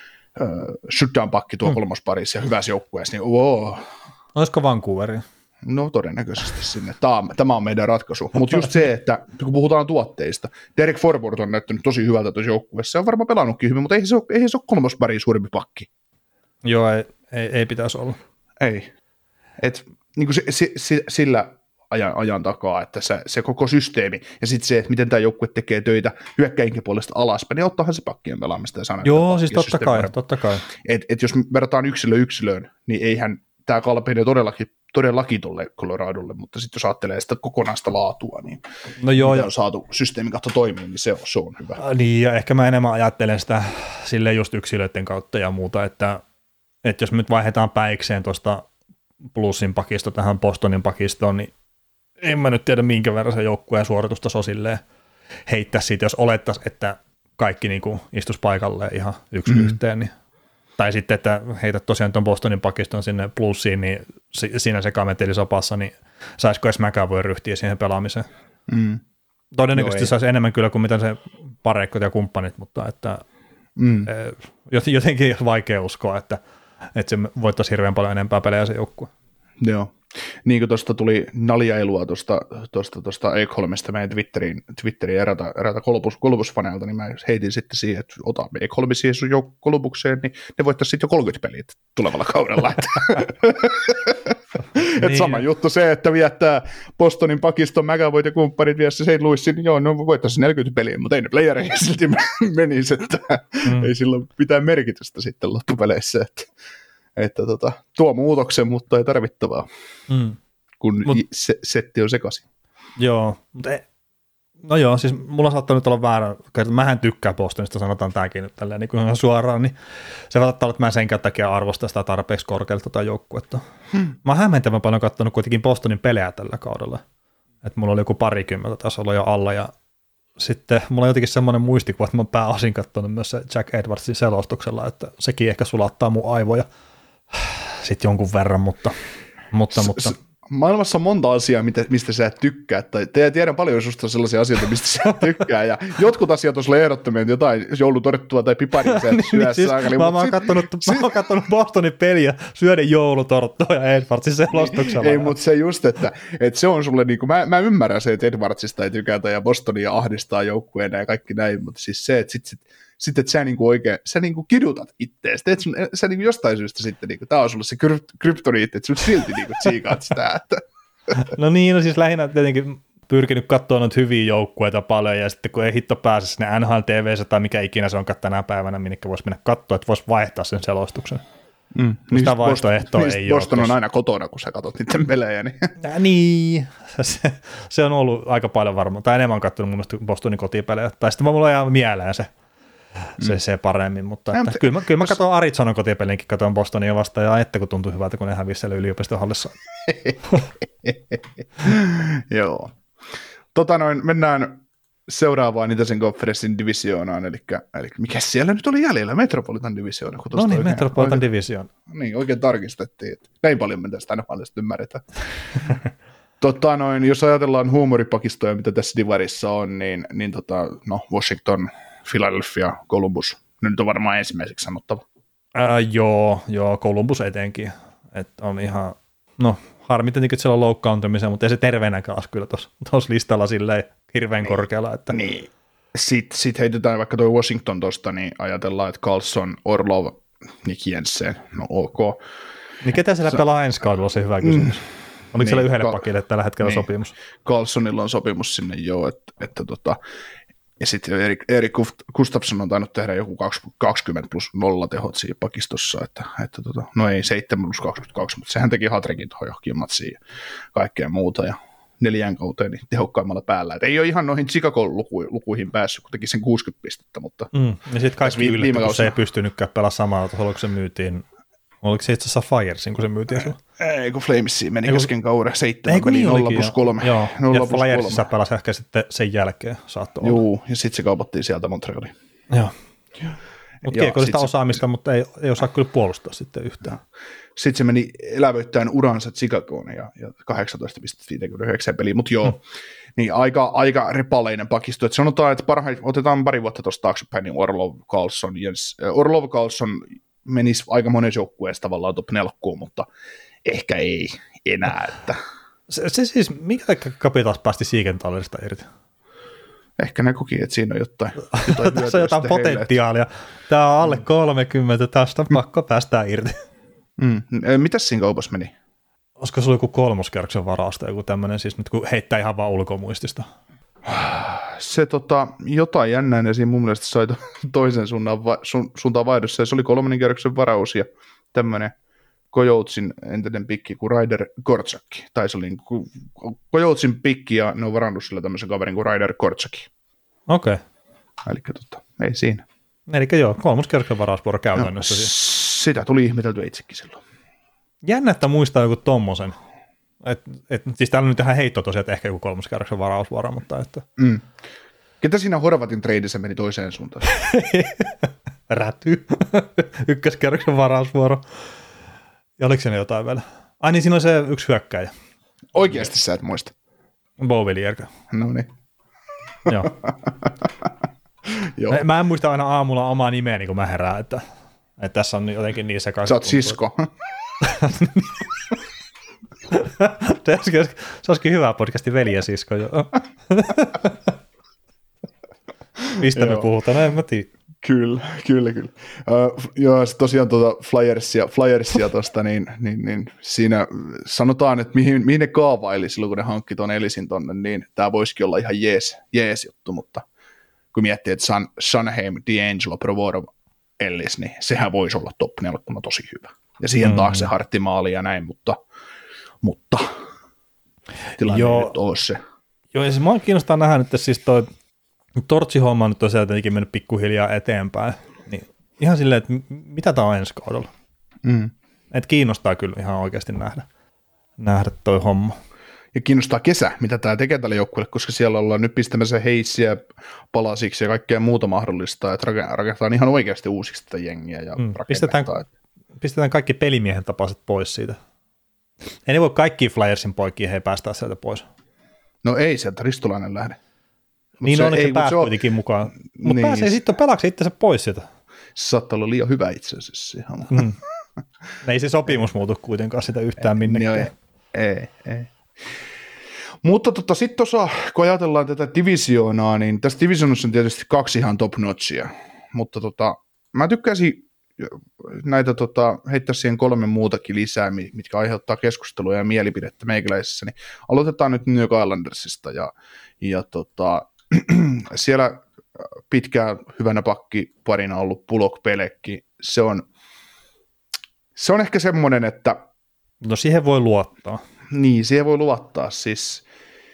S4: shutdown-pakki tuo hmm. kolmosparissa ja hyvässä joukkueessa, niin wow.
S5: Olisiko Vancouveri?
S4: No todennäköisesti sinne. Tämä, tämä on meidän ratkaisu. Mutta just se, että kun puhutaan tuotteista, Derek Forbort on näyttänyt tosi hyvältä tuossa joukkueessa. Se on varmaan pelannutkin hyvin, mutta ei se ole, ei se ole kolmospariin suurempi pakki.
S5: Joo, ei, ei, ei pitäisi olla.
S4: Ei. Et, niin kuin se, se, se, sillä ajan, ajan takaa, että se, se koko systeemi ja sitten se, että miten tämä joukkue tekee töitä hyökkäinkin puolesta alaspäin, niin ottaahan se pakkien pelaamista ja sanoo.
S5: Joo, siis totta kai, totta kai.
S4: Et, et jos verrataan yksilö yksilöön, niin eihän tämä kalpeine todellakin, todellakin tolle Coloradolle, mutta sitten jos ajattelee sitä kokonaista laatua, niin no joo, mitä on saatu systeemin kautta toimia, niin se on, se on hyvä.
S5: Niin, ja ehkä mä enemmän ajattelen sitä silleen just yksilöiden kautta ja muuta, että, että jos me nyt vaihdetaan päikseen tuosta Bluesin pakisto tähän Bostonin pakistoon, niin en mä nyt tiedä, minkä verran se joukkueen suoritustaso silleen heittää siitä, jos olettaisiin, että kaikki niinku istuisi paikalleen ihan yksi mm-hmm. yhteen. Niin. Tai sitten, että heität tosiaan tuon Bostonin pakiston sinne Bluesiin, niin siinä se kamettelisopassa, niin saisiko edes McAvoy ryhtiä siihen pelaamiseen. Mm. Todennäköisesti saisi enemmän kyllä kuin mitä se pareikot ja kumppanit, mutta että mm. jotenkin vaikea uskoa, että, että se voittaisi hirveän paljon enempää pelejä se joukkue.
S4: Joo. Niin kuin tuosta tuli naljailua tuosta, tuosta, tuosta Ekholmista meidän Twitteriin, Twitteriin erätä, erätä kolbus, kolbusfaneilta, niin mä heitin sitten siihen, että ota Ekholmi siihen sun jouk- kolbukseen, niin ne voittaisi sitten jo kolmekymmentä peliä tulevalla kaudella. Et niin. Sama juttu se, että viettää Bostonin pakiston McAvoyt ja kumppanit vie se Saint Louisin, joo, no voittaisi neljäkymmentä peliä, mutta ei ne playereihin silti menisi, että mm. ei silloin pitää merkitystä sitten loppupeleissä, että, että tota, tuo muutoksen, mutta ei tarvittavaa, mm. kun Mut, se, setti on sekaisin.
S5: Joo, mutta ei. No joo, siis mulla saattaa nyt olla väärä, että mähän tykkään Bostonista, sanotaan tämäkin nyt tälleen niin kuin suoraan, niin se saattaa olla, että mä sen takia arvostan sitä tarpeeksi korkealta tai joukkuetta. Hmm. Mä oon hämmentävän paljon katsonut kuitenkin Bostonin pelejä tällä kaudella, että mulla oli joku parikymmentä taas olla jo alla, ja sitten mulla on jotenkin semmoinen muistikuva, että mä oon pääosin katsonut myös se Jack Edwardsin selostuksella, että sekin ehkä sulattaa mun aivoja sitten jonkun verran, mutta... mutta, s- mutta. S-
S4: Maailmassa on monta asiaa, mistä sä et tykkää, tai te tiedän paljon susta sellaisia asioita, mistä sä et tykkää, ja jotkut asiat on sulle ehdottomia, jotain joulutorttua tai piparia sä et syö niin, siis, saakali. Mä, mä oon katsonut,
S5: siis, katsonut Bostonin peliä, syöden joulutorttua ja Edwardsin selostuksella.
S4: Ei, mutta se just, että, että se on sulle, niin kuin, mä, mä ymmärrän se, että Edwardsista ei tykätä ja Bostonia ahdistaa joukkueena ja kaikki näin, mutta siis se, että sit, sit, sitten, että sä niinku oikein, sä niinku kidutat ittees, teet sun, sä niinku jostain syystä sitten, niinku, tää on sulle se kryptoniitti, että sä silti niinku tsiikaat sitä, että...
S5: No niin, no siis lähinnä tietenkin pyrkinyt katsoa noita hyviä joukkueita paljon, ja sitten kun ei hitto pääse sinne N H L T V:ssä tai mikä ikinä se onkaan tänä päivänä, minnekä voisi mennä katsoa, että voisi vaihtaa sen selostuksen. Mm, sitä vaihtoehtoa
S4: Boston,
S5: ei
S4: Boston
S5: ole.
S4: on aina kotona, kun sä katsot niiden pelejä. Niin,
S5: ja niin. Se, se on ollut aika paljon varmaan, tai enemmän katsonut mun mielestä Bostonin kotipelejä, tai sitten mulla on ihan mieleen se. Se, se paremmin, mutta, että, mutta kyllä, mä, kyllä mä katson Arizonan kotipelinkin, katson Bostonia vastaan, ja että kun tuntui hyvältä, kun ne hävisi siellä yliopistohallissa.
S4: Joo. Tota noin, mennään seuraavaan Itäisen konferenssin divisioonaan, eli, eli mikä siellä nyt oli jäljellä? Metropolitan divisioona.
S5: No niin, oikein, Metropolitan oikein, divisioona.
S4: Niin, oikein tarkistettiin, että näin paljon me tästä aina paljon ymmärretään. tota noin, jos ajatellaan huumoripakistoja, mitä tässä divarissa on, niin, niin tota, no, Washington, Philadelphia, Columbus. Nyt on varmaan ensimmäiseksi sanottava.
S5: Ää, joo, joo, Columbus etenkin. Että on ihan, no harmi tietenkin, että siellä on loukkaantumisia, mutta ei se terveenäkään ole kyllä tuossa listalla silleen hirveän niin, korkealla. Että...
S4: Niin. Sitten sit heitetään vaikka tuo Washington tuosta, niin ajatellaan, että Carlson, Orlov, Nick Jensen, no ok.
S5: Niin ketä siellä pelaa ensi kaudella, se hyvä kysymys. Mm. Oliko niin, siellä yhdelle Ka- pakille tällä hetkellä niin, sopimus?
S4: Carlsonilla on sopimus sinne joo, että, että tota... Ja sitten Erik, Erik Gustafsson on tainnut tehdä joku kaksikymmentä plus nolla tehot siinä pakistossa, että, että tota, no ei seitsemän plus kaksikymmentäkaksi, mutta sehän teki hat-trickin tuohon johonkin matsiin ja kaikkea muuta ja neljään kauteen niin tehokkaimmalla päällä. Et ei ole ihan noihin Chicago-lukuihin päässyt, kun teki sen kuusikymmentä pistettä, mutta...
S5: Mm, ja sitten kaikki yllätty, kun se ei pystynytkään pelaa samalla tasolla, kun se myytiin. Oliko se itse asiassa Firesin, kun se myytiin sulla?
S4: Ei, kun Flamesiin meni kesken kauden seitsemän, meni nolla plus kolme.
S5: Joo, ja Flyerissa pelasi ehkä sitten sen jälkeen saattoi olla.
S4: Joo, ja sitten se kaupattiin sieltä Montrealiin.
S5: Joo. Mutta kiekollista osaamista, mutta ei, ei osaa kyllä puolustaa sitten yhtään.
S4: Sitten se meni elävöittäen uransa Chicagoon ja, ja kahdeksantoista pilkku viisikymmentäyhdeksän peliä, mutta joo, hmm. niin aika, aika repaleinen pakisto. Et sanotaan, että parhaiten, otetaan pari vuotta tuosta taaksepäin, niin Orlov, Carlson, Jens, Orlov, Carlson menisi aika monen joukkueessa tavallaan top nelkkuun, mutta ehkä ei enää. Että.
S5: Se, se siis, minkä Capitals päästi Siegenthalerista irti?
S4: Ehkä ne koki, että siinä on jotain. jotain
S5: tässä on jotain potentiaalia. Heille. Tämä on alle kolmekymmentä, tästä on pakko päästään irti.
S4: Mm. Mitäs siinä kaupassa meni?
S5: Olisiko sulla joku kolmoskerroksen varausta, joku tämmöinen, siis nyt kun heittää ihan vaan ulkomuistista?
S4: Se tota, jotain jännää, ja siinä mun mielestä sai toisen suuntaan, va, su, suuntaan vaihdossa, ja se oli kolmannen kerroksen varaus, ja tämmöinen Coyotesin entinen pikki kuin Ryder Kortsakki, tai se oli niin kuin Coyotesin pikki, ja ne on varannut sillä tämmöisen kaverin kuin Ryder Kortsakki.
S5: Okei. Okay.
S4: Eli tota, ei siinä.
S5: Eli joo, kolmoskerroksen varausvuoro käytännössä. No,
S4: sitä tuli ihmetelty itsekin silloin.
S5: Jännä, että muistaa joku tommosen. Et, et, siis täällä on nyt ihan heitto tosiaan, että ehkä joku kolmoskerroksen varausvuoro, mutta että...
S4: Mm. Ketä siinä Horvatin treidissä meni toiseen suuntaan?
S5: Räty. Ykköskerroksen varausvuoro. Ja oliko siinä jotain vielä? Ai niin, siinä on se yksi hyökkäjä.
S4: Oikeasti sä et muista.
S5: Bouvilierkä.
S4: No niin.
S5: Joo. Joo. Mä en muista aina aamulla omaa nimeäni, kun mä herään, että, että tässä on jotenkin niin sekaisin.
S4: Sä oot sisko.
S5: Se olisikin, se olisikin hyvä podcasti veli ja sisko. Jo. Mistä me puhutaan? En mä tiedä.
S4: Kyllä, kyllä, kyllä. Uh, joo, tosiaan tuota Flyersia, Flyersia tuosta, niin, niin, niin siinä sanotaan, että mihin, mihin ne kaavaili silloin, kun ne hankki tuon Elisin tonne, niin tämä voisikin olla ihan jees, jees juttu, mutta kun miettii, että San, Sanheim, D'Angelo, Provorov, Ellis, niin sehän voisi olla top neljä tosi hyvä. Ja siihen mm. taakse harttimaali ja näin, mutta, mutta tilanne joo. Ei nyt ole se.
S5: Joo, ja siis mua kiinnostaa nähdä nyt, että siis toi Tortsi-homma nyt on sieltä jotenkin mennyt pikkuhiljaa eteenpäin, niin ihan silleen, että mitä tämä on ensi kaudella.
S4: Mm.
S5: Että kiinnostaa kyllä ihan oikeasti nähdä, nähdä toi homma.
S4: Ja kiinnostaa kesä, mitä tämä tekee tälle joukkueelle, koska siellä ollaan nyt pistämässä heissiä palasiksi ja kaikkea muuta mahdollista, että rakennetaan ihan oikeasti uusiksi tätä jengiä. Ja
S5: mm. pistetään, pistetään kaikki pelimiehen tapaiset pois siitä. Ei ne voi kaikki Flyersin poikia hei päästää sieltä pois.
S4: No ei sieltä Ristolainen lähde.
S5: Mut niin se, on, että se pääsi kuitenkin mukaan. Mutta niin, pääsee sitten pelaaksi itsensä pois sieltä.
S4: Se saattaa olla liian hyvä itse asiassa.
S5: Mm. Ei se sopimus muutu kuitenkaan sitä yhtään minnekään.
S4: Ei, ei, ei. Mutta tota, sitten tuossa, kun ajatellaan tätä divisioonaa, niin tässä divisioonassa on tietysti kaksi ihan top notchia. Mutta tota, mä tykkäisin näitä tota, heittää siihen kolme muutakin lisää, mitkä aiheuttaa keskustelua ja mielipidettä meikäläisessä. Niin aloitetaan nyt New York Islandersista ja, ja tota, siellä pitkään hyvänä pakkiparina ollut Pulock Pelekki. Se on, se on ehkä semmoinen, että...
S5: No siihen voi luottaa.
S4: Niin, siihen voi luottaa. Siis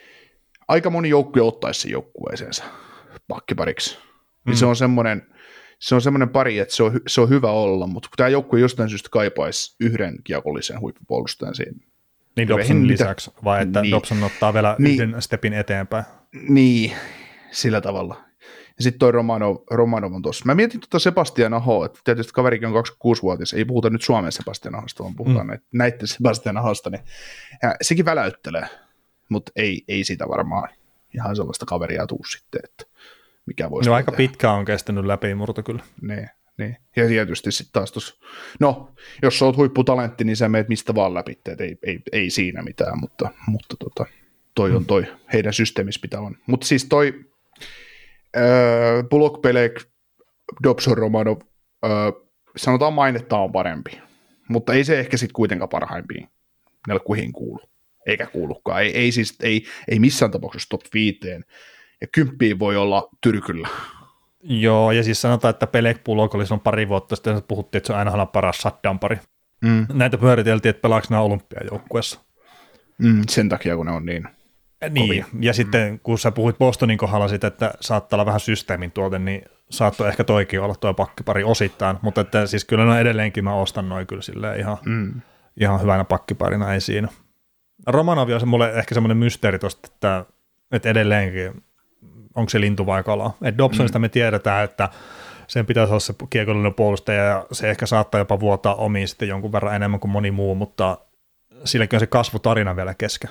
S4: aika moni joukkue ottaisi sen joukkueeseensa pakkipariksi. Mm. Se on semmoinen... Se on semmoinen pari, että se on, se on hyvä olla, mutta kun tämä joukkue jostain syystä kaipaisi yhden kiekollisen huippupuolustajan siinä.
S5: Niin Dobson lisäksi, vai että niin. Dobson ottaa vielä niin. yhden stepin eteenpäin?
S4: Niin, sillä tavalla. Ja sitten toi Romanov, Romanov on tuossa. Mä mietin tuota Sebastian Ahoa, että tietysti kaverikin on kaksikymmentäkuusivuotias, ei puhuta nyt Suomen Sebastian Ahosta, vaan puhutaan mm. näiden Sebastian Ahosta, niin ja sekin väläyttelee, mutta ei, ei sitä varmaan ihan sellaista kaveria tuu sitten, että mikä voisi
S5: no aika tehdä. Pitkään on kestänyt läpimurto kyllä.
S4: Niin, niin. Ja tietysti sitten taas tuossa, no jos sä oot huipputalentti, niin sä meet mistä vaan läpi, että ei, ei, ei siinä mitään, mutta, mutta tota, toi on toi mm. heidän systeemissä mitä on. Mutta siis toi äh, Pulock Pelek, Dobson Romanov, äh, sanotaan mainetta on parempi, mutta ei se ehkä sitten kuitenkaan parhaimpiin nelkkuihin kuulu, eikä kuulukaan, ei, ei, siis, ei, ei missään tapauksessa top viiteen. Ja kymppiin voi olla tyrkyllä.
S5: Joo, ja siis sanotaan, että Pelek Pulock oli silloin pari vuotta sitten, puhuttiin, että se on aina paras shutdown-pari. Mm. Näitä pyöriteltiin, että pelaako nämä olympiajoukkueessa.
S4: Mm, sen takia, kun ne on niin
S5: Niin,
S4: kovia.
S5: ja mm. sitten kun sä puhuit Bostonin kohdalla siitä, että saattaa olla vähän systeemin tuote, niin saattoi ehkä toikin olla tuo pakkipari osittain, mutta että siis kyllä no edelleenkin mä ostan noin kyllä silleen ihan, mm. ihan hyvänä pakkiparina, ei siinä. Romanovi on se mulle ehkä semmoinen mysteeri tuosta, että, että edelleenkin onko se lintu vai kala. Et Dobsonista mm. me tiedetään, että sen pitäisi olla se kiekollinen puolustaja ja se ehkä saattaa jopa vuotaa omiin sitten jonkun verran enemmän kuin moni muu, mutta silläkin on se kasvutarina vielä kesken.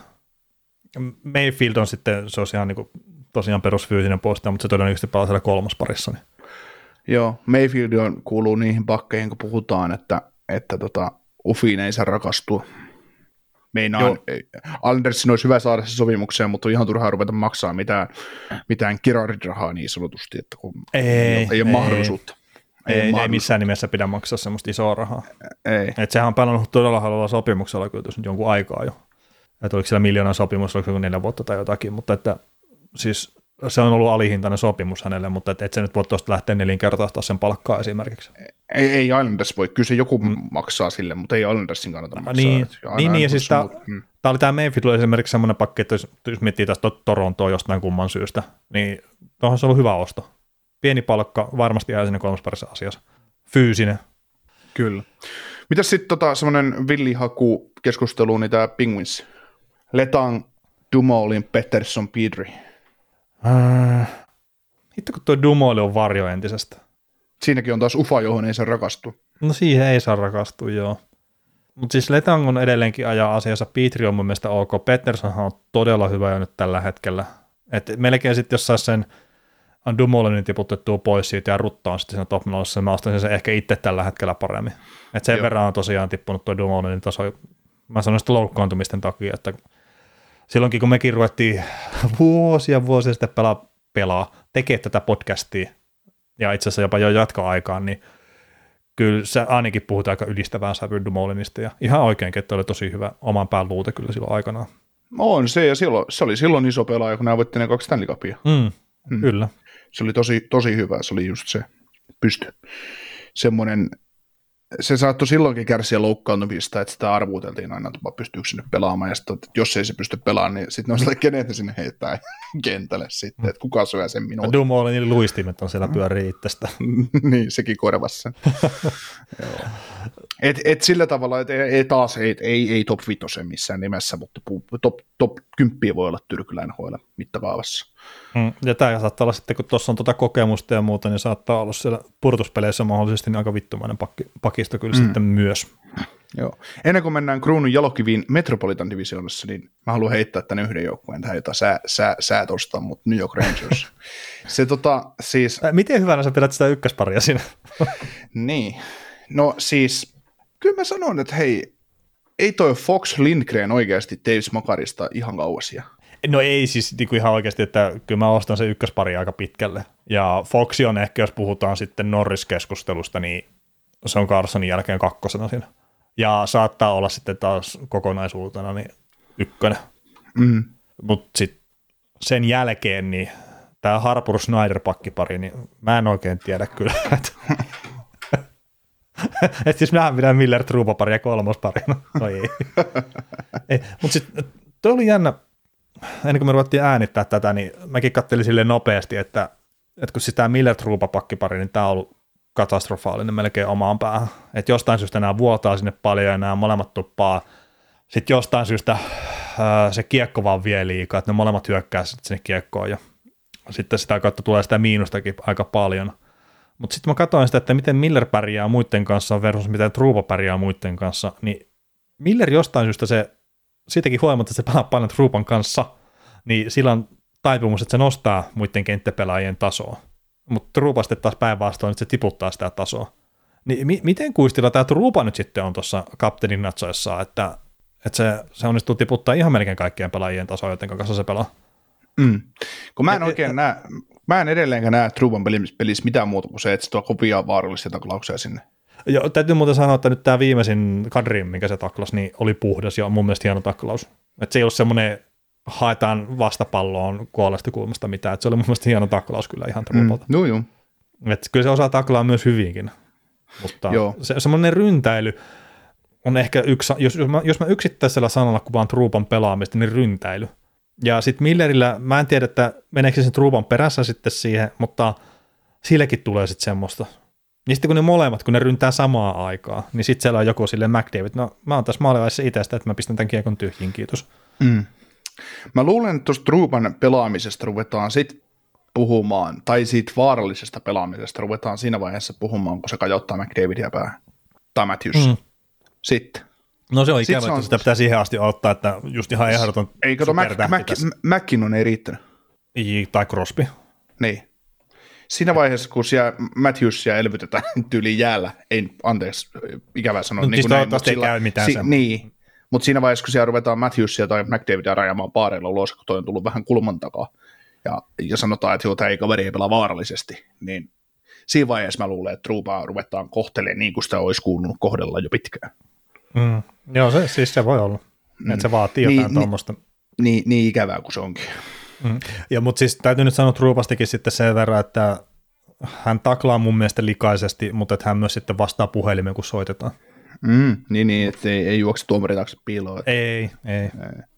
S5: Mayfield on sitten, se on ihan niin kuin, tosiaan perusfyysinen puolustaja, mutta se todennäköisesti palaa siellä kolmosparissa. Niin.
S4: Joo, Mayfield on, kuuluu niihin pakkeihin, kun puhutaan, että, että tota, Ufiin ei saa rakastua. Meinaan, Andersin olisi hyvä saada se sopimukseen, mutta on ihan turhaa ruveta maksaa mitään, mitään kirarirahaa niin sanotusti, että kun ei, ei, ole, ei ole mahdollisuutta.
S5: Ei, ei, ei missään nimessä pidä maksaa semmoista isoa rahaa.
S4: Ei.
S5: Et sehän on pelannut todella halualla sopimuksella kyllä nyt jonkun aikaa jo. Että oliko siellä miljoonan sopimus, oliko se neljä vuotta tai jotakin, mutta että siis se on ollut alihintainen sopimus hänelle, mutta et, et se nyt voi tuosta lähteä nelinkertaistaa sen palkkaa esimerkiksi.
S4: Ei, ei Islanders voi, kyllä se joku mm. maksaa sille, mutta ei Islandersin kannata maksaa.
S5: Niin, niin, niin ja siis tämä mm. oli tämä Mayfield esimerkiksi semmoinen pakki, että jos, jos miettii tästä Torontoa jostain kumman syystä, niin onhan se ollut hyvä osto. Pieni palkka, varmasti jää sinne kolmosparissa asiassa. Fyysinen.
S4: Kyllä. Mitäs sitten tota, semmoinen villihaku keskustelu, niin tämä Penguins? Letang, Dumoulin, Pettersson, Petrie.
S5: Äh, hitto kun tuo Dumoulin on varjo entisestä.
S4: Siinäkin on taas ufa, johon ei saa rakastua.
S5: No siihen ei saa rakastua, joo. Mutta siis Letang on edelleenkin ajaa asiassa, Petrie on mun mielestä ok, Petterssonhan on todella hyvä jo nyt tällä hetkellä. Et melkein sitten jos saisi sen Dumoulinin tiputettua pois siitä ja Rutta on sitten siinä top nelosessa, mä ostaisin sen ehkä itse tällä hetkellä paremmin. Et sen joo. verran on tosiaan tippunut tuo Dumoulinin taso, mä sanoin sitä loukkaantumisten takia, että silloinkin kun mekin ruvettiin vuosia vuosia sitten pelaa, pelaa tekee tätä podcastia, ja itse asiassa jopa jo jatkoaikaan, niin kyllä se ainakin puhutaan aika ylistävään sävyyn Dumoulinista, ja ihan oikeinkin, että oli tosi hyvä oman pään luute kyllä silloin aikanaan.
S4: On se, ja silloin, se oli silloin iso pelaaja, kun nämä voitti ne kaksi Stanley Cupia.
S5: Mm, mm. Kyllä.
S4: Se oli tosi, tosi hyvä, se oli just se pysty. Semmoinen, se saattoi silloinkin kärsiä loukkaantumista, että sitä arvuuteltiin aina, että pystyykö se nyt pelaamaan, ja sitten, että jos ei se pysty pelaamaan, niin sitten ne olisi kenet sinne heittää kentälle sitten, että kuka syö sen minuutin.
S5: Dumoulinin luistimet on siellä pyörii itsestä.
S4: Niin, sekin korvassa. et, et sillä tavalla, että ei, taas ei, ei, ei top vitosen missään nimessä, mutta top, top kymppiä voi olla Tyrkylä N H L mittakaavassa.
S5: Mm, ja tämä saattaa olla sitten, kun tuossa on tuota kokemusta ja muuta, niin saattaa olla siellä purtuspeleissä mahdollisesti niin aika vittumainen pakki, pakisto kyllä mm. sitten myös.
S4: Joo. Ennen kuin mennään Kruunun jalokiviin Metropolitan Divisionassa, niin mä haluan heittää tänne yhden joukkueen tähän, jota sä, sä, sä tostaa, mutta New York Rangers. Se tota siis...
S5: Ä, miten hyvänä sä pidät sitä ykkösparia siinä?
S4: Niin. No siis, kyllä mä sanon, että hei, ei toi Fox Lindgren oikeasti Davis Makarista ihan kauasia.
S5: No ei siis niin kuin ihan oikeasti, että kyllä mä ostan se ykköspari aika pitkälle. Ja Foxi on ehkä, jos puhutaan sitten Norris-keskustelusta, niin se on Carsonin jälkeen kakkosena siinä. Ja saattaa olla sitten taas kokonaisuutena niin ykkönen. Mm. Mutta sitten sen jälkeen niin tämä Harpur Snyder-pakkipari, niin mä en oikein tiedä kyllä. Että siis minähän pidän Miller Trouba-pari ja kolmosparina. No ei. ei. Mutta sitten toi oli jännä, ennen kuin me ruvettiin äänittää tätä, niin mäkin katselin silleen nopeasti, että, että kun siis tämä Miller Trouba-pakkipari, niin tämä on ollut katastrofaalinen melkein omaan päähän. Että jostain syystä nämä vuotaa sinne paljon ja nämä molemmat tuppaa. Sitten jostain syystä ää, se kiekko vaan vie liikaa, että ne molemmat hyökkää sinne kiekkoon ja sitten sitä kautta tulee sitä miinustakin aika paljon. Mutta sitten mä katsoin sitä, että miten Miller pärjää muiden kanssa versus miten Trouba pärjää muiden kanssa, niin Miller jostain syystä se, siitäkin huolimatta, että se pelaa paljon Trouban kanssa, niin sillä on taipumus, että se nostaa muiden kenttäpelaajien tasoa. Mutta Trouba sitten taas päinvastoin, että se tiputtaa sitä tasoa. Niin mi- miten kuistilla tämä Trouba nyt sitten on tuossa kapteenin natsoissa, että, että se, se onnistuu tiputtaa ihan melkein kaikkien pelaajien tasoa, joten kanssa se pelaa?
S4: Mm. Kun mä en oikein näe, mä en edelleenkään näe Trouban pelissä mitään muuta kuin se, että se tuo kovia vaarallisia taklauksia sinne.
S5: Joo, täytyy muuten sanoa, että nyt tämä viimeisin Kadrin, minkä se taklasi, niin oli puhdas ja mun mielestä hieno taklaus. Että se ei ollut semmoinen, haetaan vastapalloon kuolesta kulmasta mitään, että se oli mun mielestä hieno taklaus kyllä ihan Troubalta.
S4: Mm, joo, joo.
S5: Että kyllä se osaa taklaa myös hyvinkin, mutta se, semmoinen ryntäily on ehkä yksi, jos, jos, mä, jos mä yksittäisellä sanalla kuvaan Trouban pelaamista, niin ryntäily. Ja sitten Millerillä, mä en tiedä, että meneekö sen Trouban perässä sitten siihen, mutta sillekin tulee sitten semmoista. Ja sitten kun ne molemmat, kun ne ryntää samaa aikaa, niin sitten siellä on joku silleen McDavid, no mä oon tässä maalivaisessa itsestä, että mä pistän tämän kiekon tyhjiin, kiitos.
S4: Mm. Mä luulen, että tuosta Trouban pelaamisesta ruvetaan sitten puhumaan, tai siitä vaarallisesta pelaamisesta ruvetaan siinä vaiheessa puhumaan, kun se kajottaa McDavidia päähän, tai Matthews. Mm. Sitten.
S5: No se on ikävä, että sitä pitää siihen asti ottaa, että just ihan ehdoton
S4: ei, kato, McKinnon ei riittänyt.
S5: I, tai Crosby.
S4: Niin. Siinä vaiheessa, kun siellä Matthewsia elvytetään tyyliin jäällä, ei, anteeksi, ikävää sanoa.
S5: No, niin siis toivottavasti ei käy mitään
S4: si- Niin, mutta siinä vaiheessa, kun siellä ruvetaan Matthewsia tai McDavidia rajamaan paareilla ulos, kun toi on tullut vähän kulman takaa, ja, ja sanotaan, että joo, tämä ei kaveri ei pelaa vaarallisesti, niin siinä vaiheessa mä luulen, että Troubaa ruvetaan kohtelemaan niin kuin sitä olisi kuulunut kohdella jo pitkään.
S5: Mm. Joo, se, siis se voi olla, mm. että se vaatii jotain niin, tuommoista.
S4: Niin, niin ikävää kuin se onkin.
S5: Mm. Ja, mutta siis täytyy nyt sanoa Troubastikin sitten sen verran, että hän taklaa mun mielestä likaisesti, mutta että hän myös sitten vastaa puhelimeen, kun soitetaan.
S4: Mm, niin, niin, että ei, ei juokse tuomari taakse piiloon.
S5: Ei, ei. ei.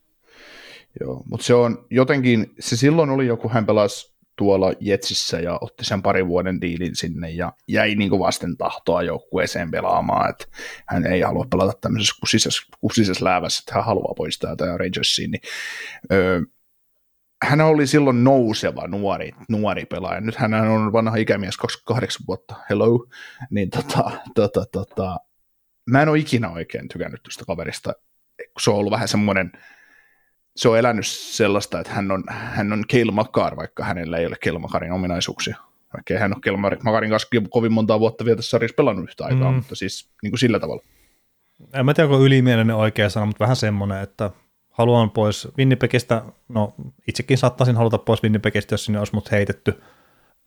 S4: Joo, mutta se on jotenkin, se silloin oli joku, hän pelasi tuolla Jetsissä ja otti sen parin vuoden diilin sinne ja jäi niin kuin vasten tahtoa joukkueeseen pelaamaan, että hän ei halua pelata tämmöisessä kusisessa, kusisessa läävässä, että hän haluaa pois täältä ja Rangersiin, niin öö, hän oli silloin nouseva nuori, nuori pelaaja. Nyt hän on vanha ikämies, kaksikymmentäkahdeksan vuotta, hello, niin tota, tota, tota, mä en ole ikinä oikein tykännyt tuosta kaverista, kun se on ollut vähän semmoinen, se on elänyt sellaista, että hän on, hän on Cale Makar, vaikka hänellä ei ole Cale Makarin ominaisuuksia. Vaikka ei hän ole Cale Makarin kanssa kovin montaa vuotta vielä tässä sarjassa pelannut yhtä aikaa, mm. mutta siis niin kuin sillä tavalla.
S5: En mä tiedä, onko ylimielinen oikea sana, mutta vähän semmoinen, että haluan pois Winnipegistä, no itsekin saattaisin haluta pois Winnipegistä, jos sinne olisi mut heitetty.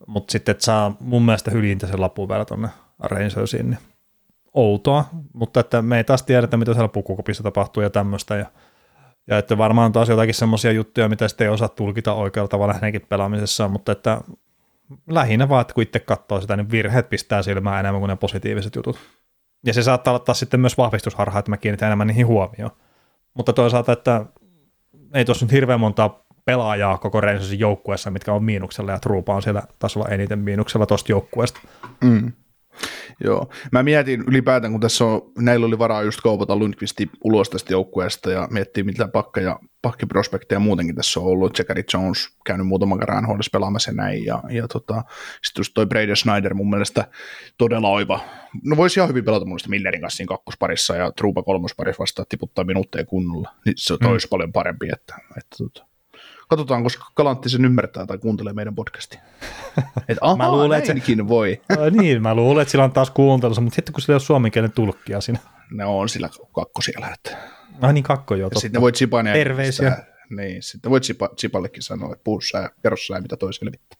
S5: mutta sitten, että saa mun mielestä hyljintä sen lapun vielä tuonne Rangersiin, niin outoa, mutta että me ei taas tiedetä, mitä siellä pukukopissa tapahtuu ja tämmöistä, ja, ja että varmaan on taas jotakin semmoisia juttuja, mitä sitten ei osaa tulkita oikealla tavalla hänenkin pelaamisessaan, mutta että lähinnä vaan, että kun itse katsoo sitä, niin virheet pistää silmään enemmän kuin ne positiiviset jutut. Ja se saattaa olla taas sitten myös vahvistusharha, että mä kiinnitän enemmän niihin huomioon. Mutta toisaalta, että ei tuossa nyt hirveän montaa pelaajaa koko Rangersin joukkueessa, mitkä on miinuksella, ja Truupa on siellä tasolla eniten miinuksella tuosta joukkueesta.
S4: Mm. Joo. Mä mietin ylipäätään, kun tässä on, näillä oli varaa just kaupata Lundqvistin ulos tästä joukkueesta ja miettii, mitä pakka- ja pakkiprospekteja muutenkin tässä on ollut. Zachary Jones käynyt muutaman kerran N H L:ssä pelaamassa ja näin. Ja, ja tota, sitten just toi Brady Schneider mun mielestä todella oiva. No voisi ihan hyvin pelata mun mielestä Millerin kanssa siinä kakkosparissa ja Truupa kolmosparissa vastaan tiputtaa minuutteja kunnolla. Niin se mm. olisi paljon parempi. Että, että, että. Katsotaan, koska Galantti sen ymmärtää tai kuuntelee meidän podcastia. Että aha, mä luulen, näinkin se, voi.
S5: Niin, mä luulen, että sillä on taas kuuntelussa, mutta sitten kun sillä ei ole suomenkielen tulkkia siinä.
S4: Ne on sillä kakko siellä. Että.
S5: Ai niin, kakko joo, totta.
S4: Sitten voit Chipane.
S5: Terveisiä.
S4: Sitä, niin, sitten voit Chipallekin sanoa, että puhu sää, kerro sää, mitä toi selvittää.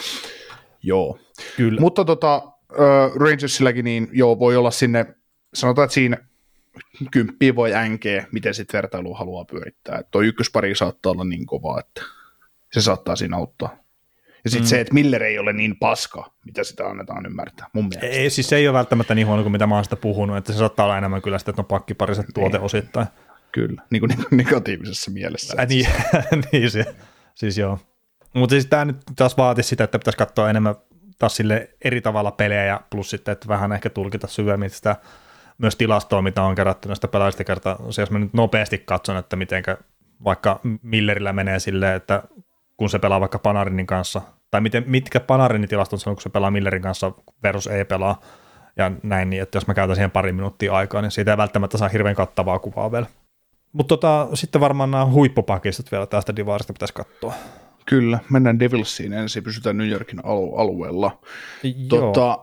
S4: Joo.
S5: Kyllä.
S4: Mutta tota, uh, Rangersilläkin, niin joo, voi olla sinne, sanotaan, että siinä kymppiä voi änkeä, miten sitten vertailua haluaa pyörittää. Että toi ykköspari saattaa olla niin kova, että se saattaa siinä auttaa. Ja sitten mm. se, että Miller ei ole niin paska, mitä sitä annetaan ymmärtää, mun mielestä.
S5: Ei, siis se ei ole välttämättä niin huono kuin mitä mä oon sitä puhunut, että se saattaa olla enemmän kyllä sitä, että on pakkipariset tuote osittain.
S4: Kyllä, niin kuin negatiivisessa mielessä.
S5: Ä, niin, niin se, siis joo. Mutta siis tämä nyt taas vaatisi sitä, että pitäisi katsoa enemmän taas sille eri tavalla pelejä, ja plus sitten, että vähän ehkä tulkita syvemmin sitä myös tilastoa, mitä on kerätty näistä pelaajista kertaa. Se, jos mä nyt nopeasti katson, että mitenkä vaikka Millerillä menee silleen, että kun se pelaa vaikka Panarinin kanssa, tai miten, mitkä Panarinin tilastot sanoo, kun se pelaa Millerin kanssa versus ei pelaa, ja näin, niin että jos mä käytän siihen pari minuuttia aikaa, niin siitä ei välttämättä saa hirveän kattavaa kuvaa vielä. Mutta tota, sitten varmaan nämä huippupakistot vielä tästä divaarista pitäisi katsoa.
S4: Kyllä, mennään Devilsiin ensin, pysytään New Yorkin alueella. Tota,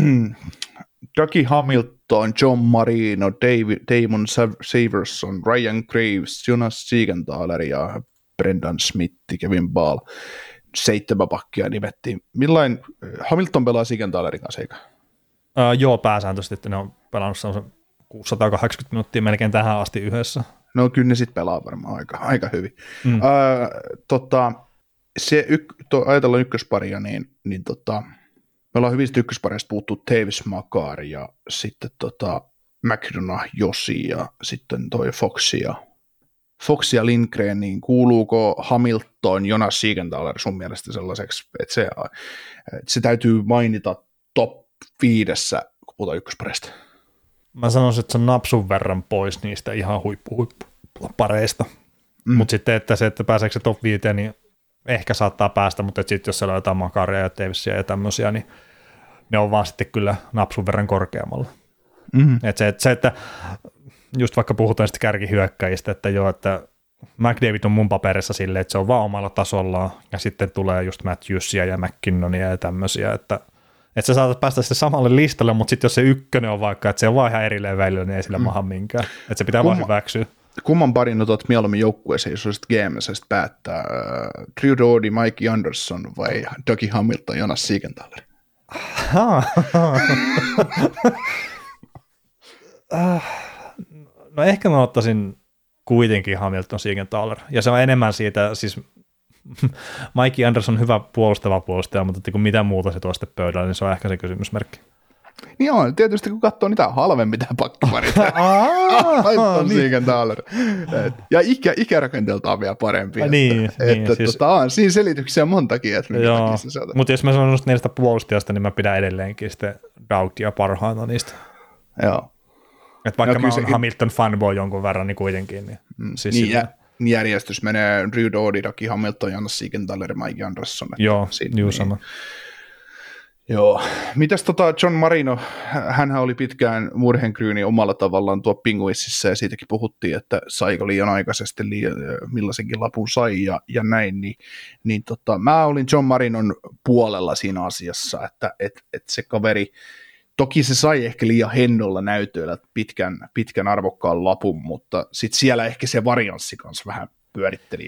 S4: Dougie Hamilton, John Marino, David, Damon Severson, Ryan Graves, Jonas Siegenthaler ja Brendan Smith, Kevin Ball. Seitsemän pakkia nimettiin. Millain Hamilton pelaa Siegenthalerin kanssa, eikö?
S5: Uh, joo, pääsääntöisesti, että ne on pelannut semmoisen kuusisataakahdeksankymmentä minuuttia melkein tähän asti yhdessä.
S4: No kyllä ne sitten pelaa varmaan aika, aika hyvin. Mm. Uh, tota, se yk, to, ajatellaan ykkösparia, niin, niin tota, me ollaan hyvistä ykköspareista puhuttu Tavis Makar ja sitten tota, McDonough, Josi ja sitten toi Fox ja, Fox ja Lindgren, niin kuuluuko Hamilton, Jonas Siegenthaler sun mielestä sellaiseksi, että se, että se täytyy mainita top viidessä, kun puhutaan ykköspareista?
S5: Mä sanoisin, että se on napsun verran pois niistä ihan huippu-huippupareista, mm. mutta sitten, että se, että pääseekö se top viiteen, niin ehkä saattaa päästä, mutta sitten jos siellä on jotain Makaria ja Davisia ja tämmöisiä, niin ne on vaan sitten kyllä napsun verran korkeammalla. Mm-hmm. Että se, että se, että just vaikka puhutaan sitten kärkihyökkäjistä, että joo, että McDavid on mun paperissa silleen, että se on vaan omalla tasollaan, ja sitten tulee just Matthewsia ja McKinnonia ja tämmöisiä, että että sä saatat päästä sitten samalle listalle, mutta sitten jos se ykkönen on vaikka, että se on vaan ihan eri leveillä, niin ei sillä mm. maha minkään. Että se pitää Kumma, vaan hyväksyä.
S4: Kumman parin otat mieluummin joukkueeseen, jos olisit G M:ssä päättää uh, Drew Doughty, Mike Anderson vai Dougie Hamilton, Jonas Siegenthaler?
S5: No ehkä mä ottaisin kuitenkin Hamilton, Siegenthaler. Ja se on enemmän siitä, siis Mike Anderson on hyvä puolustava puolustaja, mutta kun mitä muuta se tuo sitten pöydällä, niin se on ehkä se kysymysmerkki.
S4: Niin on, tietysti kun katsoo, niin tämä on halvempi tämä pakkipari. Hamilton, Siegenthaler. Ja ikä, ikärakenteeltaan vielä parempi. Että,
S5: niin,
S4: että,
S5: niin,
S4: että
S5: siis,
S4: tota, on siinä selityksiä montakin. Että
S5: joo, mutta jos mä sanon noista neljästä puolustajasta, niin mä pidän edelleenkin sitten Doughtia parhaana niistä.
S4: Joo.
S5: Että vaikka
S4: no,
S5: mä oon
S4: sekin
S5: Hamilton fanboy jonkun verran, niin kuitenkin. Niin,
S4: mm,
S5: siis
S4: niin jä, järjestys menee Drew Doughty, Dougie Hamilton, Jonas Siegenthaler, Mike Anderson.
S5: Joo,
S4: siinä,
S5: juu
S4: niin.
S5: sama.
S4: Joo. Mitäs tota John Marino, hänhän oli pitkään Murhengryyni omalla tavallaan tuo Penguinsissa ja siitäkin puhuttiin, että saiko liian aikaisesti liian, millaisenkin lapun sai ja, ja näin, niin, niin tota, mä olin John Marinon puolella siinä asiassa, että et, et se kaveri, toki se sai ehkä liian hennolla näytöillä pitkän, pitkän arvokkaan lapun, mutta sitten siellä ehkä se varianssi kanssa vähän pyöritteli.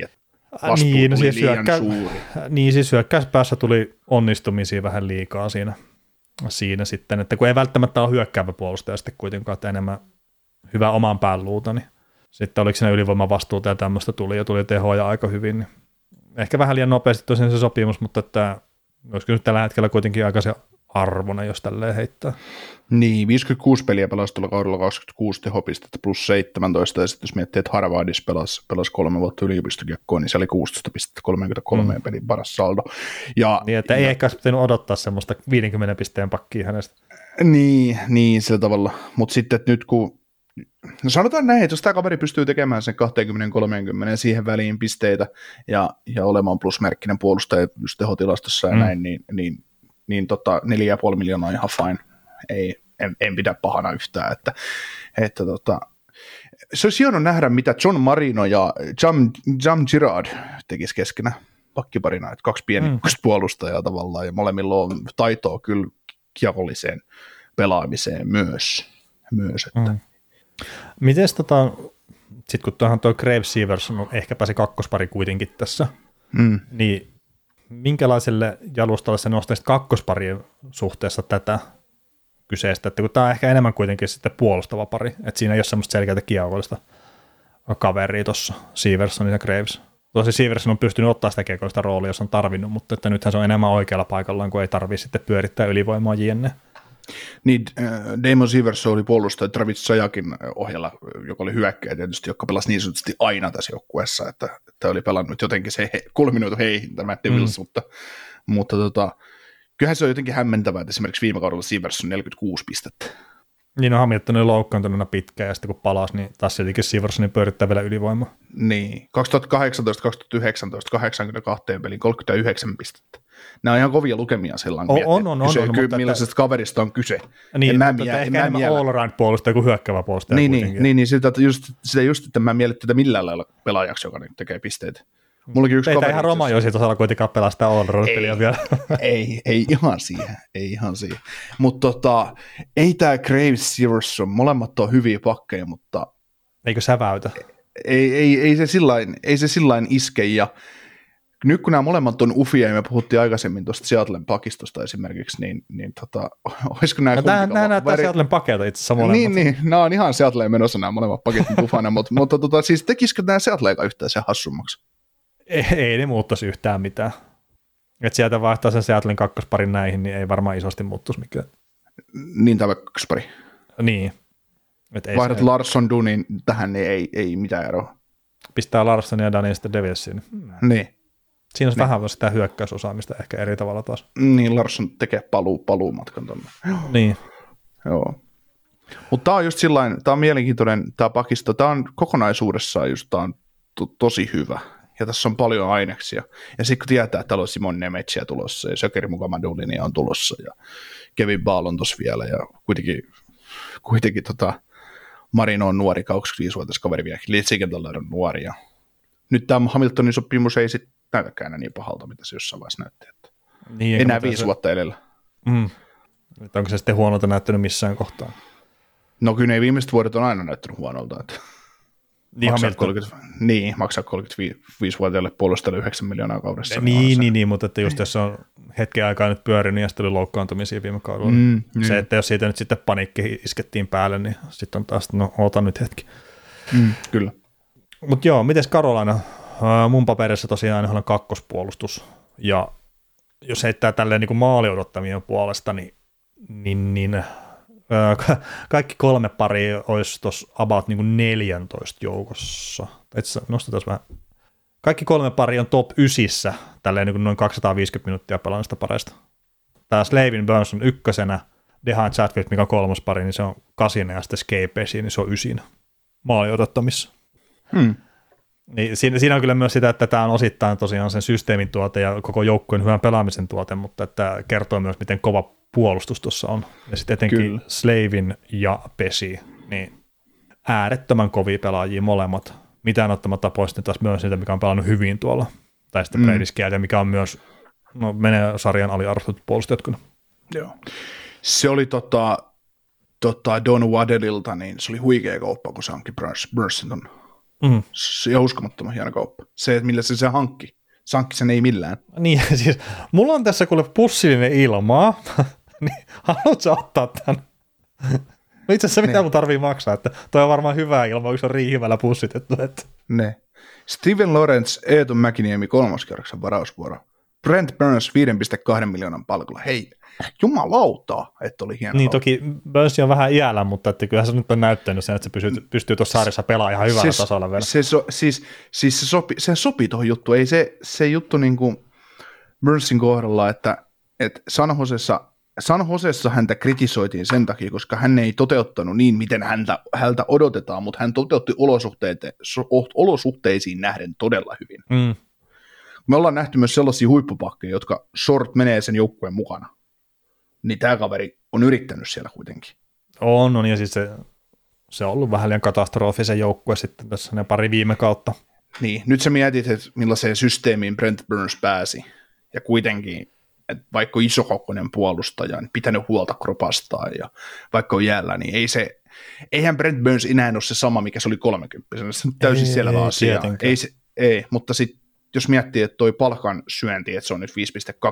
S4: vastuu
S5: niin,
S4: tuli
S5: siis
S4: liian
S5: hyökkä...
S4: suuri.
S5: Niin, siis hyökkäyspäässä tuli onnistumisia vähän liikaa siinä, siinä sitten, että kun ei välttämättä ole hyökkäävä puolustaja sitten kuitenkaan, että enemmän hyvä oman pään luuta, niin sitten oliko siinä ylivoimavastuuta ja tämmöistä tuli ja tuli tehoja aika hyvin, niin ehkä vähän liian nopeasti tosiaan se sopimus, mutta että olisiko nyt tällä hetkellä kuitenkin aika se arvona, jos tälleen heittää.
S4: Niin, viisikymmentäkuusi peliä pelasi tuolla kaudella kaksikymmentäkuusi tehopistettä plus seitsemäntoista, ja sitten jos miettii, että Harvardissa pelasi, pelasi kolme vuotta yliopistokiekkoa, niin se oli kuusitoista pistettä kolmekymmentäkolme mm. pelin paras saldo. Ja,
S5: niin, että
S4: ja,
S5: ei ehkä olisi pitänyt odottaa semmoista viidenkymmenen pisteen pakkia hänestä.
S4: Niin, niin sillä tavalla, mutta sitten että nyt kun, no sanotaan näin, että jos tämä kaveri pystyy tekemään sen kaksikymmentä kolmekymmentä siihen väliin pisteitä ja, ja olemaan plusmerkkinen puolustaja just tehotilastossa ja mm. näin, niin, niin niin tota, neljä pilkku viisi miljoonaa on ihan fine. Ei, en, en pidä pahana yhtään. Että, että tota, se olisi hieno nähdä, mitä John Marino ja Jam, Jam Girard tekisi keskenään pakkiparina, että kaksi pienikoista mm. puolustajaa tavallaan, ja molemmilla on taitoa kyllä kiekolliseen pelaamiseen myös. myös että. Mm.
S5: Mites tota, sitten kun tuohan tuo Graves Seavers on ehkäpä se kakkospari kuitenkin tässä, mm. niin minkälaiselle jalustalle sä nostaisit kakkosparien suhteessa tätä kyseistä, että kun tämä on ehkä enemmän kuitenkin sitten puolustava pari, että siinä ei ole semmoista selkeää kiekollista kaveria tuossa Seaversonin ja Graves. Tosi Seaverson on pystynyt ottaa sitä kiekollista roolia, jos on tarvinnut, mutta että nythän se on enemmän oikealla paikallaan, kun ei tarvitse sitten pyörittää ylivoimaa jne.
S4: Niin, Damon Seaverson oli puolustaja Travis Sajakin ohjalla, joka oli hyökkäjä tietysti, joka pelasi niin sanotusti aina tässä joukkueessa, että, että oli pelannut jotenkin se he, kolme minuutin heihin tämä Devils, mm. mutta, mutta tota, kyllähän se on jotenkin hämmentävää, että esimerkiksi viime kaudella Seaverson neljäkymmentäkuusi pistettä.
S5: Niin on Hamilton loukkaantuneena pitkään ja sitten kun palasi, niin taas siltikin Seaversonin pyörittää vielä ylivoimaa.
S4: Niin, kaksituhattakahdeksantoista kaksituhattayhdeksäntoista kahdeksankymmentäkaksi peliin kolmekymmentäyhdeksän pistettä. Nämä on ihan kovia lukemia sellainen.
S5: On, on, on,
S4: kyse,
S5: on,
S4: kyllä,
S5: mutta
S4: millaisesta että kaverista on kyse.
S5: Niin,
S4: en
S5: mutta mie- ehkä enemmän all-around puolustaja kuin hyökkäävä puolustaja
S4: niin,
S5: kuitenkin.
S4: Niin, niin sitä, just, sitä just, että mä en miele tätä millään lailla pelaajaksi, joka tekee pisteitä. Mullakin yksi
S5: Ei ihan Romajosi tasolla kuitenkaan pelaa sitä all-around-peliä vielä.
S4: ei, ei ihan siihen, ei ihan siihen. Mutta tota, ei tämä Graves Severson, molemmat on hyviä pakkeja, mutta
S5: eikö säväytä?
S4: Ei, ei, ei se sillain, ei se sillain iske, ja nyt kun nämä molemmat on ufia, ja me puhuttiin aikaisemmin tuosta Seattlen pakistosta esimerkiksi, niin, niin tota, olisiko nämä...
S5: No, nämä, nämä näyttää vari... Seattlen pakeilta itse asiassa molemmat.
S4: Niin, niin, nämä on ihan Seattleen menossa nämä molemmat paketit ufana, mutta, mutta tota, siis tekisikö nämä Seattleika yhtään sen hassummaksi?
S5: Ei, ei ne muuttaisi yhtään mitään. Että sieltä vaihtaa sen Seattlen kakkosparin näihin, niin ei varmaan isosti muuttuisi mikään.
S4: Niin tämä kakkospari.
S5: Niin.
S4: Vaihdat se... Larsson Dunin tähän, niin ei, ei mitään eroa.
S5: Pistää Larsson ja Danin sitten Devilsiin.
S4: Hmm. Niin.
S5: Siinä olisi
S4: niin.
S5: vähän sitä hyökkäysosaamista ehkä eri tavalla taas.
S4: Niin, Larsson tekee paluu, paluumatkan tuonne.
S5: Niin.
S4: Joo. Mutta tämä on just sillain, tämä on mielenkiintoinen, tämä pakisto, tämä on kokonaisuudessaan just, tämä on to, tosi hyvä. Ja tässä on paljon aineksia. Ja sitten kun tietää, että täällä on Simon Nemetsiä tulossa, ja Sökeri Mukamadulini on tulossa, ja Kevin Baal on tuossa vielä, ja kuitenkin, kuitenkin tota, Marino on nuori, kaksikymmentäviisivuotias kaveri vielä, Litsikentaller on nuori, ja nyt tämä Hamiltonin sopimus ei sitten näytäkään niin pahalta, mitä se jossain vaiheessa näytti. Että niin, enää viisi se... vuotta edellä.
S5: Mm. Onko se sitten huonolta näyttänyt missään kohtaa?
S4: No kyllä ne viimeiset vuodet on aina näyttänyt huonolta, että
S5: niin,
S4: maksaa, kolmekymmentä, niin, maksaa kolmekymmentäviisivuotiaille puolustajalle yhdeksän miljoonaa kaudessa.
S5: Niin, niin, niin, mutta että just jos on hetken aikaa nyt pyörinyt ja sitten oli loukkaantumisia viime kaudella. Mm, niin. Se, että jos siitä nyt sitten paniikki iskettiin päälle, niin sitten on taas, no oota nyt hetki.
S4: Mm, kyllä.
S5: Mutta joo, mites Carolina? Mun paperissa tosiaan on kakkospuolustus, ja jos heittää tälleen niin kuin maali odottamien puolesta, niin, niin, niin kaikki kolme paria olisi tuossa about niin kuin neljäntoista joukossa. Itse nostetaan vähän. Kaikki kolme pari on top ysissä, tälleen niin kuin noin kaksisataaviisikymmentä minuuttia pelaamista pareista. Tämä Slavin Burns on ykkösenä, Dehan Chatfield, mikä on kolmas pari, niin se on kasina, ja sitten Skapesi, niin se on ysinä maali odottamissa. Hmm. Niin siinä, siinä on kyllä myös sitä, että tämä on osittain tosiaan sen systeemin tuote ja koko joukkueen hyvän pelaamisen tuote, mutta että kertoo myös, miten kova puolustus tuossa on. Ja sitten etenkin kyllä. Slavin ja Pesi, niin äärettömän kovia pelaajia molemmat. Mitään ottamatta pois niin taas myös niitä, mikä on pelannut hyvin tuolla. Tai sitten mm. Brady Skjær, mikä on myös, no menee sarjan aliarvostetut puolustajat kyllä.
S4: Joo. Se oli tota, tota Don Waddellilta, niin se oli huikea kauppa, kun se onkin Burson
S5: Mm.
S4: Se on uskomattoman hieno kauppa. Se, että millä se se hankki. Se hankki sen ei millään.
S5: Niin, siis mulla on tässä kuule pussillinen ilmaa, niin haluatko ottaa tämän? No itse asiassa mitä ne. Mun tarvii maksaa, että toi on varmaan hyvää ilmaa, kun se on riihimällä pussitettu. Että.
S4: Ne. Steven Lawrence, Eetu Mäkiniemi, kolmoskerroksen varausvuoro. Brent Burns viisi pilkku kaksi miljoonan palkalla. Hei, jumalautaa, että oli hieno.
S5: Niin toki Burns on vähän iällä, mutta että kyllähän se nyt on näyttänyt sen, että se pystyy, pystyy tuossa sarjassa pelaamaan ihan hyvällä
S4: siis,
S5: tasolla vielä.
S4: Se, so, siis, siis se, sopi, se sopii tuohon juttuun. Ei se, se juttu niin kuin Burnsin kohdalla, että, että San Josessa, San Josessa häntä kritisoitiin sen takia, koska hän ei toteuttanut niin, miten häntä, häntä odotetaan, mutta hän toteutti olosuhteisiin nähden todella hyvin.
S5: Mm.
S4: Me ollaan nähty myös sellaisia huippupakkeja, jotka short menee sen joukkueen mukana. Niin tämä kaveri on yrittänyt siellä kuitenkin.
S5: On, on ja siis se, se on ollut vähän liian katastrofisen joukkue sitten tässä ne pari viime kautta.
S4: Niin, nyt sä mietit, että millaiseen systeemiin Brent Burns pääsi. Ja kuitenkin, että vaikka on isokokoinen puolustaja, niin pitänyt huolta kropastaan ja vaikka on jäällä, niin ei se, eihän Brent Burns enää ole se sama, mikä se oli kolmekymppisenä. Se on täysin ei, selvä asia. Ei, se, ei, mutta sitten jos miettii, että toi palkan syönti, että se on nyt viisi pilkku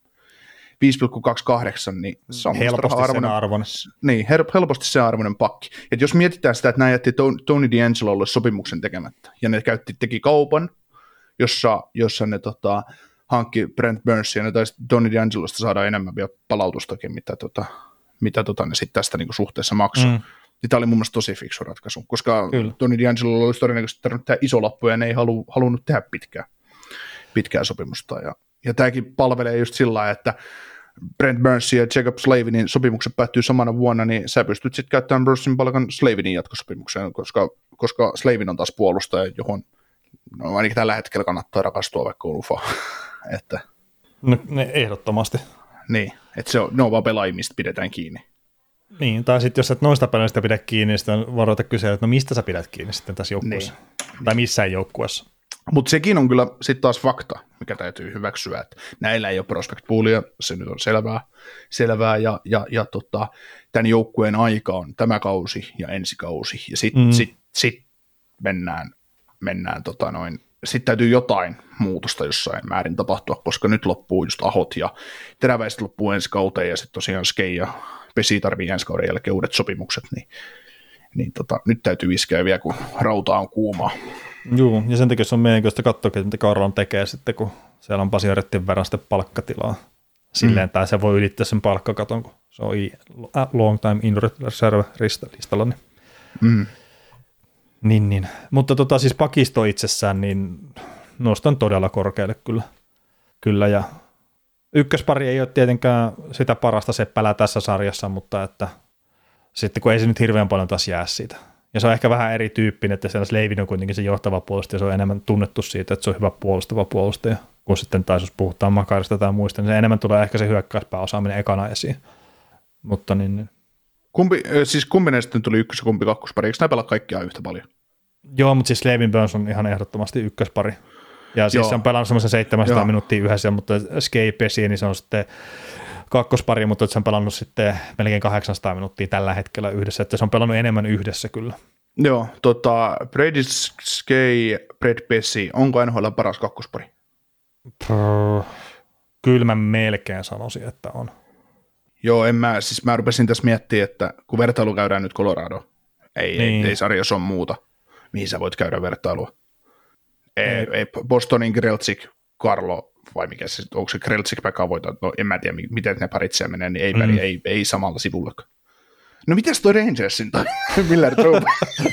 S4: kaksikymmentäkahdeksan, niin se on
S5: helposti
S4: arvoinen,
S5: sen arvoinen.
S4: Niin, helposti sen arvoinen pakki. Et jos mietitään sitä, että nämä jätti Tony DeAngelolle sopimuksen tekemättä, ja ne käytti, teki kaupan, jossa, jossa ne tota, hankki Brent Burnsia, ja ne taisi Tony DeAngelosta saada enemmän vielä palautustakin, mitä, tota, mitä tota, ne sitten tästä niinku suhteessa maksoi. Mm. Niin tämä oli mun mielestä tosi fiksu ratkaisu, koska Kyllä. Tony DeAngelo olisi todennäköisesti tarvinnut tehdä iso lappu, ja ne ei halu, halunnut tehdä pitkää, pitkää sopimusta. Ja, ja tämäkin palvelee just sillä lailla, että Brent Burns ja Jacob Slavinin sopimukset päättyy samana vuonna, niin sä pystyt sitten käyttämään Burnsin palkan Slavinin jatkosopimukseen, koska, koska Slavin on taas puolustaja, johon no, ainakin tällä hetkellä kannattaa rakastua, vaikka on lufa. että,
S5: no, ne ehdottomasti.
S4: Niin, että se on, ne on vaan pelaajia, mistä pidetään kiinni.
S5: Niin, tai sitten jos et noista pelaajista pidä kiinni, niin sitten on varoita kysyä, että no mistä sä pidät kiinni sitten tässä joukkueessa, niin. Tai missään joukkueessa.
S4: Mutta sekin on kyllä sitten taas fakta, mikä täytyy hyväksyä, että näillä ei ole prospect poolia, se nyt on selvää, selvää ja, ja, ja tota, tämän joukkueen aika on tämä kausi ja ensi kausi, ja sitten mm. sit, sit mennään, mennään tota noin, sitten täytyy jotain muutosta jossain määrin tapahtua, koska nyt loppuu just Ahot ja Teräväiset loppuu ensi kauteen, ja sitten tosiaan Skei ja Pesi tarvii ensi kauden jälkeen uudet sopimukset, niin, niin tota, nyt täytyy iskeä vielä, kun rauta on kuumaa.
S5: Joo, ja sen takia se on mielenkiintoista katsoa, mitä Carlon tekee sitten, kun siellä on Pasi Örettin verran sitten palkkatilaa. Silleen, mm. tai se voi ylittää sen palkkakaton, kun se on long time injured reserve listalla. Niin.
S4: Mm.
S5: Niin, niin. Mutta tota, siis pakisto itsessään, niin nostan todella korkealle kyllä. kyllä ja ykköspari ei ole tietenkään sitä parasta seppälää tässä sarjassa, mutta että sitten kun ei se nyt hirveän paljon taas jää siitä. Ja se on ehkä vähän erityyppinen, että siellä Slavin on kuitenkin se johtava puolustaja, se on enemmän tunnettu siitä, että se on hyvä puolustava puolustaja, kun sitten taas jos puhutaan Makarista tai muista, niin se enemmän tulee ehkä se hyökkäyspääosaaminen ekana esiin. Mutta niin...
S4: Kumpi, siis kumpi ne sitten tuli ykkös- ja kumpi kakkospari, eikö nämä pelaa kaikkia yhtä paljon?
S5: Joo, mutta siis Slavin Burns on ihan ehdottomasti ykköspari. Ja siis Joo. se on pelannut semmoisen seitsemänsataa Joo. minuuttia yhdessä, mutta Skei Pesi, niin se on sitten kakkospari, mutta se on pelannut sitten melkein kahdeksansataa minuuttia tällä hetkellä yhdessä, että se on pelannut enemmän yhdessä kyllä.
S4: Joo, tota, Brady Skei, Brad Pesi, onko N H L paras kakkospari?
S5: Prr, kyllä mä melkein sanoisin, että on.
S4: Joo, en mä, siis mä rupesin tässä miettimään, että kun vertailu käydään nyt Colorado, ei, niin. ei, ei sarjassa ole muuta, mihin sä voit käydä vertailua. Ei, ei. Bostonin Greltsik, Carlo, vai mikä se, onko se Greltsik vai Kavoita, no en mä tiedä, miten ne parit menee, niin ei, mm. väli, ei, ei samalla sivulla. No mitäs toi Rangersin tai Miller Trouba?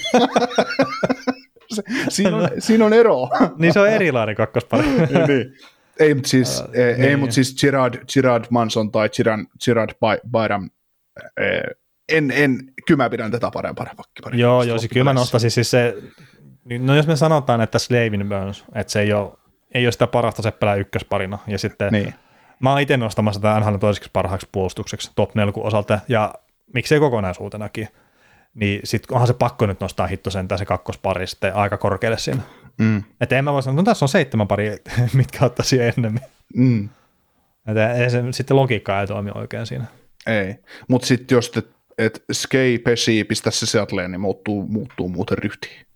S4: siinä, on, siinä on ero.
S5: Niin se on erilainen kakkospari.
S4: niin. Ei, mutta siis, uh, ei, niin. mut siis Gerard, Gerard Manson tai Gerard, Gerard Byram, en, en, kyllä mä pidän tätä parempana pakkipari.
S5: Joo, joo siis kyllä mä nostaisin siis se, no jos me sanotaan, että Slavin Burns, että se ei ole, ei ole sitä parasta seppälää ykkösparina, ja sitten niin. Mä oon itse nostamassa tämän N H L toiseksi parhaaksi puolustukseksi top neljä osalta, ja miksei kokonaisuutenakin, niin sitten onhan se pakko nyt nostaa hitto sentään se kakkospari sitten aika korkealle siinä. Mm. Että en mä voi sanoa, että no tässä on seitsemän pari, mitkä ottaisi ennemmin. Mm. Että ei se, sitten logiikka ei toimi oikein siinä.
S4: Ei, mutta sitten jos et, et Skei Pesi pistää se Seattleen, niin muuttuu, muuttuu muuten ryhtiin.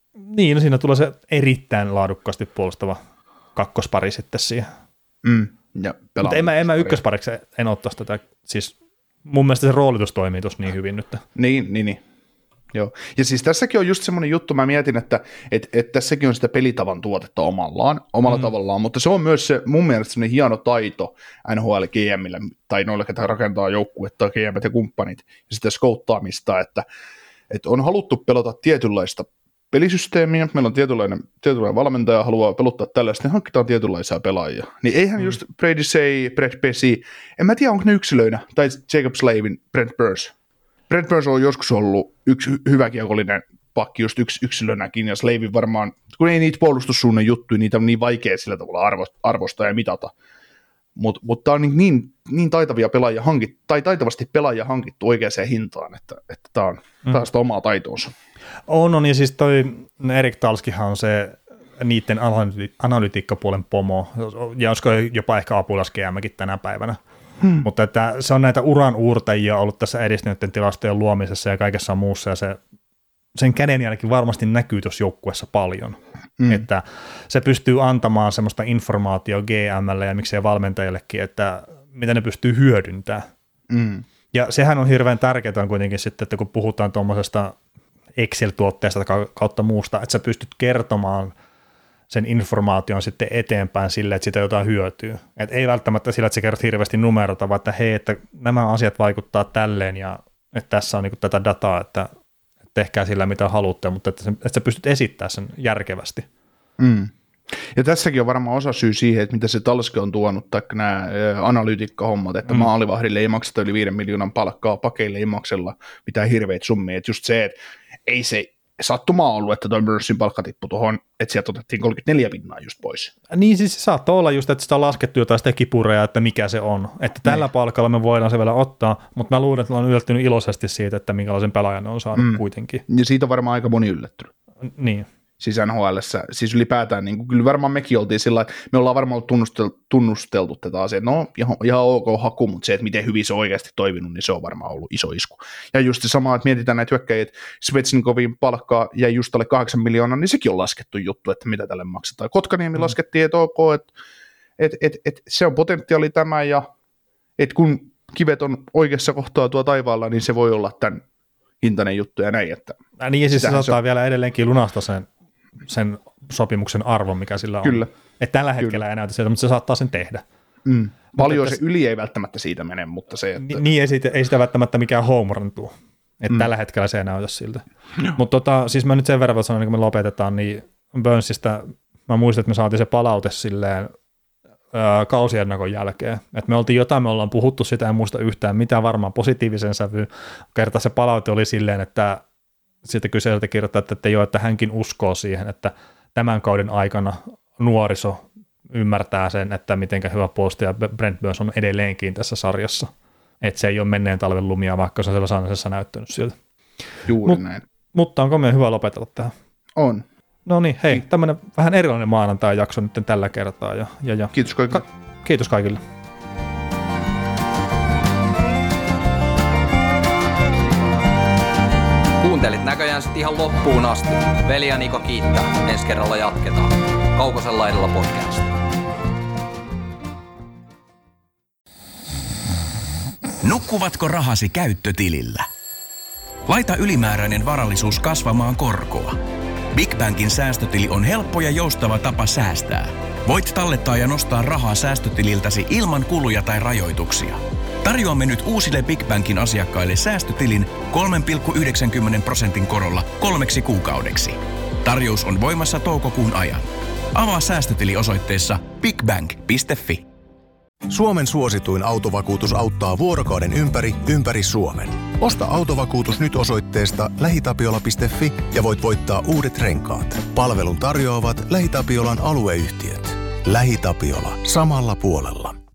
S5: Niin, no siinä tulee se erittäin laadukkaasti puolustava kakkospari sitten siihen.
S4: Mm, ja
S5: mutta en mä, en mä ykköspariksi en ottaisi tätä, siis mun mielestä se roolitus toimii tuossa niin hyvin nyt.
S4: Niin, niin, niin. Joo. Ja siis tässäkin on just semmoinen juttu, mä mietin, että et, et tässäkin on sitä pelitavan tuotetta omallaan, omalla mm. tavallaan, mutta se on myös se mun mielestä semmoinen hieno taito N H L G M:llä, tai noilla, ketä rakentaa joukkuetta, G M ja kumppanit, ja sitä skouttaamista, että, että on haluttu pelata tietynlaista pelisysteemiä, meillä on tietynlainen, tietynlainen valmentaja, haluaa peluttaa tällaista, niin hankitaan tietynlaisia pelaajia. Niin eihän mm. just Brady Say, Brett Pesci, en mä tiedä onko ne yksilöinä, tai Jacob Slavin, Brent Burns. Brent Burns on joskus ollut yksi hyvä kiekollinen pakki just yks, yksilönäkin, ja Slavin varmaan, kun ei niitä puolustussuunnan juttuja, niitä on niin vaikea sillä tavalla arvo, arvostaa ja mitata. Mutta mut tämä on niin, niin, niin taitavia pelaajia hankittu, tai taitavasti pelaajia hankittu oikeaan hintaan, että tämä on mm. taas omaa taitoonsa.
S5: On, on, ja siis toi Erik Talskihan on se niiden analyti- analytiikkapuolen pomo, ja olisiko jopa ehkä apulas G M:kin tänä päivänä. Hmm. Mutta että se on näitä uran uurtajia ollut tässä edistyneiden tilastojen luomisessa ja kaikessa muussa, ja se, sen kädenjälki varmasti näkyy tuossa joukkueessa paljon. Hmm. Että se pystyy antamaan semmoista informaatiota G M:lle ja miksei valmentajillekin, että mitä ne pystyy hyödyntämään. Hmm. Ja sehän on hirveän tärkeää kuitenkin sitten, että kun puhutaan tuommoisesta Excel-tuotteesta kautta muusta, että sä pystyt kertomaan sen informaation sitten eteenpäin sille, että sitä jotain hyötyy. Et ei välttämättä sillä, että sä kerrot hirveästi numerota, vaan että hei, että nämä asiat vaikuttaa tälleen ja että tässä on niin kuin tätä dataa, että tehkää sillä mitä haluatte, mutta että, sen, että sä pystyt esittämään sen järkevästi.
S4: Mm. Ja tässäkin on varmaan osa syy siihen, että mitä se Talske on tuonut, tai nämä analytiikkahommat, että mm. maalivahdille ei makseta yli viiden miljoonan palkkaa, pakeille ei maksella mitään hirveitä summia. Että just se, että ei se sattumaa ollut, että toi Burnsin palkka tippui tuohon, että sieltä otettiin kolmekymmentäneljä pinnaa just pois.
S5: Niin siis se saattoi olla just, että sitä on laskettu jotain sitä kipureja, että mikä se on. Että tällä ne. palkalla me voidaan se vielä ottaa, mutta mä luulen, että on yllättynyt iloisesti siitä, että minkälaisen pelaajan on saanut mm. kuitenkin.
S4: Ja siitä on varmaan aika moni yllättynyt.
S5: Niin.
S4: Siis N H L:ssä, siis ylipäätään, niin kyllä varmaan mekin oltiin sillä, että me ollaan varmaan tunnusteltu, tunnusteltu tätä asiaa, no ihan, ihan ok haku, mutta se, että miten hyvin se on oikeasti toiminut, niin se on varmaan ollut iso isku. Ja just se sama, että mietitään näitä hyökkäjiä, että Svechnikovin palkkaa jäi just alle kahdeksan miljoonaa, niin sekin on laskettu juttu, että mitä tälle maksetaan. Kotkaniemi mm. laskettiin, että ok, että et, et, et, se on potentiaali tämä, ja että kun kivet on oikeassa kohtaa tuo taivaalla, niin se voi olla tämän hintainen juttu ja näin. Että
S5: ja niin, ja siis se saattaa on vielä edelleenkin lunastaa sen sen sopimuksen arvon, mikä sillä on.
S4: Kyllä.
S5: Että tällä hetkellä Kyllä. ei näytä sieltä, mutta se saattaa sen tehdä.
S4: Mm. Paljon se yli ei välttämättä siitä mene, mutta se, että
S5: niin ei sitä, ei sitä välttämättä mikään home run tuu. Että mm. tällä hetkellä se ei näytä siltä. Mutta tota, siis mä nyt sen verran sanon, kun me lopetetaan, niin Burnsista mä muistan, että me saatiin se palaute silleen ää, kausiennakon jälkeen. Että me oltiin jotain, me ollaan puhuttu sitä, en muista yhtään mitään varmaan positiivisen sävyyn. Kerta se palaute oli silleen, että sitten kyseltä kirjoittaa, että jo, että hänkin uskoo siihen, että tämän kauden aikana nuoriso ymmärtää sen, että miten hyvä puolustaja Brent Burns on edelleenkin tässä sarjassa. Että se ei ole menneen talven lumia, vaikka se on sellaisessa näyttänyt siltä.
S4: Juuri
S5: Mut,
S4: näin.
S5: Mutta onko meidän hyvä lopetella tähän?
S4: On.
S5: No niin, hei, tämmöinen vähän erilainen maanantai-jakso nyt tällä kertaa. Ja, ja, ja.
S4: Kiitos kaikille. Ka-
S5: kiitos kaikille.
S3: Kuuntelit näköjään sitten ihan loppuun asti. Veli ja Niko kiittää. Ensi kerralla jatketaan. Kaukosen laidalla podcast.
S1: Nukkuvatko rahasi käyttötilillä? Laita ylimääräinen varallisuus kasvamaan korkoa. Big Bankin säästötili on helppo ja joustava tapa säästää. Voit tallettaa ja nostaa rahaa säästötililtäsi ilman kuluja tai rajoituksia. Tarjoamme nyt uusille Big Bankin asiakkaille säästötilin kolme pilkku yhdeksänkymmentä prosentin korolla kolmeksi kuukaudeksi. Tarjous on voimassa toukokuun ajan. Avaa säästötili osoitteessa bigbank piste fi.
S6: Suomen suosituin autovakuutus auttaa vuorokauden ympäri, ympäri Suomen. Osta autovakuutus nyt osoitteesta lähitapiola piste fi ja voit voittaa uudet renkaat. Palvelun tarjoavat LähiTapiolan alueyhtiöt. LähiTapiola. Samalla puolella.